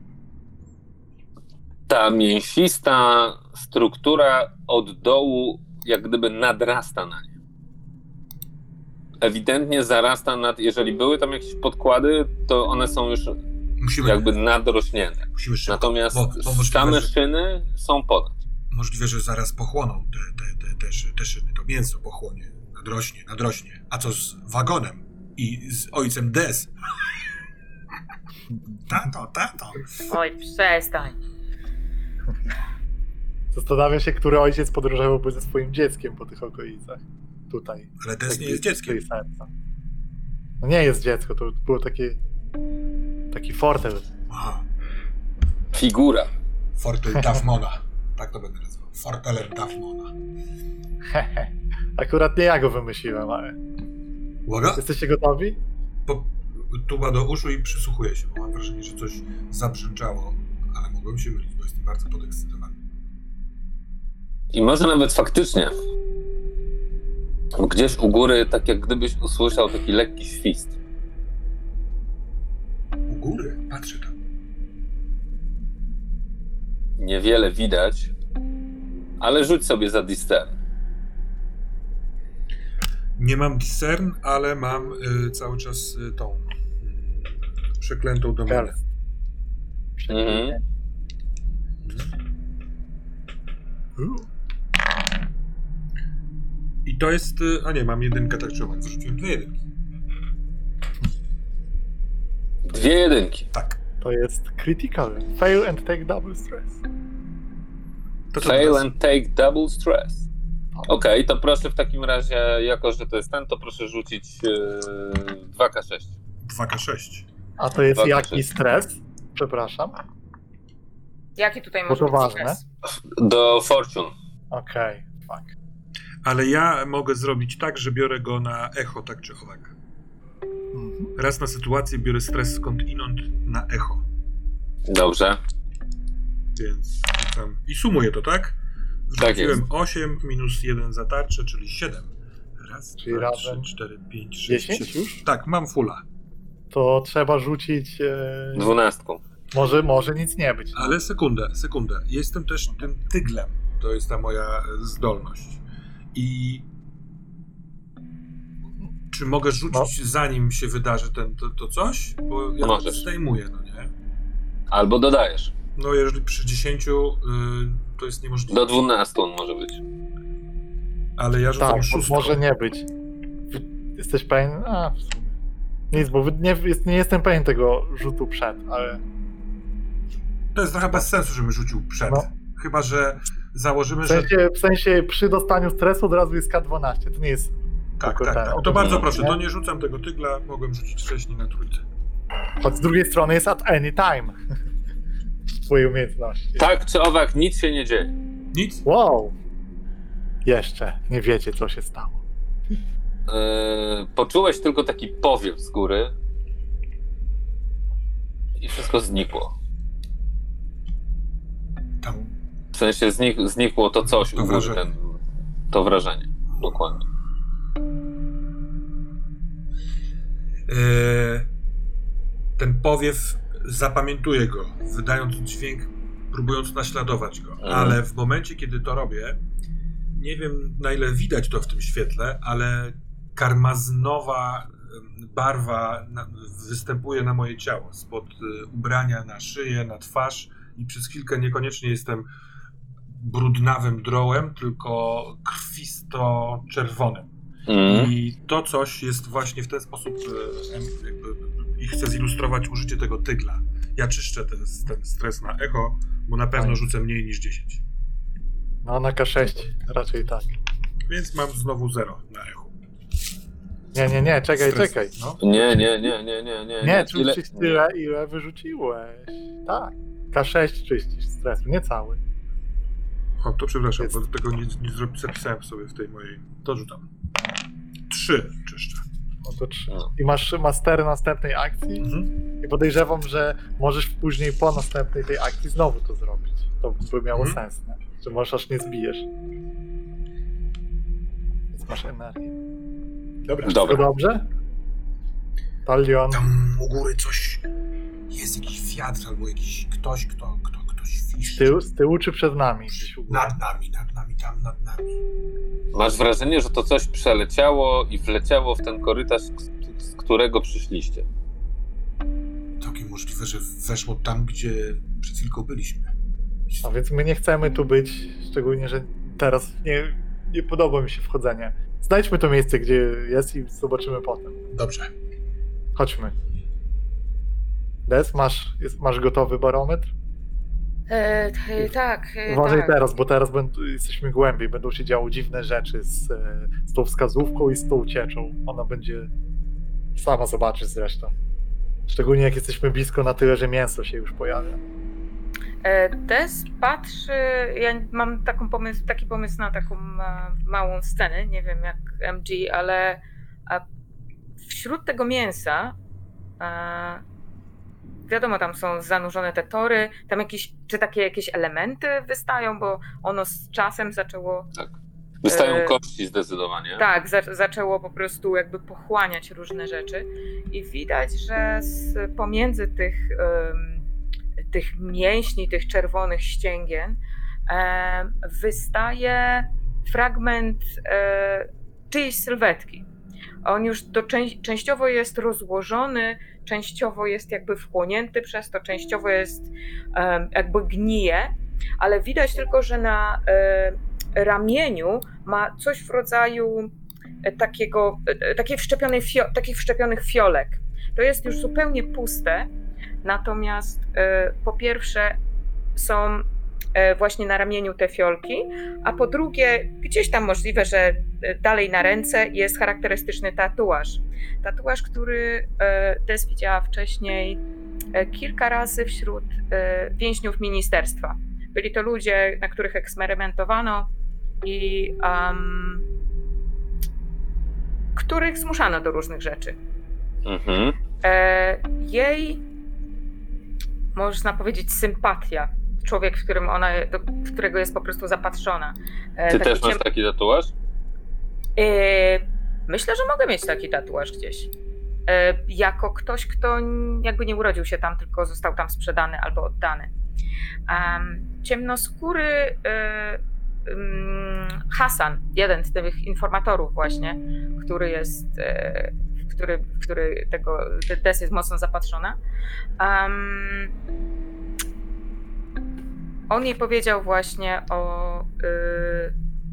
Ta mięsista struktura od dołu jak gdyby nadrasta na nie. Ewidentnie zarasta nad, jeżeli były tam jakieś podkłady, to one są już Musimy, jakby nadrośnięte. musimy szybko, Natomiast bo, bo możliwe, same że, szyny są ponad. możliwe, że zaraz pochłoną te, te, te, te, szy- te szyny. To mięso pochłonie, nadrośnie, nadrośnie. A co z wagonem i z ojcem Des? Tato, tato. Oj, przestań. Zastanawiam się, który ojciec podróżowałby ze swoim dzieckiem po tych okolicach. Tutaj. Ale Des Tak nie jest blisko dzieckiem. jej serca. No nie jest dziecko, to było takie... Taki fortel. Aha. Figura. Fortel Davmona. Tak to będę nazywał. Fortelem Davmona. Hehe. Akurat nie ja go wymyśliłem, ale... Uwaga! Jesteście gotowi? Po, tuba do uszu i przysłuchuję się, bo mam wrażenie, że coś zabrzęczało, ale mogłem się mylić, bo jestem bardzo podekscytowany. I może nawet faktycznie gdzieś u góry, tak jak gdybyś usłyszał taki lekki świst. U góry? Patrzę tam. Niewiele widać, ale rzuć sobie za discern. Nie mam discern, ale mam y, cały czas y, tą y, przeklętą domenę. Mhm. I to jest... Y, a nie, mam jedynkę, tak czy owak. Wrzuciłem dwie jedynki. Dwie jedynki. Tak. To jest critical. Fail and take double stress. To co Fail teraz? and take double stress. Okej, to proszę w takim razie, jako że to jest ten, to proszę rzucić yy, dwa K sześć. dwa K sześć. A to jest Dwa jaki sześć. stres? Przepraszam. Jaki tutaj Bo może to być ważne. stres? Do fortune. Okej, fuck. Ale ja mogę zrobić tak, że biorę go na echo, tak czy owak. Mhm. Raz na sytuację biorę stres skądinąd na echo. Dobrze. Więc rzucam. I sumuję to, tak? Tak Wrzuciłem jest. osiem minus jeden za tarczę, czyli siedem. Raz, Czyli dwa, razem trzy, cztery, pięć, sześć, dziesięć siedem. już? Tak, mam fulla. To trzeba rzucić... E... Dwunastką. Może, może nic nie być. Ale sekundę, sekundę. Jestem też tym tyglem. To jest ta moja zdolność. I czy mogę rzucić, zanim się wydarzy ten, to, to coś? Bo ja to Możesz. zdejmuję, no nie? Albo dodajesz. No jeżeli przy dziesięciu y, to jest niemożliwe. Do dwunastu on może być. Ale ja rzucam Tak, bo szóstką. może nie być. Wy- Jesteś pewien? A, w sumie. Nic, bo wy- nie, jest, nie jestem pewien tego rzutu przed, ale... To jest trochę bez sensu, żebym rzucił przed. No. Chyba, że założymy, W że... sensie, w sensie przy dostaniu stresu od razu jest K dwanaście. To nie jest... Tak, tylko tak, ten. tak. O, to bardzo Mhm. proszę, to nie rzucam tego tygla, mogłem rzucić wcześniej na trójce. Choć z drugiej strony jest at any time. Twoje umiejętności. Tak czy owak, nic się nie dzieje. Nic? Wow. Jeszcze nie wiecie, co się stało. Yy, poczułeś tylko taki powiew z góry i wszystko znikło. Tam. W sensie znik, znikło to coś To u góry, wrażenie. ten, to wrażenie. Dokładnie. Eee, ten powiew, zapamiętuję go, wydając dźwięk, próbując naśladować go. Mhm. Ale w momencie, kiedy to robię, nie wiem, na ile widać to w tym świetle, ale karmazynowa em, barwa na, występuje na moje ciało. Spod y, ubrania na szyję, na twarz i przez chwilkę niekoniecznie jestem brudnawym drołem, tylko krwisto-czerwonym. Mm. I to coś jest właśnie w ten sposób, e, em, jakby, i chcę zilustrować użycie tego tygla. Ja czyszczę ten, ten stres na echo, bo na pewno Fajnie. rzucę mniej niż dziesięć. No na K sześć raczej tak. Więc mam znowu zero na echo. Nie, nie, nie, czekaj, Stres, czekaj. No. Nie, nie, nie, nie, nie, nie. Nie, Ile- czyścisz tyle, ile wyrzuciłeś. Tak. K sześć czyścisz stresu, nie cały. O, to przepraszam, Jest. bo tego nie, nie zrobi- zapisałem sobie w tej mojej... To rzucam. Trzy czyszczę. No to trzy. No. I masz mastery następnej akcji Mhm. i podejrzewam, że możesz później po następnej tej akcji znowu to zrobić. To by miało Mhm. sens, nie? Że możesz aż nie zbijesz. Więc masz energię. Dobra. To Dobra. dobrze? Talion. Tam u góry coś... Jest jakiś wiatr albo jakiś ktoś, kto, kto, ktoś Z świszczy. tyłu, z tyłu czy przed nami? Gdzieś u góry? Nad nami, nad nami, tam nad nami. Masz wrażenie, że to coś przeleciało i wleciało w ten korytarz, z, z którego przyszliście. Całkiem możliwe, że weszło tam, gdzie przed chwilką byliśmy. A więc my nie chcemy tu być, szczególnie, że teraz nie, nie podoba mi się wchodzenie. Znajdźmy to miejsce, gdzie jest i zobaczymy potem. Dobrze. Chodźmy. Des, masz, jest, masz gotowy barometr? E, t- tak, e, Uważaj tak. teraz, bo teraz będą, jesteśmy głębiej, będą się działy dziwne rzeczy z, e, z tą wskazówką i z tą ucieczą. Ona będzie... Sama zobaczysz zresztą. Szczególnie jak jesteśmy blisko na tyle, że mięso się już pojawia. E, Des patrzy, ja mam taką pomysł, taki pomysł na taką e, małą scenę, nie wiem jak M G, ale a wśród tego mięsa e, wiadomo, tam są zanurzone te tory, tam jakieś, czy takie jakieś elementy wystają, bo ono z czasem zaczęło, Wystają E, kości zdecydowanie. tak, za, zaczęło po prostu jakby pochłaniać różne rzeczy i widać, że z pomiędzy tych, em, tych mięśni, tych czerwonych ścięgien em, wystaje fragment e, czyjejś sylwetki. On już do czę- częściowo jest rozłożony, częściowo jest jakby wchłonięty przez to, częściowo jest em, jakby gnije, ale widać tylko, że na e, ramieniu ma coś w rodzaju e, takiego, e, takiej wszczepionej fio- takich wszczepionych fiolek. To jest już zupełnie puste, natomiast e, po pierwsze są e, właśnie na ramieniu te fiolki, a po drugie gdzieś tam możliwe, że e, dalej na ręce jest charakterystyczny tatuaż. Tatuaż, który e, Des widziała wcześniej e, kilka razy wśród e, więźniów ministerstwa. Byli to ludzie, na których eksperymentowano i um, których zmuszano do różnych rzeczy. Mhm. E, jej, można powiedzieć, sympatia, człowiek, w którym ona, do którego jest po prostu zapatrzona. E, Ty taki też masz ciem- taki tatuaż? E, myślę, że mogę mieć taki tatuaż gdzieś. E, jako ktoś, kto jakby nie urodził się tam, tylko został tam sprzedany albo oddany. Um, ciemnoskóry e, um, Hasan, jeden z tych informatorów właśnie, który jest, e, który, który tego, Des jest mocno zapatrzona. Um, on jej powiedział właśnie o, y,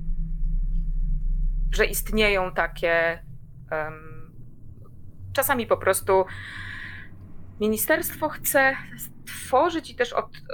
że istnieją takie um, czasami po prostu ministerstwo chce stworzyć i też od, y,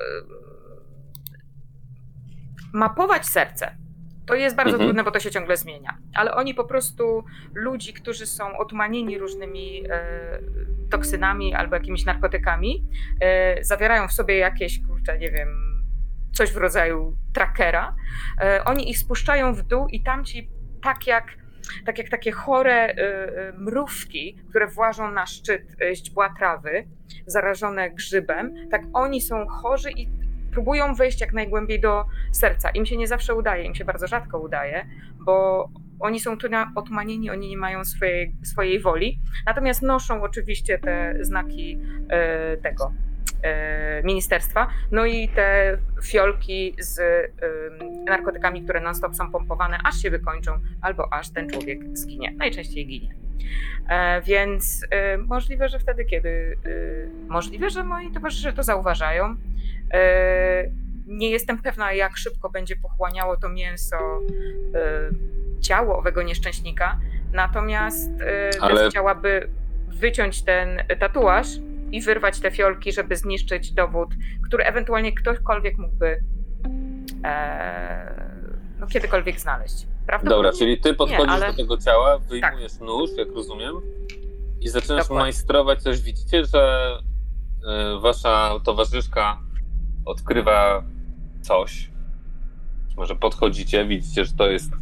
mapować serce. To jest bardzo Mhm. trudne, bo to się ciągle zmienia. Ale oni po prostu, ludzi, którzy są otumanieni różnymi e, toksynami albo jakimiś narkotykami, e, zawierają w sobie jakieś, kurczę, nie wiem, coś w rodzaju trackera. E, oni ich spuszczają w dół i tamci tak jak, tak jak takie chore e, e, mrówki, które włażą na szczyt e, źdźbła trawy, zarażone grzybem, tak oni są chorzy i próbują wejść jak najgłębiej do serca. Im się nie zawsze udaje, im się bardzo rzadko udaje, bo oni są tu na- otumanieni, oni nie mają swojej, swojej woli. Natomiast noszą oczywiście te znaki e, tego e, ministerstwa. No i te fiolki z e, narkotykami, które non-stop są pompowane, aż się wykończą, albo aż ten człowiek zginie. Najczęściej ginie. E, więc e, możliwe, że wtedy, kiedy e, możliwe, że moi towarzysze to zauważają. E, nie jestem pewna, jak szybko będzie pochłaniało to mięso e, ciało owego nieszczęśnika, natomiast e, Ale- chciałaby wyciąć ten tatuaż i wyrwać te fiolki, żeby zniszczyć dowód, który ewentualnie ktokolwiek mógłby e, no, kiedykolwiek znaleźć. Prawdopodobnie Dobra, czyli ty podchodzisz nie, ale- do tego ciała, wyjmujesz nóż, jak rozumiem, i zaczynasz Dokładnie. majstrować coś. Widzicie, że y, wasza towarzyszka odkrywa coś. Może podchodzicie, widzicie, że to jest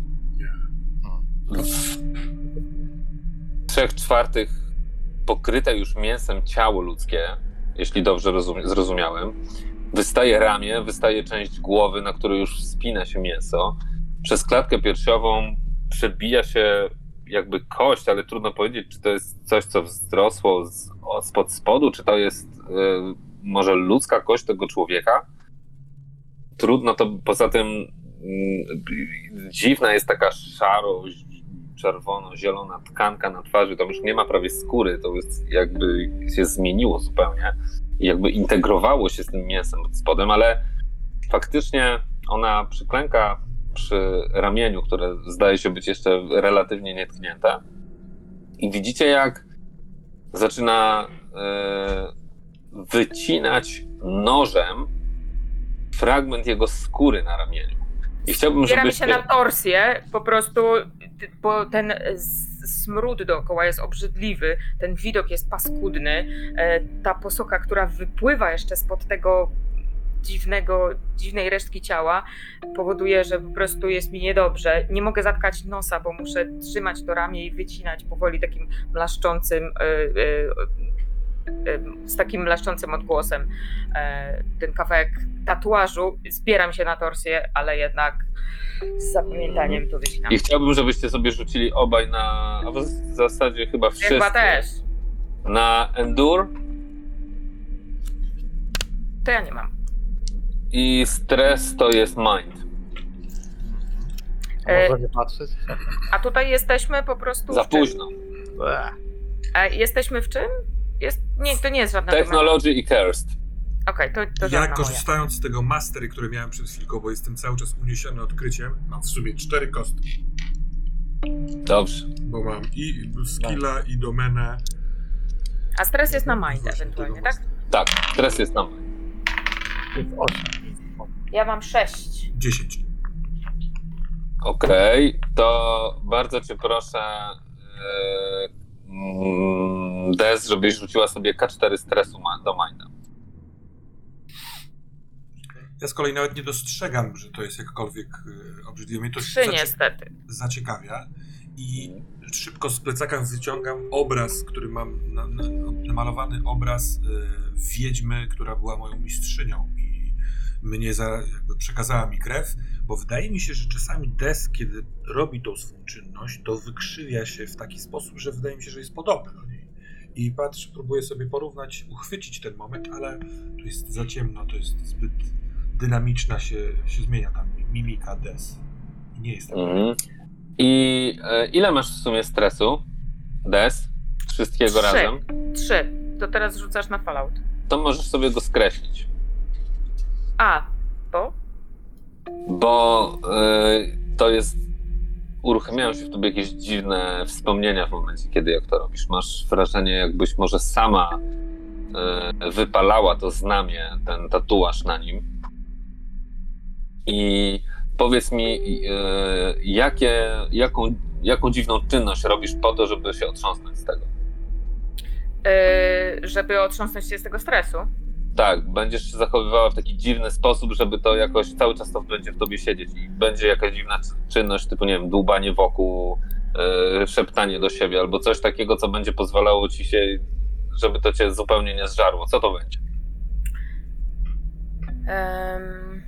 w trzech czwartych pokryte już mięsem ciało ludzkie, jeśli dobrze rozum- zrozumiałem. Wystaje ramię, wystaje część głowy, na której już wspina się mięso. Przez klatkę piersiową przebija się jakby kość, ale trudno powiedzieć, czy to jest coś, co wzrosło z, o- spod spodu, czy to jest y, może ludzka kość tego człowieka. Trudno to, poza tym y, dziwna jest taka szaro, czerwono-zielona tkanka na twarzy, tam już nie ma prawie skóry, to jest jakby się zmieniło zupełnie i jakby integrowało się z tym mięsem pod spodem, ale faktycznie ona przyklęka przy ramieniu, które zdaje się być jeszcze relatywnie nietknięte. I widzicie, jak zaczyna e, wycinać nożem fragment jego skóry na ramieniu. I chciałbym, Zbieram żebyście... się na torsję, po prostu, bo ten smród dookoła jest obrzydliwy, ten widok jest paskudny, ta posoka, która wypływa jeszcze spod tego dziwnego, dziwnej resztki ciała, powoduje, że po prostu jest mi niedobrze. Nie mogę zatkać nosa, bo muszę trzymać to ramię i wycinać powoli takim mlaszczącym, z takim mlaszczącym odgłosem ten kawałek tatuażu. Zbieram się na torsję, ale jednak z zapamiętaniem to wycinam. I chciałbym, żebyście sobie rzucili obaj na, a w zasadzie chyba wszyscy, Chyba też. na Endure To ja nie mam. i stres to jest Mind. A można nie patrzeć? A tutaj jesteśmy po prostu... Za w czym? późno. Ech. A jesteśmy w czym? Jest... Nie, to nie jest żadna Technology i Cursed. Okej, okay, to, to Ja żadna korzystając z tego mastery, który miałem przed chwilką, bo jestem cały czas uniesiony odkryciem, mam w sumie cztery kostki, Dobrze. bo mam i skilla, i domenę. moja. A stres jest na mind Właśnie ewentualnie, tego tak? Tak, stres jest na Mind. Jest osiem. Ja mam sześć. dziesięć. Okej, to bardzo cię proszę, yy, mm, Des, żebyś rzuciła sobie K cztery stresu ma- do Minda. Ja z kolei nawet nie dostrzegam, że to jest jakkolwiek y, obrzydliwe. Mnie to Trzy zacie- niestety. zaciekawia i szybko z plecaka wyciągam obraz, który mam, na, na, namalowany obraz y, wiedźmy, która była moją mistrzynią i mnie za, jakby przekazała mi krew, bo wydaje mi się, że czasami Des, kiedy robi tą swą czynność, to wykrzywia się w taki sposób, że wydaje mi się, że jest podobny do niej. I patrz, próbuję sobie porównać, uchwycić ten moment, ale tu jest za ciemno, to jest zbyt dynamiczna, się, się zmienia tam mimika Des. I nie jest tak. Mhm. I e, ile masz w sumie stresu, Des? Wszystkiego Trzy. razem? Trzy. To teraz rzucasz na Fallout. To możesz sobie go skreślić. A, bo? Bo y, to jest... Uruchamiają się w tobie jakieś dziwne wspomnienia w momencie, kiedy jak to robisz. Masz wrażenie, jakbyś może sama y, wypalała to znamie, ten tatuaż na nim. I powiedz mi, y, jakie, jaką, jaką dziwną czynność robisz po to, żeby się otrząsnąć z tego? Yy, żeby otrząsnąć się z tego stresu. Tak, będziesz się zachowywała w taki dziwny sposób, żeby to jakoś cały czas to będzie w tobie siedzieć i będzie jakaś dziwna czynność, typu nie wiem, dłubanie wokół, yy, szeptanie do siebie albo coś takiego, co będzie pozwalało ci się, żeby to cię zupełnie nie zżarło. Co to będzie? Um...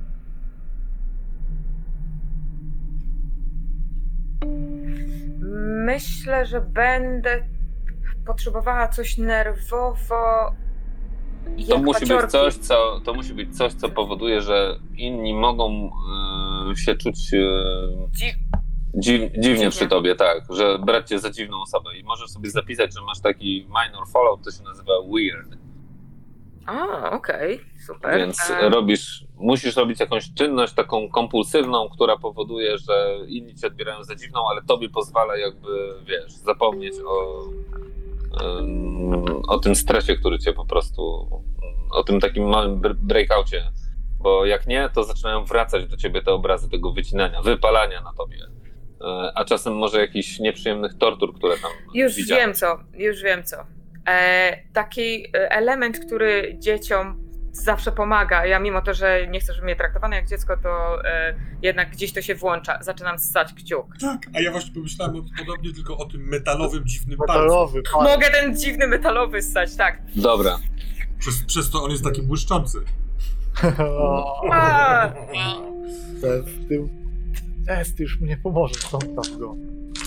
Myślę, że będę potrzebowała coś nerwowo. To jak musi być paciorki. coś, co, to musi być coś, co powoduje, że inni mogą yy, się czuć yy, Dzi- dziw, dziwnie Dziwnie. przy tobie, tak, że brać cię za dziwną osobę i możesz sobie zapisać, że masz taki minor fallout, to się nazywa weird. A, okej, super. Więc E, robisz, musisz robić jakąś czynność taką kompulsywną, która powoduje, że inni cię odbierają za dziwną, ale tobie pozwala jakby, wiesz, zapomnieć o, ym, o tym stresie, który cię po prostu, o tym takim małym br- breakoucie. Bo jak nie, to zaczynają wracać do ciebie te obrazy tego wycinania, wypalania na tobie. E, A czasem może jakichś nieprzyjemnych tortur, które tam Już widziałeś. wiem co, już wiem co. E, taki element, który dzieciom zawsze pomaga. Ja mimo to, że nie chcę, żeby mnie traktowano jak dziecko, to e, jednak gdzieś to się włącza. Zaczynam ssać kciuk. Tak, a ja właśnie pomyślałem o- podobnie tylko o tym metalowym, dziwnym palcu. Metalowy palec. Mogę ten dziwny metalowy ssać, tak. Dobra. Przez, przez to on jest taki błyszczący. O, A, ten z tym... Jest, już mi nie pomoże, zostaw go.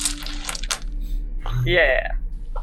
yeah.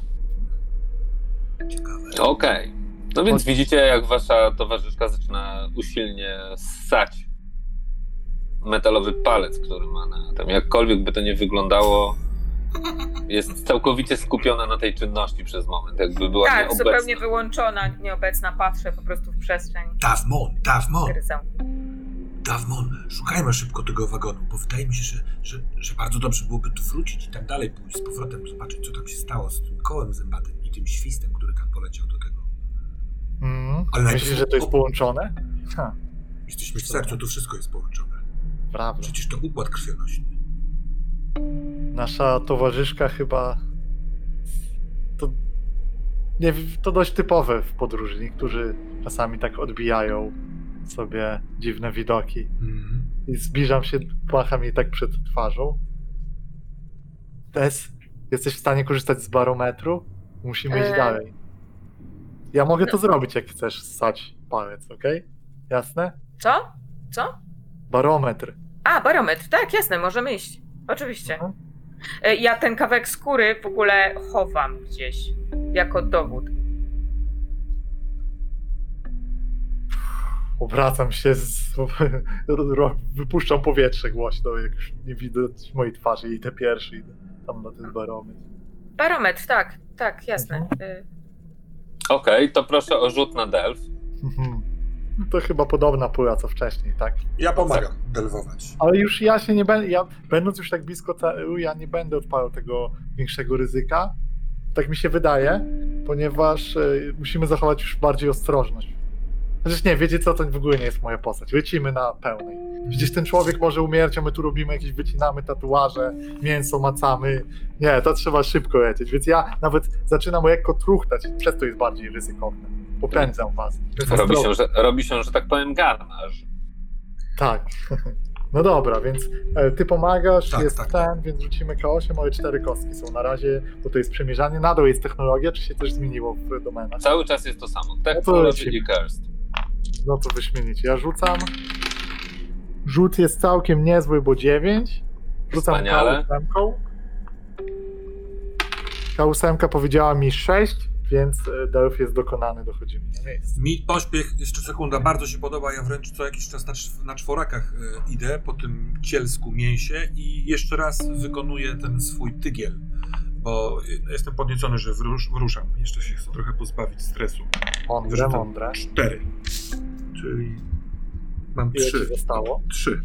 Ciekawe. Okej. No więc widzicie, jak wasza towarzyszka zaczyna usilnie ssać metalowy palec, który ma na tym. Jakkolwiek by to nie wyglądało, jest całkowicie skupiona na tej czynności przez moment, jakby była Tak, nieobecna. zupełnie wyłączona, nieobecna, patrzę po prostu w przestrzeń. Tawmon, Tawmon. Gryzę. Davmon, szukajmy szybko tego wagonu, bo wydaje mi się, że, że, że bardzo dobrze byłoby tu wrócić i tam dalej pójść z powrotem, zobaczyć, co tam się stało z tym kołem zębatym i tym świstem, który tam poleciał do tego. Mm. Ale najpierw- Myślisz, że to jest połączone? Ha, Jesteśmy w sercu, to wszystko jest połączone. prawda. Przecież to układ krwionośny. Nasza towarzyszka chyba... To, nie, to dość typowe w podróży. Niektórzy czasami tak odbijają sobie dziwne widoki. Mhm. I zbliżam się, macham jej tak przed twarzą. Tess, jesteś w stanie korzystać z barometru? Musimy iść Eee. dalej. Ja mogę to No. zrobić, jak chcesz ssać palec, okej? Jasne? Co? Co? Barometr. A, barometr. Tak, jasne, możemy iść. Oczywiście. Mhm. E, Ja ten kawałek skóry w ogóle chowam gdzieś jako dowód. Obracam się, z... ro- wypuszczam powietrze głośno, jak już nie widać mojej twarzy i te pierwsze idę tam na ten barometr. Barometr, tak, tak, jasne. E, Okej, to proszę o rzut na delf. Mhm. To chyba podobna pula co wcześniej, tak? Ja pomagam delwować. Ale już ja się nie będę, ja będąc już tak blisko celu, ja nie będę odpalał tego większego ryzyka. Tak mi się wydaje, ponieważ y, musimy zachować już bardziej ostrożność. Chociaż nie, wiecie co, to w ogóle nie jest moja postać. Lecimy na pełnej. Przecież ten człowiek może umierać, a my tu robimy jakieś, wycinamy tatuaże, mięso macamy. Nie, to trzeba szybko lecieć, więc ja nawet zaczynam lekko truchtać, przez to jest bardziej ryzykowne. Popędzam was. Więc Robi ostrożnie. się, że, robi się, że tak powiem, garnaż. Tak. No dobra, więc e, ty pomagasz, Tak, jest tak, ten, więc rzucimy K osiem, ale cztery kostki są na razie, bo to jest przemierzanie. Nadal jest technologia, czy się coś zmieniło w domenach? Cały czas jest to samo. No Technology lecimy. i Cursed. No to wyśmienicie. Ja rzucam. Rzut jest całkiem niezły, bo dziewięć. Rzucam Wspaniale. K osiem. K osiem powiedziała mi sześć, więc e, delf jest dokonany, dochodzimy na miejsce. Mi pośpiech, jeszcze sekunda, bardzo się podoba. Ja wręcz co jakiś czas na, cz- na czworakach e, idę po tym cielsku mięsie i jeszcze raz wykonuję ten swój tygiel, bo e, jestem podniecony, że wrusz, wruszam. Jeszcze się chcę trochę pozbawić stresu. Mądre, Wyrzucam mądre. cztery. Czyli mam Ile trzy. ci zostało? Trzy.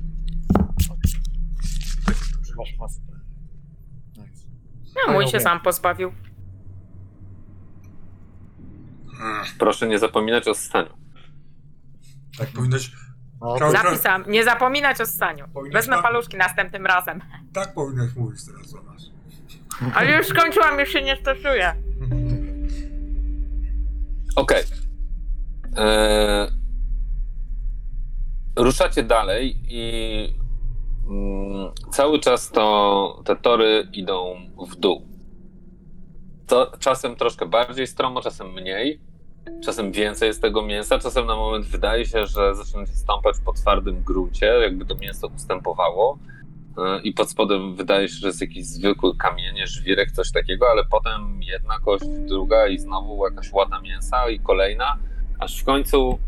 Masz masę. Nice. no, mój się Fajnie. sam pozbawił. Proszę nie zapominać o staniu. Tak powinnaś, No, Kał- Zapisam, nie zapominać o staniu. Powinnaś Wezmę na- paluszki następnym razem. tak powinnaś mówić teraz o nas. Ale już skończyłam, już się nie stresuję. Okej. Eee, ruszacie dalej i mm, cały czas to te tory idą w dół. To czasem troszkę bardziej stromo, czasem mniej. Czasem więcej jest tego mięsa, czasem na moment wydaje się, że zaczynacie stąpać po twardym gruncie, jakby to mięso ustępowało. Yy, I pod spodem wydaje się, że jest jakiś zwykły kamienie, żwirek, coś takiego, ale potem jedna kość, druga i znowu jakaś łata mięsa i kolejna, aż w końcu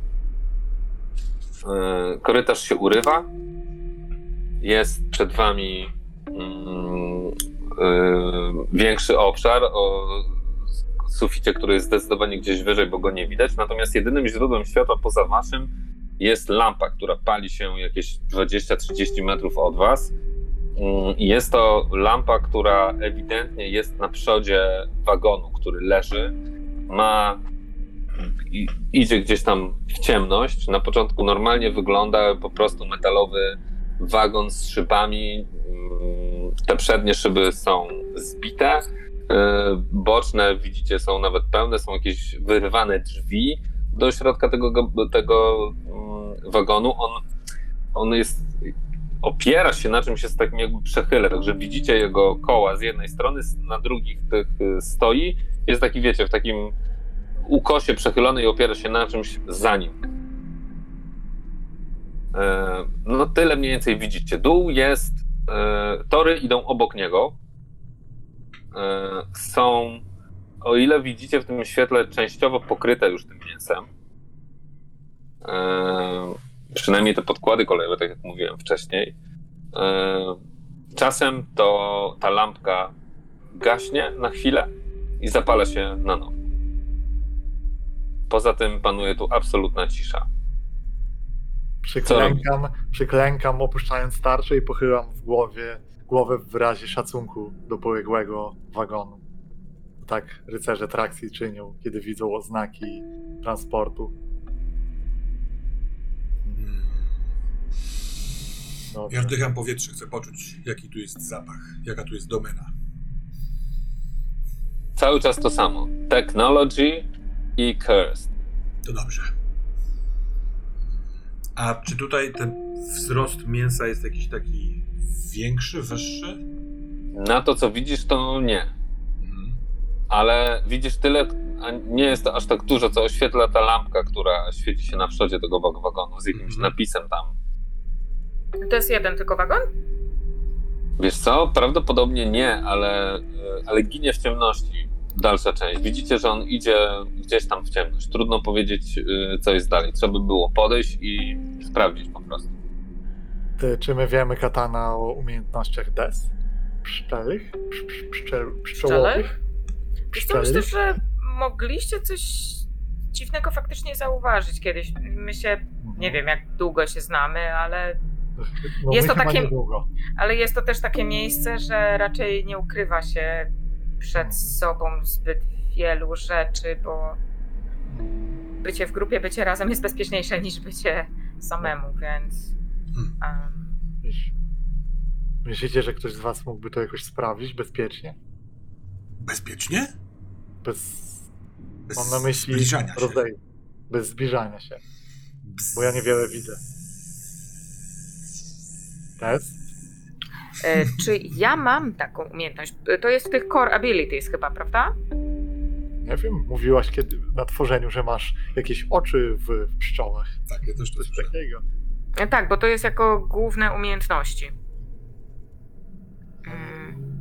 yy, korytarz się urywa. Jest przed wami mm, yy, większy obszar o suficie, który jest zdecydowanie gdzieś wyżej, bo go nie widać. Natomiast jedynym źródłem światła poza waszym jest lampa, która pali się jakieś dwadzieścia trzydzieści metrów od was. I jest to lampa, która ewidentnie jest na przodzie wagonu, który leży. Ma i, idzie gdzieś tam w ciemność. Na początku normalnie wygląda po prostu metalowy wagon z szybami. Te przednie szyby są zbite. Boczne, widzicie, są nawet pełne, są jakieś wyrywane drzwi do środka tego, tego wagonu. On, on jest, opiera się na czymś, jest takim jakby przechyle, także widzicie jego koła z jednej strony, na drugich tych stoi, jest taki, wiecie, w takim ukosie przechylony i opiera się na czymś za nim. No tyle mniej więcej widzicie. Dół jest, tory idą obok niego. Są, o ile widzicie w tym świetle, częściowo pokryte już tym mięsem. Przynajmniej te podkłady kolejowe, tak jak mówiłem wcześniej. Czasem to ta lampka gaśnie na chwilę i zapala się na nowo. Poza tym panuje tu absolutna cisza. Przyklękam, przyklękam opuszczając tarczę i pochylam w głowie, głowę w wyrazie szacunku do poległego wagonu. Tak rycerze trakcji czynią, kiedy widzą oznaki transportu. Hmm. Dobrze. Ja wdycham powietrze, chcę poczuć, jaki tu jest zapach, jaka tu jest domena. Cały czas to samo. Technology i Cursed. To dobrze. A czy tutaj ten wzrost mięsa jest jakiś taki większy, wyższy? Na to, co widzisz, to nie. Mhm. Ale widzisz tyle, a nie jest to aż tak dużo, co oświetla ta lampka, która świeci się na przodzie tego wag- wagonu z jakimś Mhm. napisem tam. To jest jeden tylko wagon? Wiesz co? Prawdopodobnie nie, ale, y, ale ginie w ciemności dalsza część. Widzicie, że on idzie gdzieś tam w ciemność. Trudno powiedzieć, y, co jest dalej. Trzeba by było podejść i sprawdzić po prostu. Ty, czy my wiemy, Katana, o umiejętnościach des? Pszczelich? Psz, psz, pszczel, pszczołowych? Wiesz co, myślę, że mogliście coś dziwnego faktycznie zauważyć kiedyś. My się, nie wiem jak długo się znamy, ale, No, jest my to chyba takie- niedługo. ale jest to też takie miejsce, że raczej nie ukrywa się przed sobą zbyt wielu rzeczy, bo bycie w grupie, bycie razem jest bezpieczniejsze niż bycie samemu, więc... Hmm. Um, Myśl- Myślicie, że ktoś z was mógłby to jakoś sprawdzić bezpiecznie? Bezpiecznie? Bez... Bez Mam na myśli zbliżania się. rodzaju. Bez zbliżania się. Bzz. Bo ja niewiele widzę. Test? e, czy ja mam taką umiejętność? To jest w tych core abilities chyba, prawda? Nie wiem, mówiłaś kiedy na tworzeniu, że masz jakieś oczy w pszczołach. Tak, ja też to Coś słyszałem. takiego. E, Tak, bo to jest jako główne umiejętności. Mm,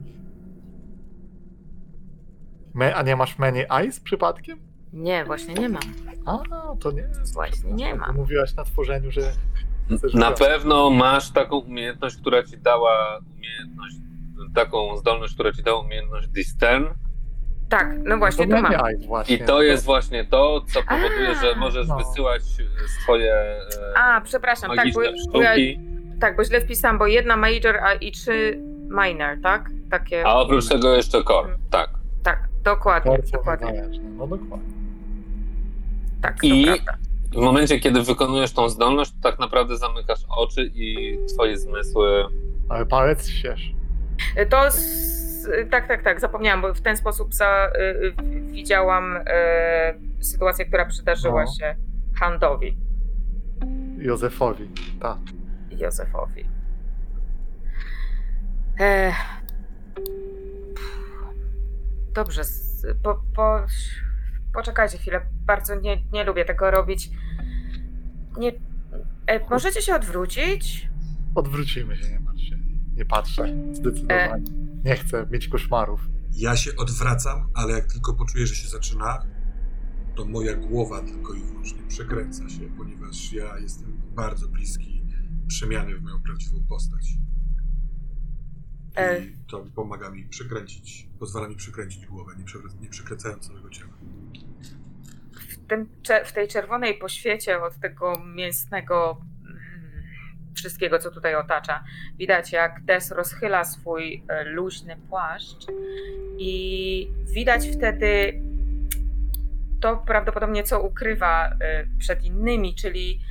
Me, a nie masz many eyes przypadkiem? nie, właśnie nie mam. A, to nie. Właśnie nie Bo mam. mówiłaś na tworzeniu, że chcesz Na grać. pewno masz taką umiejętność, która ci dała umiejętność, taką zdolność, która ci dała umiejętność Discern. Tak, no właśnie, to tu mam. many eyes właśnie. I to jest właśnie to, co powoduje, A, że możesz no. wysyłać swoje e, A, przepraszam, tak, bo, magiczne bo ja, sztuki. tak, bo źle wpisałam, bo jedna major a i trzy minor, tak? Takie. A oprócz tego jeszcze core. Tak. Tak, dokładnie, Korce dokładnie. niezależne. No dokładnie. Tak, to I prawda. w momencie, kiedy wykonujesz tą zdolność, to tak naprawdę zamykasz oczy i twoje zmysły. Ale palec śwież. To s- tak, tak, tak, zapomniałam, bo w ten sposób za, y, y, widziałam y, sytuację, która przydarzyła No. się Handowi Józefowi. Tak. i Józefowi. Ech. Dobrze, s- po, po, poczekajcie chwilę, bardzo nie, nie lubię tego robić. Nie, e, możecie się odwrócić? Odwrócimy się, nie martw się. Nie patrzę. Zdecydowanie. Nie chcę mieć koszmarów. Ja się odwracam, ale jak tylko poczuję, że się zaczyna, to moja głowa tylko i wyłącznie przekręca się, ponieważ ja jestem bardzo bliski przemiany w moją prawdziwą postać. E. I to pomaga mi przekręcić, pozwala mi przekręcić głowę, nie, przewr- nie przekręcając całego ciała. W, tym, cze- w tej czerwonej poświecie od tego mięsnego mm, wszystkiego, co tutaj otacza, widać jak Des rozchyla swój e, luźny płaszcz i widać wtedy to prawdopodobnie, co ukrywa e, przed innymi, czyli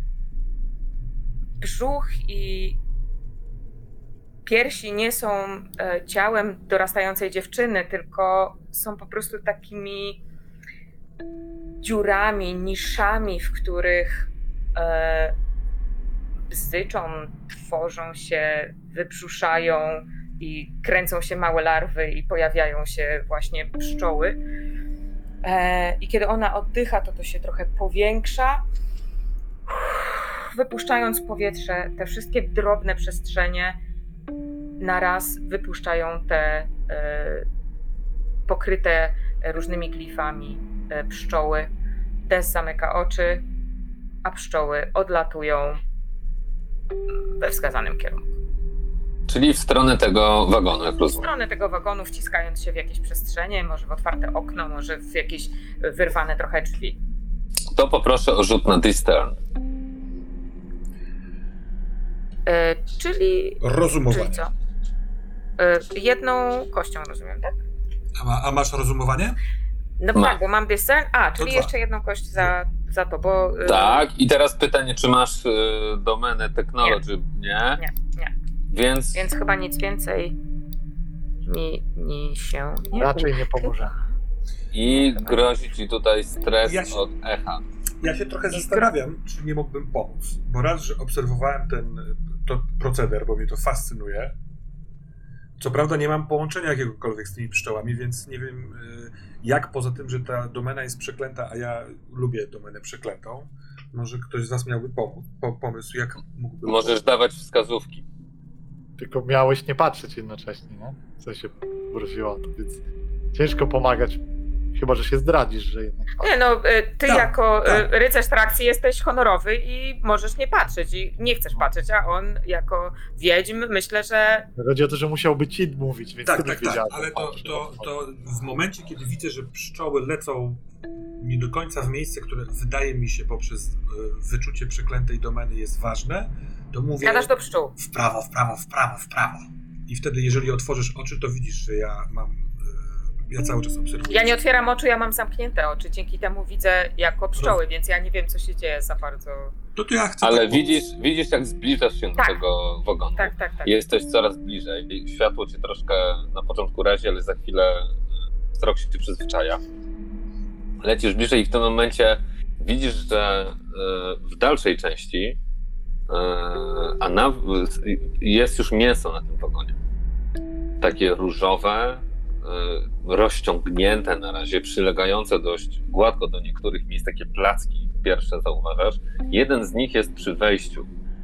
brzuch i piersi nie są e, ciałem dorastającej dziewczyny, tylko są po prostu takimi dziurami, niszami, w których e, bzyczą, tworzą się, wybrzuszają i kręcą się małe larwy i pojawiają się właśnie pszczoły. E, I kiedy ona oddycha, to to się trochę powiększa, wypuszczając powietrze, te wszystkie drobne przestrzenie na raz wypuszczają te e, pokryte różnymi glifami e, pszczoły. Des zamyka oczy, a pszczoły odlatują we wskazanym kierunku. Czyli w stronę tego wagonu, jak W rozumiem. stronę tego wagonu, wciskając się w jakieś przestrzenie, może w otwarte okno, może w jakieś wyrwane trochę drzwi. To poproszę o rzut na Discern. E, czyli... Rozumowanie. Czyli co? E, jedną kością, rozumiem, tak? A, ma, a masz rozumowanie? No Ma. tak, bo mam discern. A, czyli dwa. jeszcze jedną kość za, za to, bo... e, Tak, i teraz pytanie, czy masz y, domenę technology? Nie. Nie, nie. Więc, Więc chyba nic więcej mi, mi się nie Raczej nie pomoże. i grozi ci tutaj stres Ja się- od echa. Ja się trochę zastanawiam, czy nie mógłbym pomóc. Bo raz, że obserwowałem ten to proceder, bo mnie to fascynuje. Co prawda nie mam połączenia jakiegokolwiek z tymi pszczołami, więc nie wiem y, jak poza tym, że ta domena jest przeklęta, a ja lubię domenę przeklętą. Może ktoś z was miałby pomóc, po, pomysł, jak mógłbym Możesz dawać wskazówki. Tylko miałeś nie patrzeć jednocześnie, nie? Co się wróciło, to więc ciężko pomagać. Chyba, że się zdradzisz, że jednak... Nie no, y, ty Tak, jako y, tak. rycerz trakcji jesteś honorowy i możesz nie patrzeć i nie chcesz patrzeć, a on jako wiedźm myślę, że Chodzi o to, że musiałby ci mówić, więc Tak, ty tak, byś wiedziała. tak, ale to, patrz, to, to- to w momencie, kiedy widzę, że pszczoły lecą nie do końca w miejsce, które wydaje mi się poprzez e, wyczucie przeklętej domeny jest ważne, to mówię gadasz do pszczół. w prawo, w prawo, w prawo, w prawo. I wtedy, jeżeli otworzysz oczy, to widzisz, że ja mam, e, ja cały czas obserwuję. Ja nie otwieram oczu, ja mam zamknięte oczy, dzięki temu widzę jako pszczoły, więc ja nie wiem, co się dzieje za bardzo. To, to ja chcę Ale tak widzisz, widzisz, jak zbliżasz się Tak. do tego wagonu. Tak, tak, tak. Jesteś coraz bliżej. Światło cię troszkę na początku razi, ale za chwilę y, wzrok się przyzwyczaja. Lecisz bliżej i w tym momencie widzisz, że y, w dalszej części y, a na, y, jest już mięso na tym wagonie. Takie różowe, y, rozciągnięte na razie, przylegające dość gładko do niektórych miejsc, takie placki pierwsze zauważasz. Jeden z nich jest przy wejściu.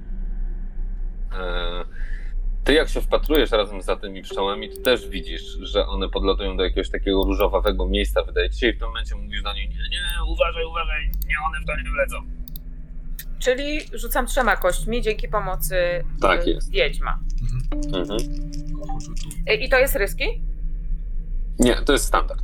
Y, Ty jak się wpatrujesz razem za tymi pszczołami, to też widzisz, że one podlatują do jakiegoś takiego różowawego miejsca, wydaje ci się, i w tym momencie mówisz do niej, nie, nie, uważaj, uważaj, nie, one w to nie wlecą. Czyli rzucam trzema kośćmi dzięki pomocy Tak y, jest. wiedźma. Mhm. Mhm. O, tu, tu. Y, I to jest ryski? Nie, to jest standard.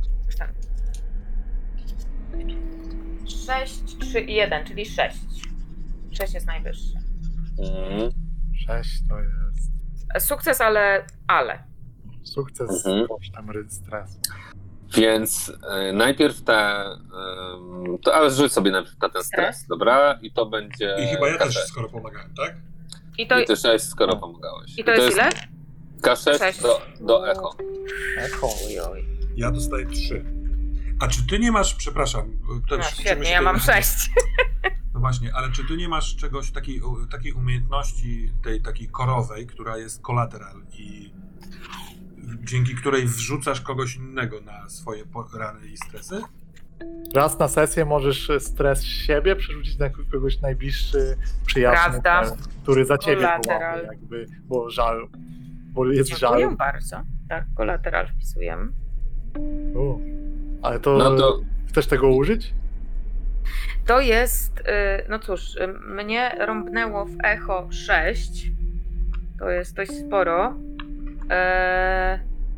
sześć, trzy i jeden, czyli sześć. sześć jest najwyższy. Mhm. Sześć to jest Sukces, ale... ale. sukces, Mhm. coś tam ry- stres. Więc y, najpierw te, y, to, ale rzuć sobie najpierw na ten stres, Stres? dobra? I to będzie I chyba ja K też sześć. skoro pomagałem, tak? I to, I ty sześć, skoro pomagałeś. i to jest ile? K sześć Sześć. do, do echo. Echo. Oj, oj. Ja dostaję trzy. A czy ty nie masz, przepraszam, to No, już świetnie, uczymy się ja tej- mam sześć. No właśnie, ale czy ty nie masz czegoś, takiej, takiej umiejętności, tej takiej korowej, która jest collateral i dzięki której wrzucasz kogoś innego na swoje po- rany i stresy? Raz na sesję możesz stres siebie przerzucić na kogoś najbliższy przyjaciel, Prawda. który za ciebie Collateral. wołamy, jakby, bo żal, bo jest Dziękuję żal. bardzo. Tak, kolateral wpisujemy. U. Ale to, No to chcesz tego użyć? To jest, y, no cóż, y, mnie rąbnęło w echo sześć. To jest dość sporo. Eee,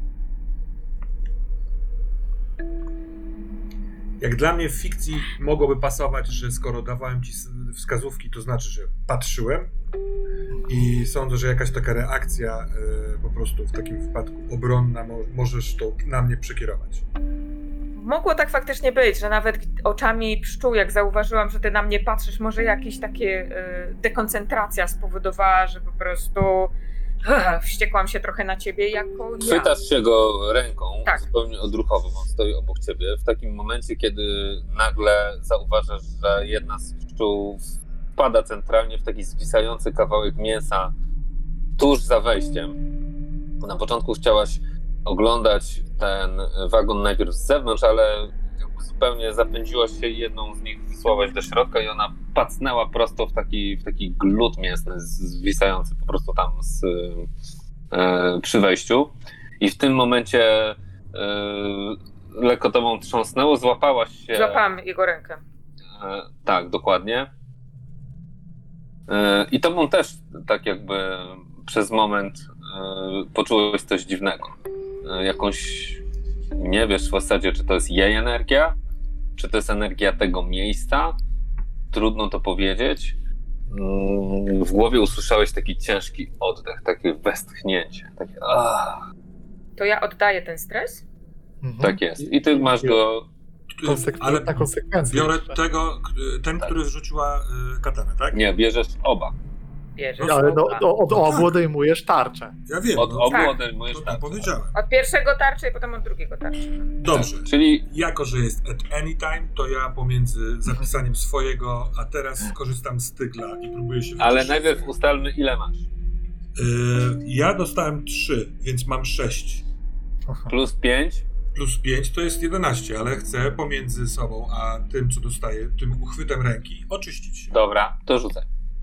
Jak dla mnie w fikcji mogłoby pasować, że skoro dawałem ci s- wskazówki, to znaczy, że patrzyłem i sądzę, że jakaś taka reakcja e, po prostu w takim wypadku obronna mo- możesz to na mnie przekierować. mogło tak faktycznie być, że nawet oczami pszczół, jak zauważyłam, że ty na mnie patrzysz, może jakieś takie y, dekoncentracja spowodowała, że po prostu uh, wściekłam się trochę na ciebie jako ja. chwytasz się go ręką, Tak. zupełnie odruchowo, on stoi obok ciebie. W takim momencie, kiedy nagle zauważasz, że jedna z pszczół wpada centralnie w taki zwisający kawałek mięsa tuż za wejściem. Na początku chciałaś oglądać ten wagon najpierw z zewnątrz, ale jakby zupełnie zapędziłaś się i jedną z nich wysłałaś do środka i ona pacnęła prosto w taki, w taki glut mięsny zwisający po prostu tam z, e, przy wejściu. I w tym momencie e, lekko tobą trząsnęło, złapałaś się... Złapałam jego rękę. E, tak, dokładnie. E, I tobą też tak jakby przez moment e, poczułeś coś dziwnego. E, jakąś, nie wiesz w zasadzie, czy to jest jej energia, czy to jest energia tego miejsca. Trudno to powiedzieć. w głowie usłyszałeś taki ciężki oddech, takie westchnięcie. Takie, ah, To ja oddaję ten stres? Mhm. tak jest. I ty masz go... Konsek- Ale na konsekwencje. biorę jeszcze. tego, k- ten, Tak. który wrzuciła y, katanę, tak? Nie, bierzesz oba. Bierzesz. Ale no, oba. do, od No obu tak. odejmujesz tarczę. Ja wiem, Od no, obu Tak. odejmujesz to, to tarczę. powiedziałem. Od pierwszego tarczy i potem od drugiego tarczy. Dobrze. Czyli Jako, że jest at any time, to ja pomiędzy zapisaniem swojego, a teraz korzystam z tygla i próbuję się ale wyciszyć. najpierw ustalmy, ile masz. Y, ja dostałem trzy, więc mam sześć. Plus pięć. Plus pięć to jest jedenaście, ale chcę pomiędzy sobą a tym, co dostaję, tym uchwytem ręki, oczyścić się. Dobra, to rzucaj.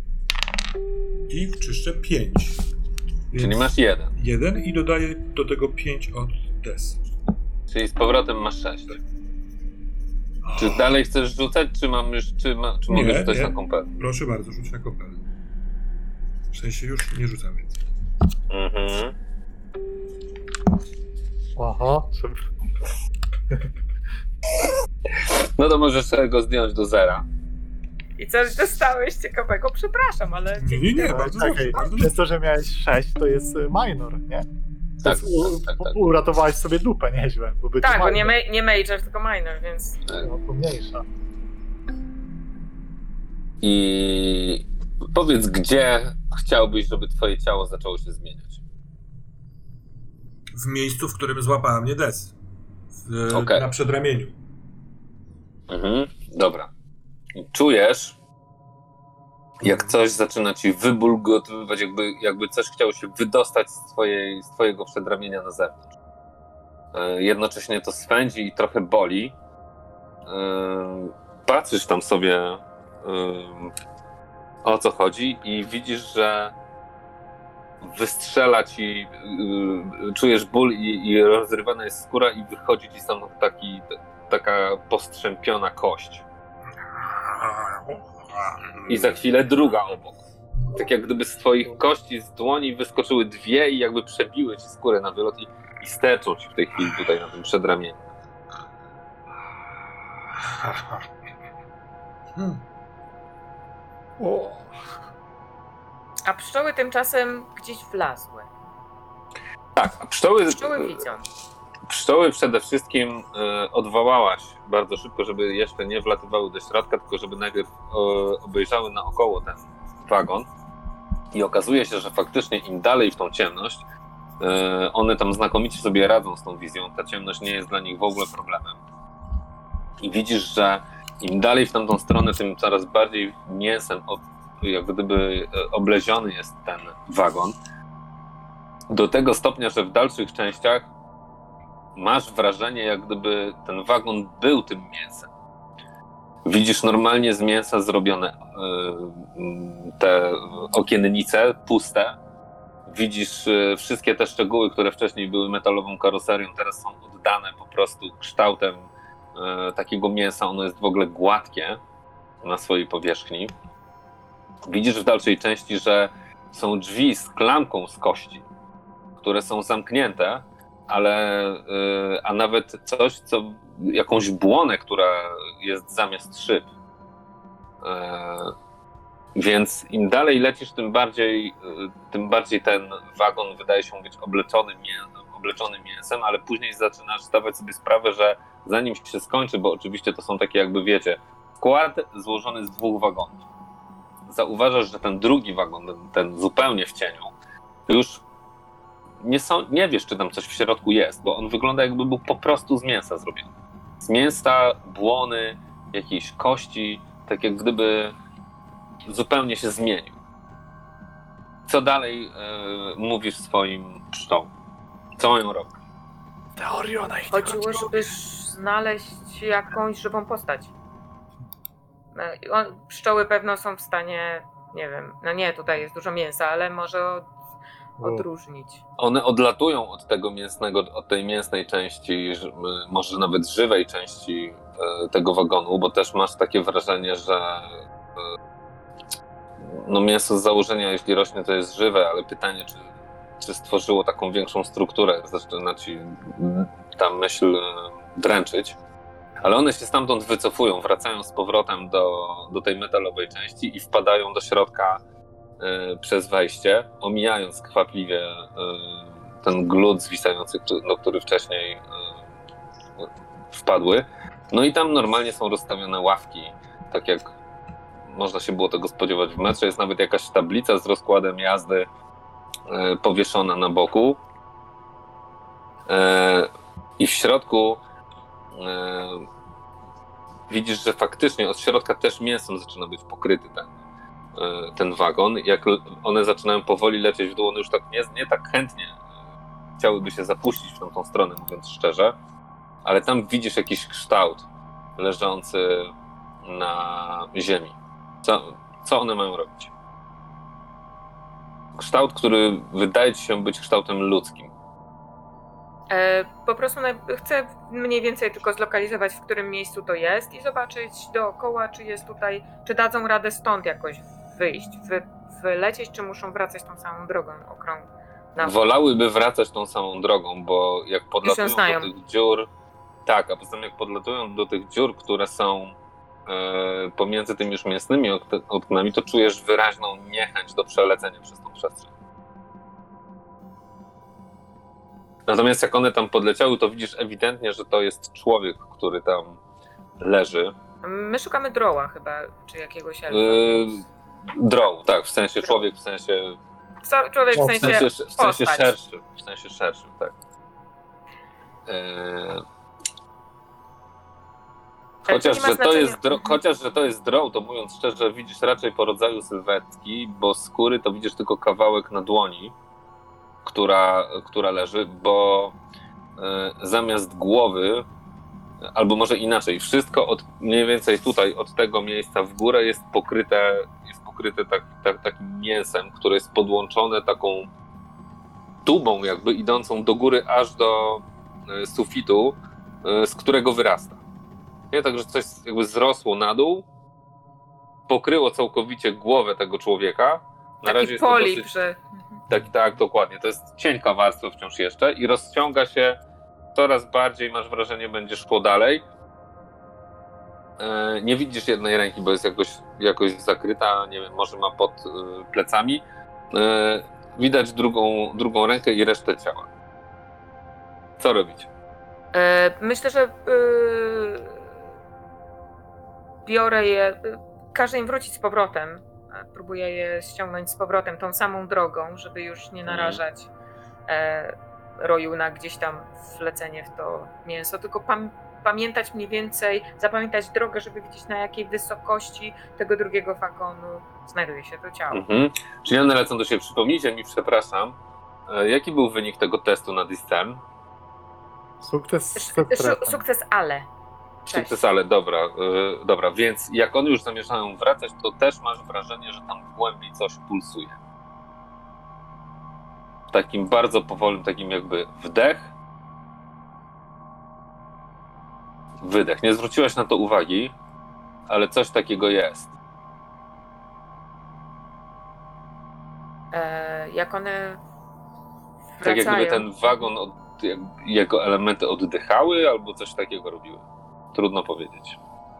I wczyszczę pięć. Czyli masz jeden. jeden i dodaję do tego pięć od des. Czyli z powrotem masz sześć. Czy dalej chcesz rzucać, czy mam już, czy, ma, czy Nie, mogę rzucać nie. na kompel? Proszę bardzo, rzuć na kopel. W sensie już nie rzucam więcej. Mhm. Aha, żeby... No to możesz go zdjąć do zera. I coś dostałeś ciekawego? Przepraszam, ale... Nie, nie, nie, Ale bardzo czekaj, dobrze, bardzo przez to, że miałeś sześć, to jest y, minor, nie? To Tak, jest, u, tak, tak, tak. Uratowałeś sobie dupę nieźle. Bo być Tak, bo minor, nie, ma- nie major, tylko minor, więc... no, to mniejsza. I powiedz, gdzie chciałbyś, żeby twoje ciało zaczęło się zmieniać? W miejscu, w którym złapała mnie des. W, Okej. Na przedramieniu. Mhm, dobra. I czujesz, jak coś zaczyna ci wybulgotywać, jakby, jakby coś chciało się wydostać z, twojej, z twojego przedramienia na zewnątrz. E, Jednocześnie to swędzi i trochę boli. E, Patrzysz tam sobie, e, o co chodzi, i widzisz, że wystrzela ci, e, czujesz ból i, i rozrywana jest skóra i wychodzi ci stąd taki, taka postrzępiona kość. I za chwilę druga obok. Tak jak gdyby z twoich kości, z dłoni wyskoczyły dwie i jakby przebiły ci skórę na wylot i, i sterczą ci w tej chwili tutaj na tym przedramieniu. Hmm. O, A pszczoły tymczasem gdzieś wlazły. Tak, a pszczoły, Pszczoły widzą. pszczoły przede wszystkim e, odwołałaś bardzo szybko, żeby jeszcze nie wlatywały do środka, tylko żeby najpierw e, obejrzały naokoło ten wagon. I okazuje się, że faktycznie im dalej w tą ciemność, e, one tam znakomicie sobie radzą z tą wizją. Ta ciemność nie jest dla nich w ogóle problemem. I widzisz, że im dalej w tamtą stronę, tym coraz bardziej mięsem ob, jak gdyby e, obleziony jest ten wagon. Do tego stopnia, że w dalszych częściach masz wrażenie, jak gdyby ten wagon był tym mięsem. Widzisz normalnie z mięsa zrobione yy, te okiennice puste. Widzisz yy, wszystkie te szczegóły, które wcześniej były metalową karoserią, teraz są oddane po prostu kształtem yy, takiego mięsa. Ono jest w ogóle gładkie na swojej powierzchni. Widzisz w dalszej części, że są drzwi z klamką z kości, które są zamknięte, ale yy, a nawet coś, co jakąś błonę, która jest zamiast szyb. Yy, więc im dalej lecisz, tym bardziej, yy, tym bardziej ten wagon wydaje się być obleczony, mię- obleczony mięsem, ale później zaczynasz zdawać sobie sprawę, że zanim się skończy, bo oczywiście to są takie jakby wiecie, skład złożony z dwóch wagonów. Zauważasz, że ten drugi wagon, ten, ten zupełnie w cieniu, już Nie, są, nie wiesz, czy tam coś w środku jest, bo on wygląda, jakby był po prostu z mięsa zrobiony. Z mięsa, błony, jakiejś kości, tak jak gdyby zupełnie się zmienił. Co dalej e, mówisz swoim pszczołom? Co mają robić? teoria na ich Chodziło, żeby znaleźć jakąś żywą postać. No, i on, pszczoły pewno są w stanie, nie wiem, no nie, tutaj jest dużo mięsa, ale może od, odróżnić. One odlatują od tego mięsnego, od tej mięsnej części, ż- może nawet żywej części e, tego wagonu, bo też masz takie wrażenie, że e, no mięso z założenia, jeśli rośnie, to jest żywe, ale pytanie, czy, czy stworzyło taką większą strukturę, zaczyna ci ta myśl e, dręczyć. Ale one się stamtąd wycofują, wracają z powrotem do, do tej metalowej części i wpadają do środka y, przez wejście, omijając skwapliwie y, ten glut zwisający, do który wcześniej y, wpadły. No i tam normalnie są rozstawione ławki, tak jak można się było tego spodziewać w metrze. Jest nawet jakaś tablica z rozkładem jazdy y, powieszona na boku. Y, I w środku y, widzisz, że faktycznie od środka też mięsem zaczyna być pokryty ten, y, ten wagon. Jak one zaczynają powoli lecieć w dół, one już tak nie, nie tak chętnie y, chciałyby się zapuścić w tamtą stronę, mówiąc szczerze, ale tam widzisz jakiś kształt leżący na ziemi. Co, co one mają robić? Kształt, który wydaje ci się być kształtem ludzkim. E, po prostu naj- chcę mniej więcej tylko zlokalizować, w którym miejscu to jest i zobaczyć dookoła, czy jest tutaj, czy dadzą radę stąd jakoś wyjść, wy, wylecieć, czy muszą wracać tą samą drogą okrąg. Na... Wolałyby wracać tą samą drogą, bo jak podlatują znają. do tych dziur, tak, a poza tym jak podlatują do tych dziur, które są e, pomiędzy tymi już mięsnymi ok- oknami, to czujesz wyraźną niechęć do przelecenia przez tą przestrzeń. Natomiast jak one tam podleciały, to widzisz ewidentnie, że to jest człowiek, który tam leży. My szukamy droła chyba, czy jakiegoś elfa. Yy, droł, tak, w sensie człowiek, w sensie, Co, człowiek w w w sensie, sensie, w sensie postać. szerszym, w sensie szerszym, tak. Yy, Chociaż nie ma że, to znaczenia. jest dro- Mhm. chociaż, że to jest droł, to mówiąc szczerze, widzisz raczej po rodzaju sylwetki, bo skóry to widzisz tylko kawałek na dłoni, która, która leży, bo y, zamiast głowy, albo może inaczej, wszystko od mniej więcej tutaj, od tego miejsca w górę jest pokryte, jest pokryte tak, tak, takim mięsem, które jest podłączone taką tubą jakby idącą do góry aż do y, sufitu, y, z którego wyrasta. Nie, także coś jakby zrosło na dół, pokryło całkowicie głowę tego człowieka. Na razie Taki jest to polip, dosyć, że... tak, tak, dokładnie. To jest cienka warstwa wciąż jeszcze i rozciąga się coraz bardziej, masz wrażenie, będzie szło dalej. E, nie widzisz jednej ręki, bo jest jakoś, jakoś zakryta, nie wiem, może ma pod e, plecami. E, widać drugą, drugą rękę i resztę ciała. Co robić? E, myślę, że yy, biorę je, y, każę im wrócić z powrotem. E, Próbuję je ściągnąć z powrotem tą samą drogą, żeby już nie narażać e, roju na gdzieś tam wlecenie w to mięso, tylko pam- pamiętać mniej więcej, zapamiętać drogę, żeby widzieć, na jakiej wysokości tego drugiego wagonu znajduje się to ciało. Mhm. Czyli one lecą do siebie. Przypomnijcie mi, przepraszam, e, jaki był wynik tego testu na Discern? Sukces z Sz- sukcesem. sz- Sukces, ale. Cześć. Sukces, ale dobra, yy, dobra, więc jak one już zamierzają wracać, to też masz wrażenie, że tam w głębi coś pulsuje. Takim bardzo powolnym, takim jakby wdech, wydech. Nie zwróciłaś na to uwagi, ale coś takiego jest. E, jak one Tak wracają, jakby ten wagon, od, jak, jego elementy oddychały albo coś takiego robiły. Trudno powiedzieć.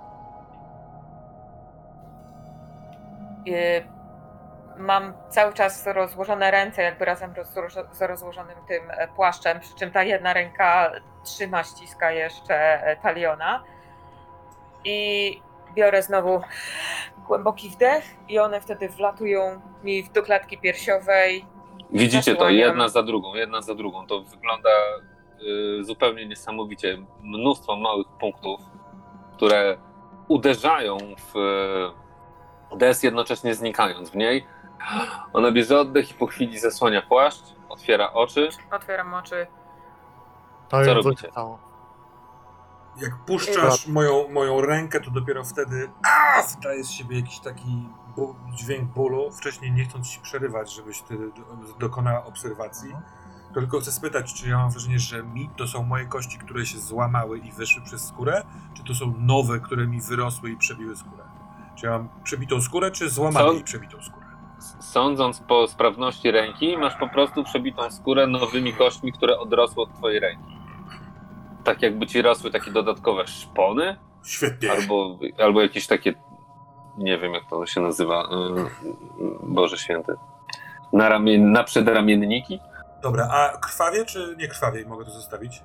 y, mam cały czas rozłożone ręce, jakby razem roz, z rozłożonym tym e, płaszczem, przy czym ta jedna ręka trzyma, ściska jeszcze e, taliona. I biorę znowu głęboki wdech i one wtedy wlatują mi do klatki piersiowej. Widzicie to, Zasłaniam. jedna za drugą, jedna za drugą. To wygląda y, zupełnie niesamowicie. Mnóstwo małych punktów, które uderzają w y, des, jednocześnie znikając w niej. Ona bierze oddech i po chwili zasłania płaszcz, otwiera oczy. Otwieram oczy. To Co ją robicie? zostało. Jak puszczasz moją, moją rękę, to dopiero wtedy a, wydaje z siebie jakiś taki bu- dźwięk bólu, wcześniej nie chcąc ci przerywać, żebyś ty do- dokonała obserwacji. To tylko chcę spytać, czy ja mam wrażenie, że mi to są moje kości, które się złamały i wyszły przez skórę, czy to są nowe, które mi wyrosły i przebiły skórę? Czy ja mam przebitą skórę, czy złamaną Co? i przebitą skórę? Sądząc po sprawności ręki, masz po prostu przebitą skórę nowymi kośćmi, które odrosły od twojej ręki. tak jakby ci rosły takie dodatkowe szpony, Świetnie. albo, albo jakieś takie, nie wiem jak to się nazywa, yy, Boże Święty, na, ramie, na przedramienniki. Dobra, a krwawie czy nie krwawie? Mogę to zostawić?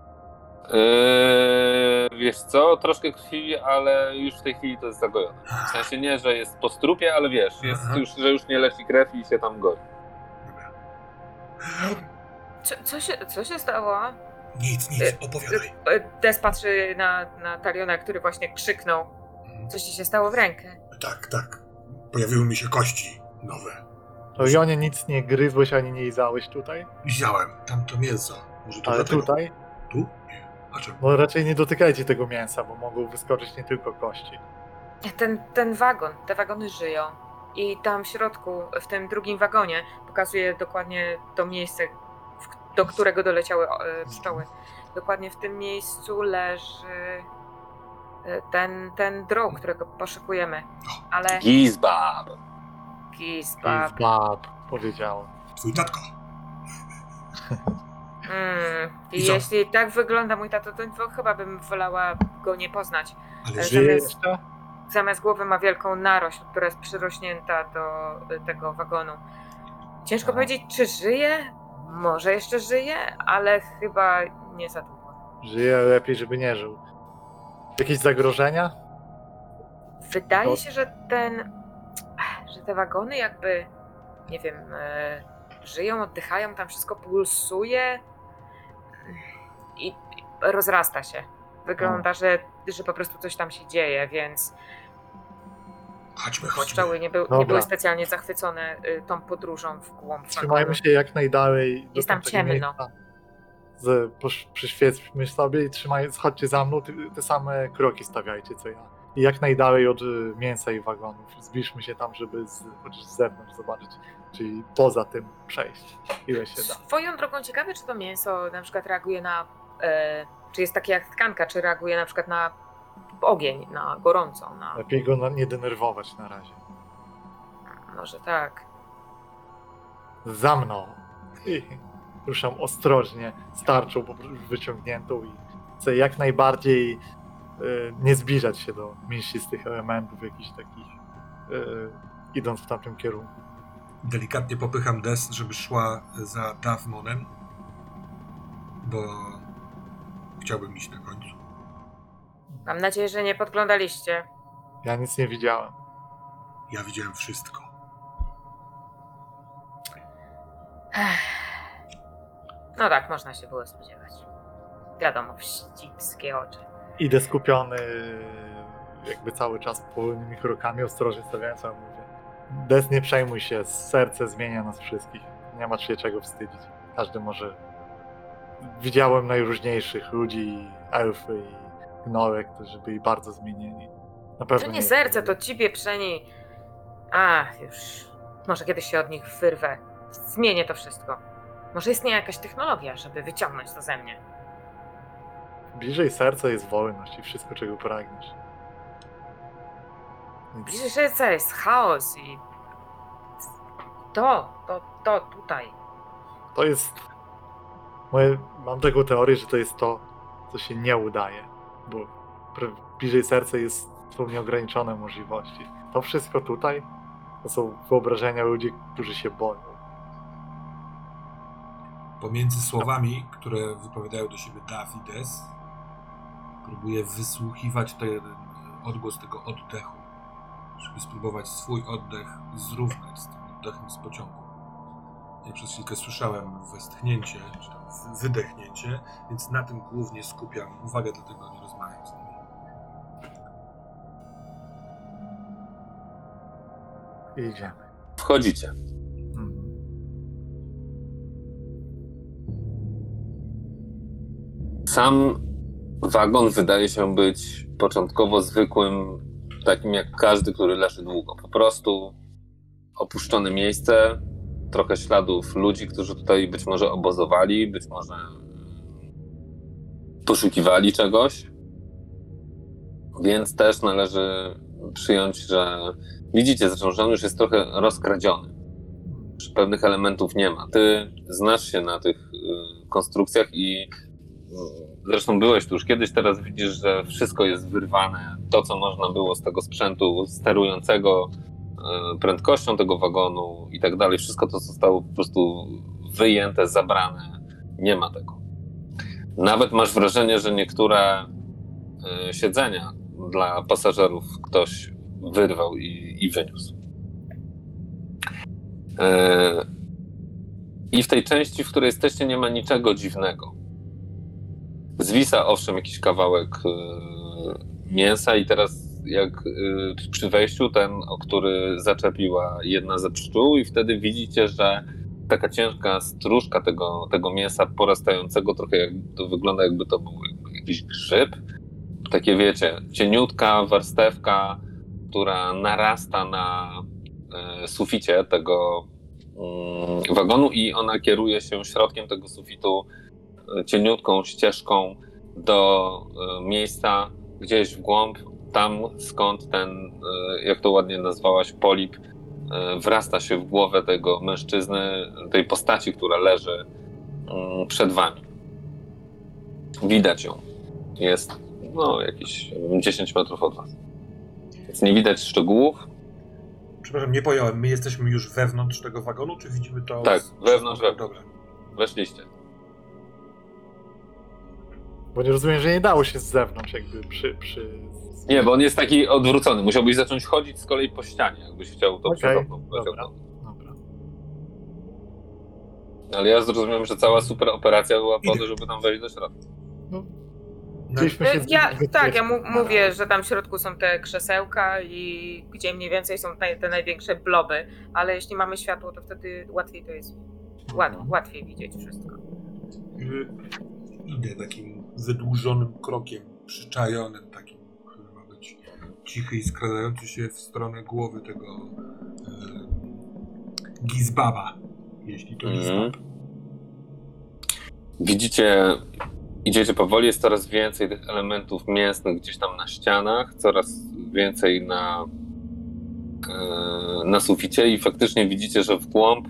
Yy, wiesz co, troszkę krwi, ale już w tej chwili to jest zagojone. W sensie nie, że jest po strupie, ale wiesz, jest Aha. już, że już nie leci krew i się tam goi. Dobra. Co, co, się, co się stało? Nic, nic, opowiadaj. E, Des patrzy na, na Taliona, który właśnie krzyknął. Co ci się stało w rękę? Tak, tak. Pojawiły mi się kości nowe. To Jonie nic nie gryzłeś ani nie lizałeś tutaj? Widziałem tam to mięso. Może to Ale dlatego... tutaj? Tu? Nie. A czemu? No raczej nie dotykajcie tego mięsa, bo mogą wyskoczyć nie tylko kości. Ten, ten wagon, te wagony żyją. I tam w środku, w tym drugim wagonie, pokazuje dokładnie to miejsce, w, do którego doleciały e, pszczoły. Dokładnie w tym miejscu leży e, ten, ten drog, którego poszukujemy. Ale Gizbab! Gizbab. Gizbab, powiedział. Twój tatko. Mm, I I co? jeśli tak wygląda mój tato, to chyba bym wolała go nie poznać. Ale E, że... Żyje Zamiast- jeszcze? Zamiast głowy ma wielką narośl, która jest przyrośnięta do y, tego wagonu. Ciężko A. powiedzieć, czy żyje? Może jeszcze żyje, ale chyba nie za długo. Żyje, lepiej żeby nie żył. Jakieś zagrożenia? Wydaje No. się, że ten, że te wagony jakby, nie wiem, e, żyją, oddychają, tam wszystko pulsuje i, i rozrasta się. Wygląda, że, że po prostu coś tam się dzieje, więc Chodźmy, chodźmy. pszczoły nie, był, nie Dobra. były specjalnie zachwycone y, tą podróżą w głąb Trzymajmy wagonu. się jak najdalej. do Jest tam tamtego ciemno. miejsca. Z, posz, przyświećmy sobie i trzymaj, chodźcie za mną, ty, te same kroki stawiajcie co ja. I jak najdalej od y, mięsa i wagonów. Zbliżmy się tam, żeby z, chociaż z zewnątrz zobaczyć, czyli poza tym przejść, ile się da. Swoją drogą ciekawe, czy to mięso na przykład reaguje na, e, czy jest takie jak tkanka, czy reaguje na przykład na ogień, na gorąco, na, Lepiej go na, nie denerwować na razie. może tak. Za mną! I ruszam ostrożnie, z tarczą po prostu wyciągniętą i chcę jak najbardziej y, nie zbliżać się do mięsistych elementów jakichś takich, y, idąc w tamtym kierunku. Delikatnie popycham Des, żeby szła za Davmonem, bo chciałbym iść na końcu. Mam nadzieję, że nie podglądaliście. Ja nic nie widziałem. Ja widziałem wszystko. No tak, można się było spodziewać. Wiadomo, wścibskie oczy. Idę skupiony jakby cały czas powolnymi krokami, ostrożnie stawiając, ale mówię. Des, nie przejmuj się, serce zmienia nas wszystkich. Nie ma się czego wstydzić. Każdy może... Widziałem najróżniejszych ludzi, elfy i gnoły, którzy byli bardzo zmienieni. Na pewno To nie serce, to ci pieprzeni. A, już. Może kiedyś się od nich wyrwę. Zmienię to wszystko. Może istnieje jakaś technologia, żeby wyciągnąć to ze mnie. Bliżej serca jest wolność i wszystko, czego pragniesz. Więc Bliżej serca jest chaos i... To, to, to tutaj. to jest... Moje, mam taką teorię, że to jest to, co się nie udaje. Bo pr- bliżej serca jest, są nieograniczone możliwości. To wszystko tutaj to są wyobrażenia ludzi, którzy się boją. Pomiędzy słowami, które wypowiadają do siebie Dav i Des, próbuję wysłuchiwać ten odgłos tego oddechu, żeby spróbować swój oddech zrównać z tym oddechem z pociągu. Ja przez chwilkę słyszałem westchnięcie, czy tam wydechnięcie, więc na tym głównie skupiam uwagę, dlatego nie rozmawiam z nimi. I idziemy. Wchodzicie. Mhm. Sam wagon wydaje się być początkowo zwykłym, takim jak każdy, który leży długo. Po prostu opuszczone miejsce, trochę śladów ludzi, którzy tutaj być może obozowali, być może poszukiwali czegoś. Więc też należy przyjąć, że widzicie, zresztą, że on już jest trochę rozkradziony. Że pewnych elementów nie ma. Ty znasz się na tych y, konstrukcjach i y, zresztą byłeś tu już kiedyś, teraz widzisz, że wszystko jest wyrwane. To, co można było z tego sprzętu sterującego e, prędkością tego wagonu i tak dalej, wszystko to zostało po prostu wyjęte, zabrane. Nie ma tego. Nawet masz wrażenie, że niektóre e, siedzenia dla pasażerów ktoś wyrwał i, i wyniósł. E, I w tej części, w której jesteście, nie ma niczego dziwnego. Zwisa owszem jakiś kawałek y, mięsa i teraz jak y, przy wejściu ten, o który zaczepiła jedna ze pszczół i wtedy widzicie, że taka ciężka stróżka tego, tego mięsa porastającego, trochę jak to wygląda, jakby to był jakiś grzyb. Takie wiecie, cieniutka warstewka, która narasta na y, suficie tego y, wagonu i ona kieruje się środkiem tego sufitu cieniutką ścieżką do y, miejsca gdzieś w głąb, tam skąd ten, y, jak to ładnie nazwałaś, polip, y, wrasta się w głowę tego mężczyzny, tej postaci, która leży y, przed wami. Widać ją. Jest no jakieś dziesięć metrów od was. Więc nie widać szczegółów. Przepraszam, nie pojąłem. My jesteśmy już wewnątrz tego wagonu, czy widzimy to? Tak, z... wewnątrz, Dobra. wewnątrz. Weszliście. Bo nie rozumiem, że nie dało się z zewnątrz jakby przy... przy... Nie, bo on jest taki odwrócony. Musiałbyś zacząć chodzić z kolei po ścianie, jakbyś chciał to Okej, przewrotną. dobra. Dobra. Ale ja zrozumiałem, że cała super operacja była po Idę. to, żeby tam wejść do środka. Chcieliśmy się Ja, wytyczać. tak, ja mu, mówię, że tam w środku są te krzesełka i gdzie mniej więcej są te, te największe bloby, ale jeśli mamy światło, to wtedy łatwiej to jest, łat, łatwiej widzieć wszystko. Y, Idę takim wydłużonym krokiem, przyczajonym, takim, który ma być cichy i skradający się w stronę głowy tego y, Gizbaba, jeśli to jest Mhm. Widzicie, idziecie powoli, jest coraz więcej tych elementów mięsnych gdzieś tam na ścianach, coraz więcej na, e, na suficie i faktycznie widzicie, że w głąb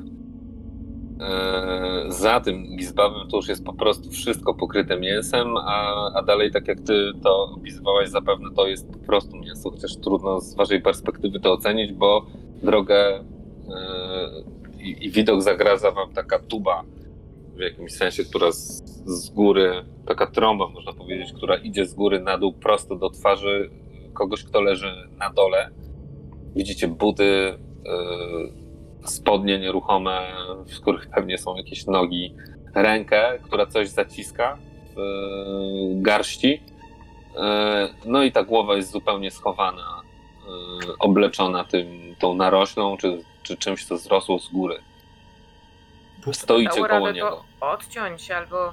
e, za tym gizbawem to już jest po prostu wszystko pokryte mięsem, a, a dalej, tak jak ty to opisywałaś, zapewne to jest po prostu mięso, chociaż trudno z waszej perspektywy to ocenić, bo drogę e, i, i widok zagradza wam taka tuba w jakimś sensie, która z, z góry, taka trąba można powiedzieć, która idzie z góry na dół prosto do twarzy kogoś, kto leży na dole. Widzicie buty, yy, spodnie nieruchome, w których pewnie są jakieś nogi, rękę, która coś zaciska w yy, garści. Yy, no i ta głowa jest zupełnie schowana, yy, obleczona tym, tą naroślą, czy, czy czymś, co zrosło z góry. Stoicie Dało koło radę niego. to odciąć albo...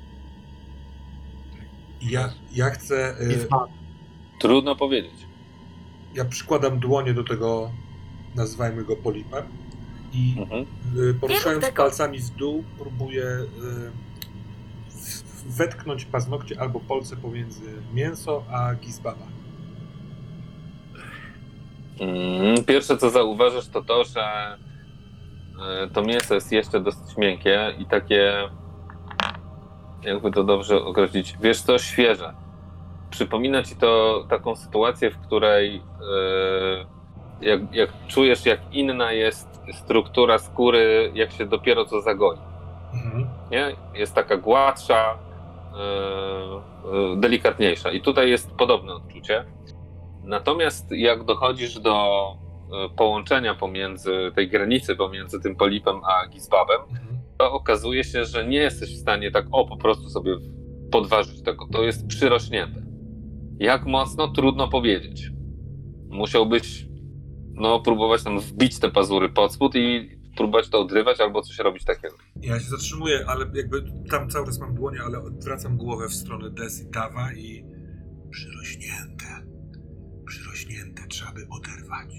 Ja, ja chcę... Y, Gizba. Trudno powiedzieć. ja przykładam dłonie do tego, nazywajmy go polipem, i Mhm. y, poruszając tego. palcami z dół, próbuję y, w- wetknąć paznokcie albo palce pomiędzy mięso a Gizbaba. Mm, Pierwsze, co zauważysz, to to, że y, to mięso jest jeszcze dosyć miękkie i takie, jakby to dobrze określić, wiesz co, świeże. Przypomina ci to taką sytuację, w której y, jak, jak czujesz, jak inna jest struktura skóry, jak się dopiero co zagoi. Mhm. Nie? Jest taka gładsza, yy, yy, delikatniejsza. I tutaj jest podobne odczucie. Natomiast jak dochodzisz do yy, połączenia pomiędzy tej granicy pomiędzy tym polipem a gizbabem, Mhm. to okazuje się, że nie jesteś w stanie tak o po prostu sobie podważyć tego. To jest przyrośnięte. Jak mocno? Trudno powiedzieć. Musiałbyś no, próbować tam wbić te pazury pod spód i próbować to odrywać albo coś robić takiego. Ja się zatrzymuję, ale jakby tam cały czas mam dłonie, ale odwracam głowę w stronę Des i Tawa i przyrośnięte, przyrośnięte, trzeba by oderwać.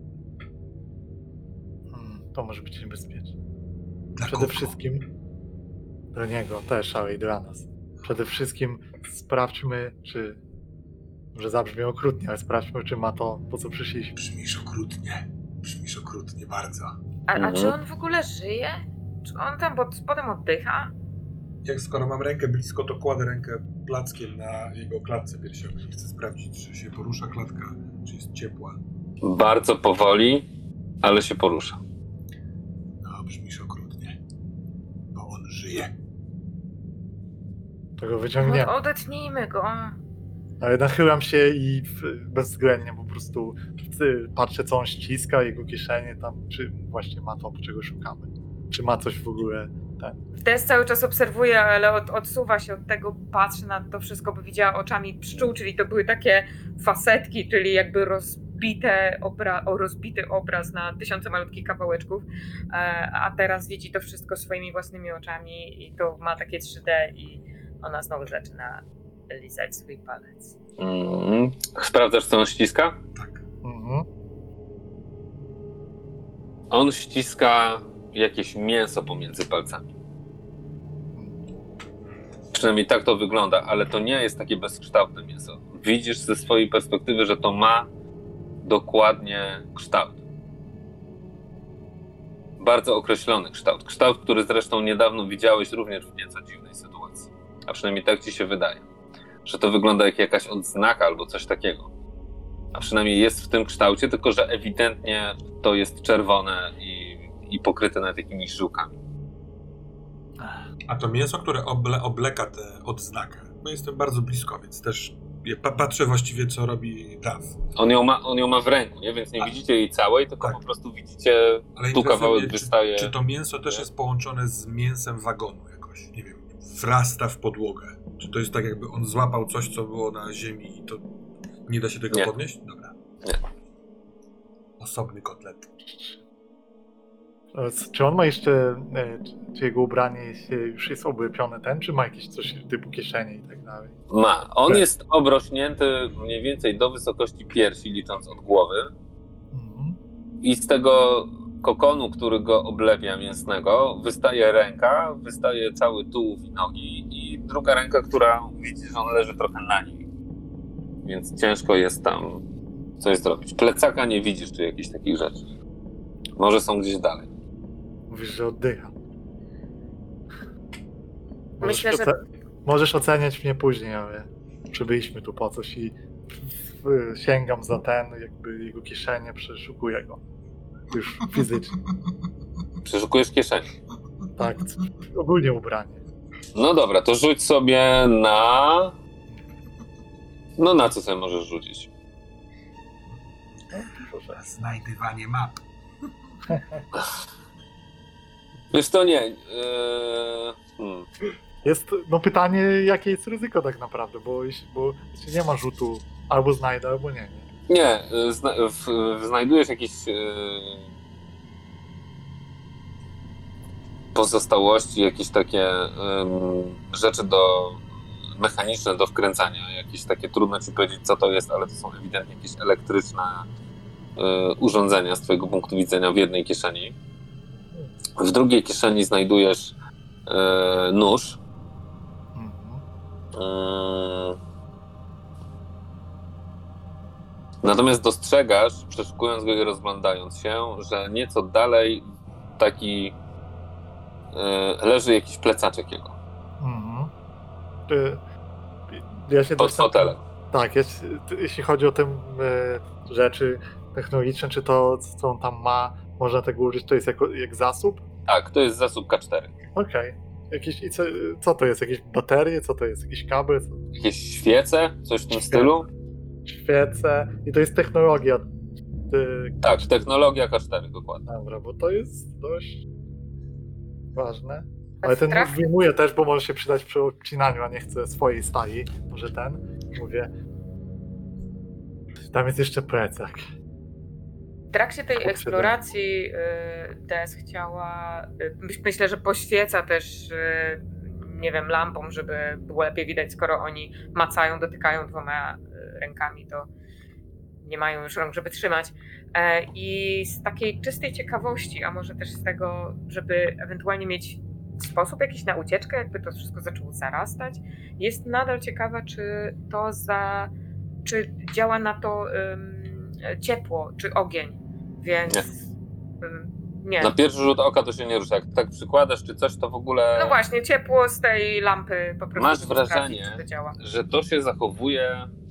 Hmm, to może być niebezpieczne. Dla Przede kogo? wszystkim dla niego też, ale i dla nas. Przede wszystkim sprawdźmy, czy... Może zabrzmi okrutnie, ale sprawdźmy, czy ma to, po co przyszliśmy. Brzmisz okrutnie, brzmisz okrutnie bardzo. A, a Mhm. czy on w ogóle żyje? Czy on tam pod spodem oddycha? Jak skoro mam rękę blisko, to kładę rękę plackiem na jego klatce piersiowej. Chcę sprawdzić, czy się porusza klatka, czy jest ciepła. Bardzo powoli, ale się porusza. No, brzmisz okrutnie. Bo on żyje. To go wyciągniemy. No, odetnijmy go. Ale nachylam się i w- bezwzględnie po prostu y, patrzę, co on ściska, jego kieszenie tam, czy właśnie ma to, czego szukamy. Czy ma coś w ogóle ten. Tess cały czas obserwuje, ale od, odsuwa się od tego, patrzy na to wszystko, bo widziała oczami pszczół, czyli to były takie fasetki, czyli jakby rozbite obra- o, rozbity obraz na tysiące malutkich kawałeczków, e, a teraz widzi to wszystko swoimi własnymi oczami i to ma takie trzy D i ona znowu zaczyna lizać swój palec. Mm. Sprawdzasz, co on ściska? Tak. Mhm. On ściska jakieś mięso pomiędzy palcami. Przynajmniej tak to wygląda, ale to nie jest takie bezkształtne mięso. Widzisz ze swojej perspektywy, że to ma dokładnie kształt. Bardzo określony kształt. Kształt, który zresztą niedawno widziałeś również w nieco dziwnej sytuacji. A przynajmniej tak ci się wydaje. Że to wygląda jak jakaś odznaka albo coś takiego. A przynajmniej jest w tym kształcie, tylko że ewidentnie to jest czerwone i, i pokryte nawet jakimiś żyłkami. A to mięso, które oble, obleka tę odznakę, bo jestem bardzo blisko, więc też ja pa- patrzę właściwie, co robi Duff. On ją ma, on ją ma w ręku, nie? Więc nie A. widzicie jej całej, tylko Tak. po prostu widzicie, Ale tu interesuje kawałek mnie, wystaje. Czy, czy to mięso też Nie? jest połączone z mięsem wagonu jakoś? Nie wiem, wrasta w podłogę. Czy to jest tak, jakby on złapał coś, co było na ziemi i to nie da się tego Nie. podnieść? Dobra. Nie. Osobny kotlet. E, Czy on ma jeszcze, e, czy- czy jego ubranie się już jest oblepione ten, czy ma jakieś coś typu kieszenie i tak dalej? Ma. On Tak. jest obrośnięty mniej więcej do wysokości piersi, licząc od głowy. Mhm. I z tego kokonu, który go oblepia mięsnego, wystaje ręka, wystaje cały tułów i nogi i druga ręka, która widzi, że on leży trochę na niej. Więc ciężko jest tam coś zrobić. Plecaka nie widzisz, czy jakichś takich rzeczy. Może są gdzieś dalej. Mówisz, że oddycha. Możesz, Myślę, że- oce- możesz oceniać mnie później, ale przybyliśmy tu po coś i w- w- sięgam za ten, jakby jego kieszenie, przeszukuję go. Już fizycznie. Przeszukujesz kieszeni. Tak, c- ogólnie ubranie. No dobra, to rzuć sobie na... No na co sobie możesz rzucić? Proszę. Znajdywanie map. Wiesz to nie. Yy... Hmm. Jest no pytanie, jakie jest ryzyko tak naprawdę, bo, jeśli- bo jeśli nie ma rzutu, albo znajdę, albo nie. nie. Nie, y, zna, w, w, znajdujesz jakieś y, pozostałości, jakieś takie ym, rzeczy do mechaniczne do wkręcania, jakieś takie, trudno ci powiedzieć co to jest, ale to są ewidentnie jakieś elektryczne y, urządzenia z twojego punktu widzenia w jednej kieszeni. W drugiej kieszeni znajdujesz y, nóż. Mhm. Yy. Natomiast dostrzegasz, przeszukując go i rozglądając się, że nieco dalej taki yy, leży jakiś plecaczek jego. Mhm. Czy- Ja się Pod dostęp- fotelem. Tak, jest, jeśli chodzi o te e, rzeczy technologiczne, czy to, co on tam ma, można tego użyć, to jest jako, jak zasób? Tak, to jest zasób K cztery. Okej. Jakieś, i co, co to jest? Jakieś baterie? Co to jest? Jakiś kabel? Co? Jakieś świece, coś w tym Świece. stylu? Świece? I to jest technologia. y, Tak, technologia K cztery, dokładnie. Dobra, bo to jest dość ważne. Ale ten Traf- nóż wyjmuję też, bo może się przydać przy odcinaniu, a nie chcę swojej stali. Może ten, mówię. Tam jest jeszcze plecak. W trakcie tej Poprzednio. eksploracji y, Tess chciała, y, myś- myślę, że poświeca też, y, nie wiem, lampą, żeby było lepiej widać, skoro oni macają, dotykają dwoma y, rękami, to nie mają już rąk, żeby trzymać. E, I z takiej czystej ciekawości, a może też z tego, żeby ewentualnie mieć sposób jakiś na ucieczkę, jakby to wszystko zaczęło zarastać, jest nadal ciekawa, czy to za, czy działa na to ym, ciepło, czy ogień. Więc Nie. ym, Nie. Na pierwszy rzut oka to się nie rusza. Jak tak przykładasz czy coś, to w ogóle No właśnie, ciepło z tej lampy po prostu. Masz ci wrażenie, sprawdzi, czy to działa. że to się zachowuje,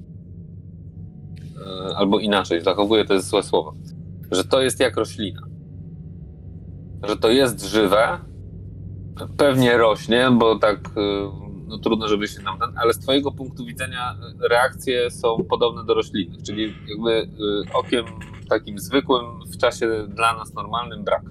e, albo inaczej, zachowuje to jest złe słowo, że to jest jak roślina. Że to jest żywe, pewnie rośnie, bo tak e, no, trudno, żeby się nam ten, ale z twojego punktu widzenia reakcje są podobne do roślinnych, czyli jakby e, okiem takim zwykłym w czasie dla nas normalnym brak.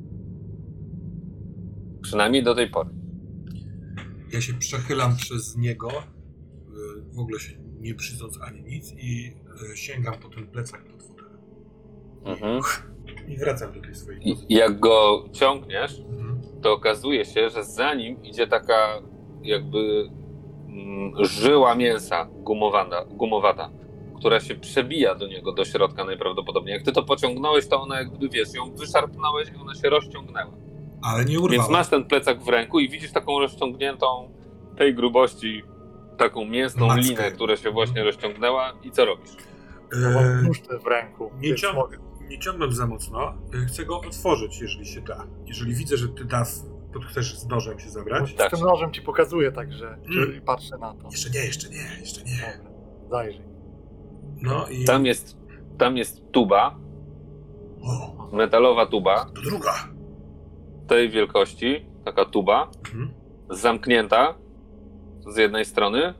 Przynajmniej do tej pory. Ja się przechylam przez niego, y, w ogóle się nie brzyząc ani nic i y, sięgam po ten plecak pod fotelem. Mhm. I wracam do tej swojej I pozycji. jak go ciągniesz, Mhm. to okazuje się, że za nim idzie taka jakby mm, żyła mięsa gumowana, gumowata, która się przebija do niego, do środka najprawdopodobniej. Jak ty to pociągnąłeś, to ona jakby, wiesz, ją wyszarpnąłeś i ona się rozciągnęła. Ale nie urwała. Więc masz ten plecak w ręku i widzisz taką rozciągniętą tej grubości, taką mięsną Mackę. linę, która się właśnie rozciągnęła i co robisz? Ja mam E, musztę w ręku, nie, więc ciąg- mogę. nie ciągnąć za mocno, y, chcę go otworzyć, jeżeli się da. Jeżeli widzę, że ty dasz, to chcesz z nożem się zabrać? Tak. Z tym nożem ci pokazuję, także Mm. i patrzę na to. Jeszcze nie, jeszcze nie, jeszcze nie. Dobra, zajrzyj. No i... Tam jest, tam jest tuba, O, metalowa tuba to druga. tej wielkości, taka tuba, Mhm. zamknięta z jednej strony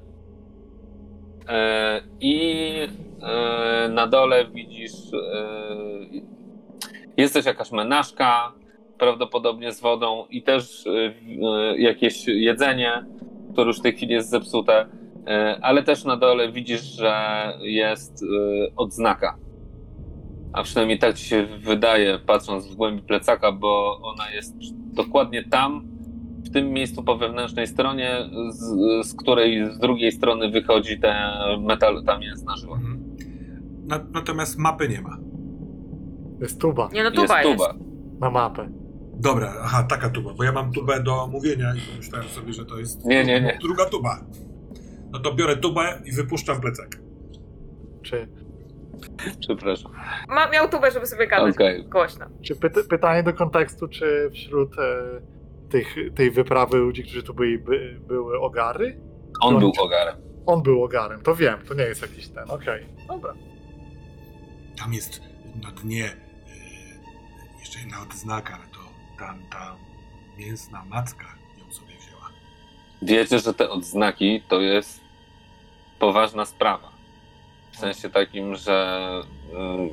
e, i e, na dole widzisz e, jest też jakaś menażka, prawdopodobnie z wodą i też e, e, jakieś jedzenie, które już w tej chwili jest zepsute, e, ale też na dole widzisz, że jest e, odznaka. A przynajmniej tak ci się wydaje, patrząc w głębi plecaka, bo ona jest dokładnie tam, w tym miejscu po wewnętrznej stronie, z, z której z drugiej strony wychodzi te metal, ta mięsna żyła. Mhm. Na, natomiast mapy nie ma. Jest tuba Nie no, Jest tuba jest. tuba. na mapę. Dobra, aha, taka tuba, bo ja mam tubę do mówienia i pomyślałem sobie, że to jest Nie, nie, nie. druga tuba. No to biorę tubę i wypuszczam plecak. Czy, Przepraszam. Ma, miał tubę, żeby sobie gadać Okej. głośno. czy pyta, pytanie do kontekstu, czy wśród e, tych, tej wyprawy ludzi, którzy tu byli, by, były ogary? On był ogarem. On był ogarem, to wiem, to nie jest jakiś ten, okej. Dobra. Tam jest na dnie e, jeszcze jedna odznaka, ale to tam ta mięsna macka ją sobie wzięła. Wiecie, że te odznaki to jest poważna sprawa. W sensie takim, że ym,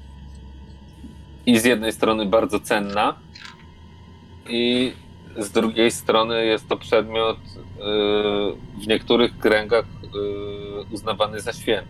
i z jednej strony bardzo cenna, i z drugiej strony jest to przedmiot yy, w niektórych kręgach yy, uznawany za święty.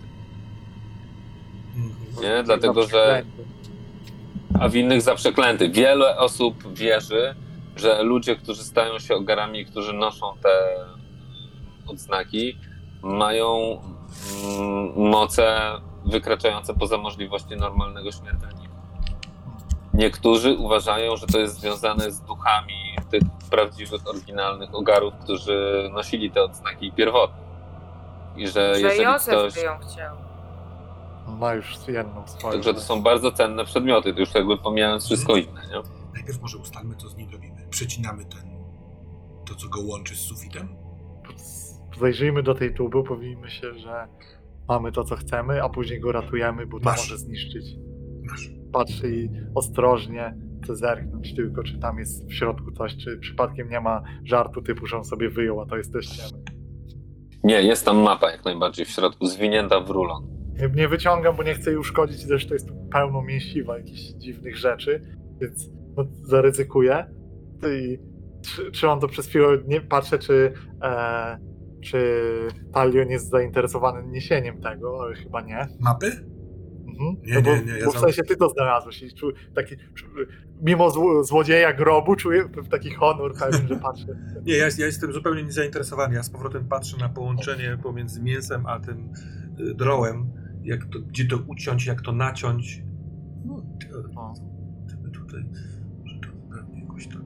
Mhm. Nie? Dlatego, że a w innych za przeklęty. Wiele osób wierzy, że ludzie, którzy stają się ogarami, którzy noszą te odznaki, mają mm, moce wykraczające poza możliwości normalnego śmiertelnika. Niektórzy uważają, że to jest związane z duchami tych prawdziwych, oryginalnych ogarów, którzy nosili te odznaki pierwotnie. I że, Że jeżeli Józef ktoś... by ją chciał. Ma już jedną swoją. Także to są bardzo cenne przedmioty, to już jakby pomijając wszystko inne, nie? Najpierw może ustalmy, co z nim robimy. Przecinamy ten, to, co go łączy z sufitem. Zajrzyjmy do tej tuby, powiemy się, że mamy to, co chcemy, a później go ratujemy, bo to Masz. może zniszczyć. Masz. Patrzy i ostrożnie chce zerknąć tylko, czy tam jest w środku coś, czy przypadkiem nie ma żartu typu, że on sobie wyjął, a to jest też ściemy. Nie, jest tam mapa jak najbardziej w środku, zwinięta w rulon. Nie, nie wyciągam, bo nie chcę jej uszkodzić, zresztą jest tu pełno mięsiwa, jakichś dziwnych rzeczy, więc no, zaryzykuję. I czy, czy on to przez chwilę, nie patrzę, czy, e, czy Talion jest zainteresowany niesieniem tego, ale chyba nie. Mapy? Mhm. Nie, no bo, nie, nie, ja bo w za- sensie ty to znalazłeś i czu, taki, czu, mimo zło, złodzieja grobu czuję taki honor pewien, że patrzę. Nie, ja, ja jestem zupełnie niezainteresowany. Ja z powrotem patrzę na połączenie pomiędzy mięsem a tym y, drołem. Jak to, gdzie to uciąć, jak to naciąć. No, ty, O. ty tutaj, może to pewnie jakoś tak.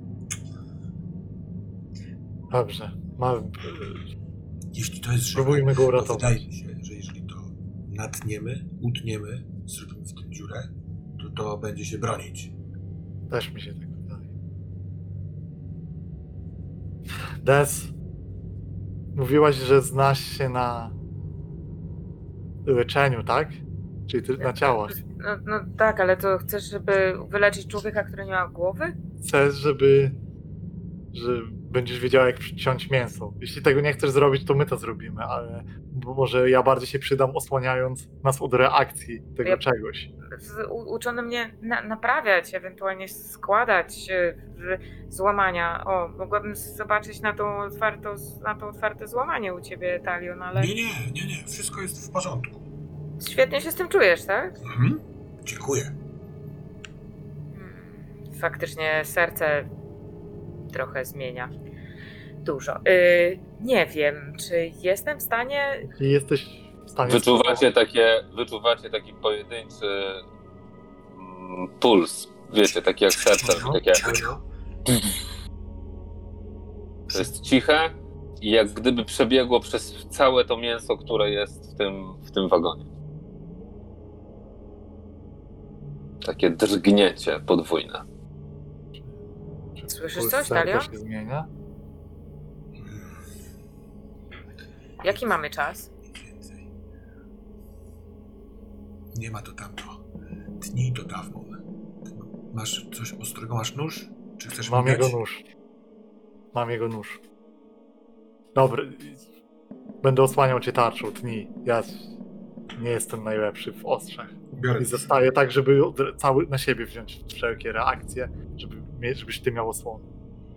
Dobrze, ma, Jeśli to jest żywe, spróbujmy go to uratować. wydaje mi się, że jeżeli to natniemy, utniemy, zrobimy w tym dziurę, to to będzie się bronić. Też mi się tak wydaje. Des, mówiłaś, że znasz się na leczeniu, tak? Czyli ty na ciałach. No, no tak, ale to chcesz, żeby wyleczyć człowieka, który nie ma głowy? Chcesz, żeby że będziesz wiedziała, jak ciąć mięso. Jeśli tego nie chcesz zrobić, to my to zrobimy, ale bo może ja bardziej się przydam, osłaniając nas od reakcji tego Ja- czegoś. Z, u, uczono mnie na, naprawiać, ewentualnie składać e, w- złamania. O, mogłabym zobaczyć na to, otwarto, na to otwarte złamanie u ciebie, Talion, ale Nie, nie, nie, nie, wszystko jest w porządku. świetnie się z tym czujesz, tak? Mhm. Dziękuję. Hmm, Faktycznie serce trochę zmienia. Dużo. Y, nie wiem, czy jestem w stanie. Jeśli jesteś w stanie... Wyczuwacie takie, wyczuwacie taki pojedynczy mm, puls, wiecie, taki jak serce, takie, Cicho, cicho. to jest ciche i jak gdyby przebiegło przez całe to mięso, które jest w tym, w tym wagonie. Takie drgnięcie podwójne. Słyszysz puls coś, serca Talion? się zmienia? Jaki mamy czas? Nic więcej. Nie ma to tamto. Tnij to dawno. Masz coś ostrego? Masz nóż? Czy chcesz Mam migać? jego nóż. Mam jego nóż. Dobra. Będę osłaniał cię tarczą, tnij. Ja nie jestem najlepszy w ostrzach. Biorę. I zostaję tak, żeby od- cały na siebie wziąć wszelkie reakcje, żeby, mie- żebyś ty miał osłonę.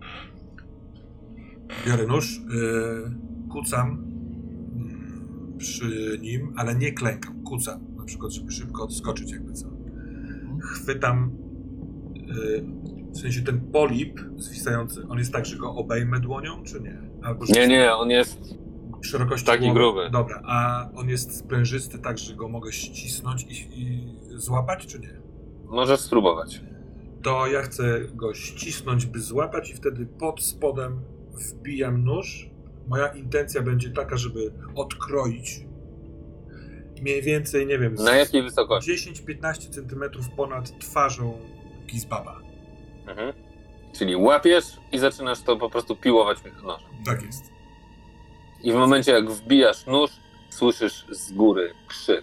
Biorę nóż, yy, kucam yy, przy nim, ale nie klękam, kucam, na przykład, żeby szybko odskoczyć jakby co. Chwytam, yy, w sensie ten polip zwisający, on jest tak, że go obejmę dłonią, czy nie? Albo że Nie, nie, on jest szerokości taki głowy. gruby. Dobra, a on jest sprężysty tak, że go mogę ścisnąć i, i złapać, czy nie? Możesz spróbować. To ja chcę go ścisnąć, by złapać i wtedy pod spodem wbijam nóż. Moja intencja będzie taka, żeby odkroić mniej więcej, nie wiem, z Na jakiej wysokości? dziesięć piętnaście centymetrów ponad twarzą Gizbaba. Mhm. Czyli łapiesz i zaczynasz to po prostu piłować nożem. Tak jest. I w momencie jak wbijasz nóż, słyszysz z góry krzyk.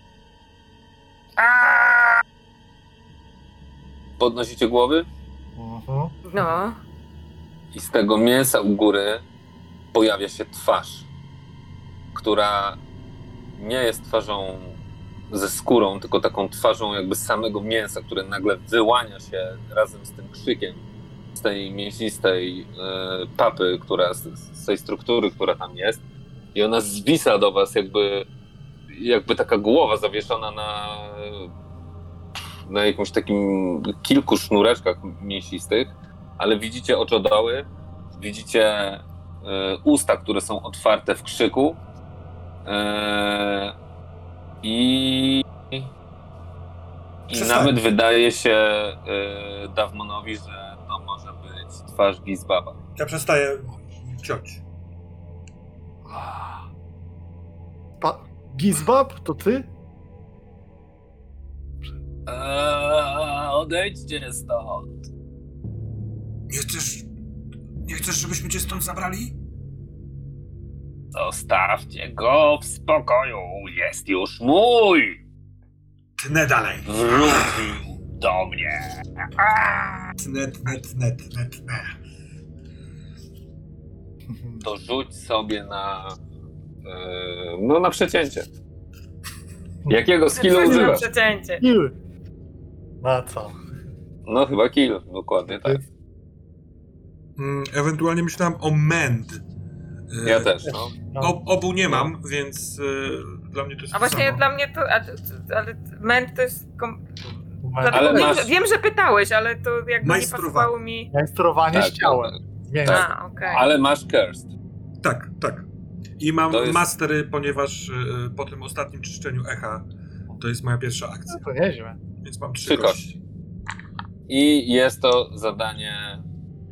Podnosicie głowy Mhm. No. i z tego mięsa u góry pojawia się twarz, która nie jest twarzą ze skórą, tylko taką twarzą jakby samego mięsa, które nagle wyłania się razem z tym krzykiem z tej mięsistej e, papy, która z, z tej struktury, która tam jest, i ona zwisa do was jakby, jakby taka głowa zawieszona na, na jakimś takim kilku sznureczkach mięsistych, ale widzicie oczodoły, widzicie e, usta, które są otwarte w krzyku, e, i i Przestań. nawet wydaje się e, Davmonowi, że to może być twarz Gizbaba. Ja przestaję ciąć. Pa- Gizbab, to ty? Eee, odejdźcie stąd. Nie chcesz, nie chcesz, żebyśmy cię stąd zabrali? Zostawcie go w spokoju, jest już mój! Tnę dalej. Wrócił do mnie. Tnę, tnę, tnę, tnę, tnę. To rzuć sobie na e, no na przecięcie. Jakiego skillu Coś na używasz? przecięcie. Kill. Na co? No chyba kill, dokładnie tak. Mm, ewentualnie myślałem o mend. E, Ja też, no. No. Ob, obu nie mam, więc e, dla mnie to jest A to właśnie samo. dla mnie to. A, ale ment to jest. Kom... Moment. Ale Dlatego wiem, masz- wiem, że pytałeś, ale to jakby nie Majstrowa- pasowało mi. Majstrowanie Tak, z ciałem. Z mięsem. A, okej. Ale masz cursed. Tak, tak. I mam To jest- mastery, ponieważ e, po tym ostatnim czyszczeniu echa to jest moja pierwsza akcja, No to nieźle. więc mam trzy Trzy kości. kości. I jest to zadanie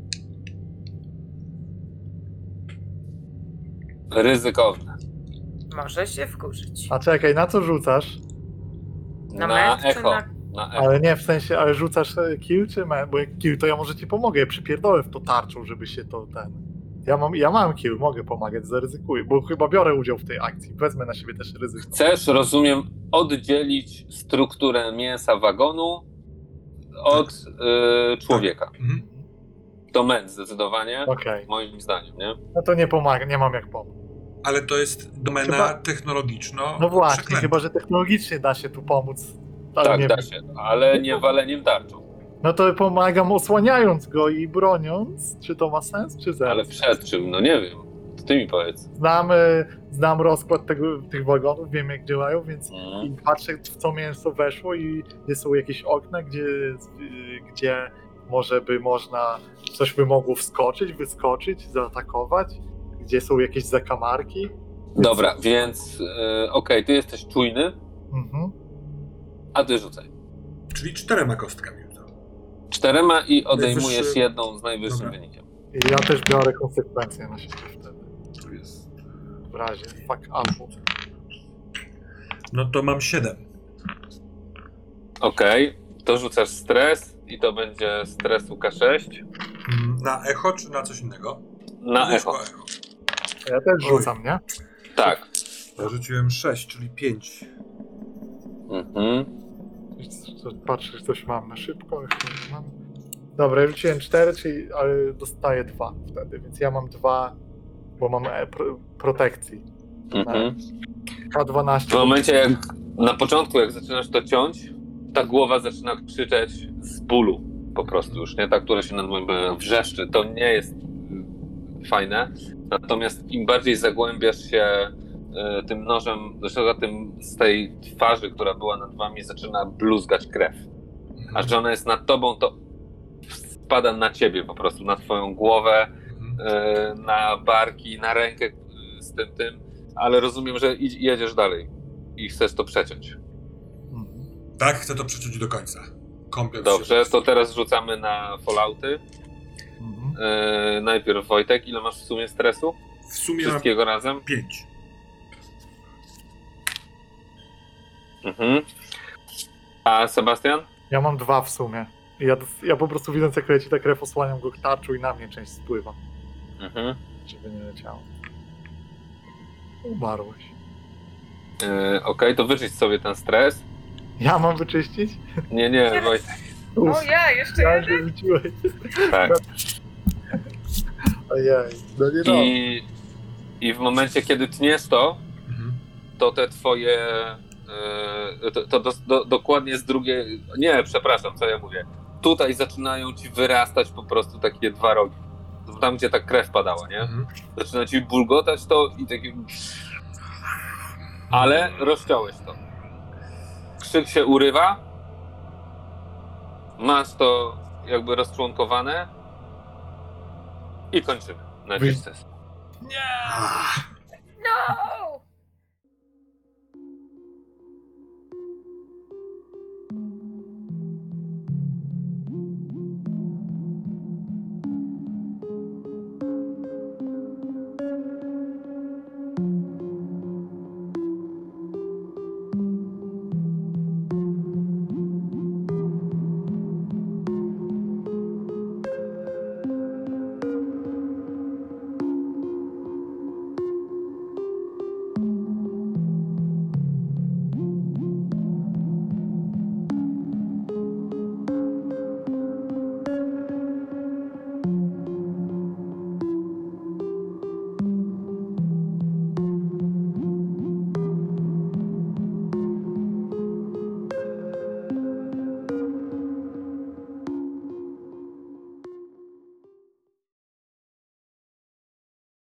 ryzykowne. Może się wkurzyć. A czekaj, na co rzucasz? Na Na ment czy echo. na- Na echo. Ale nie, w sensie, ale rzucasz e, kill czy me? Bo jak kill, to ja może ci pomogę, ja przypierdolę w to tarczą, żeby się to ten... Ja mam, ja mam kill, mogę pomagać, zaryzykuję, bo chyba biorę udział w tej akcji, wezmę na siebie też ryzyko. Chcesz, rozumiem, oddzielić strukturę mięsa wagonu od y, człowieka. Mhm. To men zdecydowanie, Okej, moim zdaniem, nie? no to nie pomaga, nie mam jak pomóc. Ale to jest domena Chyba- technologiczno. No właśnie, przeklęta. chyba że technologicznie da się tu pomóc. Ale Tak, nie da wiem. się, ale nie waleniem tarczą. No to pomagam osłaniając go i broniąc. Czy to ma sens, czy zero? Ale przed czym? No nie wiem. To ty mi powiedz. Znam, e, znam rozkład tego, tych wagonów, wiem jak działają, więc Mhm. i patrzę w co mięso weszło i gdzie są jakieś okna, gdzie, gdzie może by można, coś by mogło wskoczyć, wyskoczyć, zaatakować, gdzie są jakieś zakamarki. Dobra, więc y, okej, ty jesteś czujny, Mhm. a ty rzucaj. Czyli czterema kostkami. Czterema i odejmujesz Najwyższy- jedną z najwyższym Dobra. wynikiem. I ja też biorę konsekwencje na siebie wtedy. Tu jest. W razie fuck upu. No to mam siedem. Okej, to rzucasz stres i to będzie stres U K sześć Na echo czy na coś innego? na Już echo. po echo. Ja też rzucam, nie? Tak. Ja rzuciłem sześć, czyli pięć. Mhm. Patrzę, czy coś mam na szybko. ale chyba nie mam. Dobra, ja rzuciłem cztery, czyli ale dostaję dwa wtedy, więc ja mam dwa, bo mam e, pro, protekcji. Mhm. K dwanaście. W momencie jak na początku, jak zaczynasz to ciąć, ta głowa zaczyna krzyczeć z bólu po prostu już, nie? Ta, która się nad moim wrzeszczy. To nie jest y, fajne. Natomiast im bardziej zagłębiasz się y, tym nożem, zresztą tym z tej twarzy, która była nad wami, zaczyna bluzgać krew. A że ona jest nad tobą, to spada na ciebie po prostu, na twoją głowę, Mhm. y, na barki, na rękę y, z tym tym, ale rozumiem, że idź- jedziesz dalej i chcesz to przeciąć. Mhm. Tak, chcę to przeciąć do końca. Kąpiąc Dobrze, się. to teraz rzucamy na fallouty. Mhm. Yy, najpierw Wojtek, ile masz w sumie stresu? W sumie mam Wszystkiego razem? pięć. Mhm. A Sebastian? Ja mam dwa w sumie. I Ja, ja po prostu widząc jak leci ta krew, osłaniam go tarczą i na mnie część spływa, Mhm. żeby nie leciało. Umarłeś. Yy, Okej, to wyczyść sobie ten stres. Ja mam wyczyścić? Nie, nie, Wojtek. Uff, O ja, jeszcze ja jeden? się rzuciłeś. Tak. Ojej, no nie no. I, I w momencie, kiedy tniesz to, Mhm. to te twoje... Yy, to to do, do, dokładnie z drugiej... Nie, przepraszam, co ja mówię. Tutaj zaczynają ci wyrastać po prostu takie dwa rogi. Tam, gdzie ta krew padała, nie? Mhm. Zaczyna ci bulgotać to i takie... Ale rozciąłeś to. Krzyk się urywa. Masz to jakby rozczłonkowane. I kończymy na Wy- dziś sesję. Ah, No!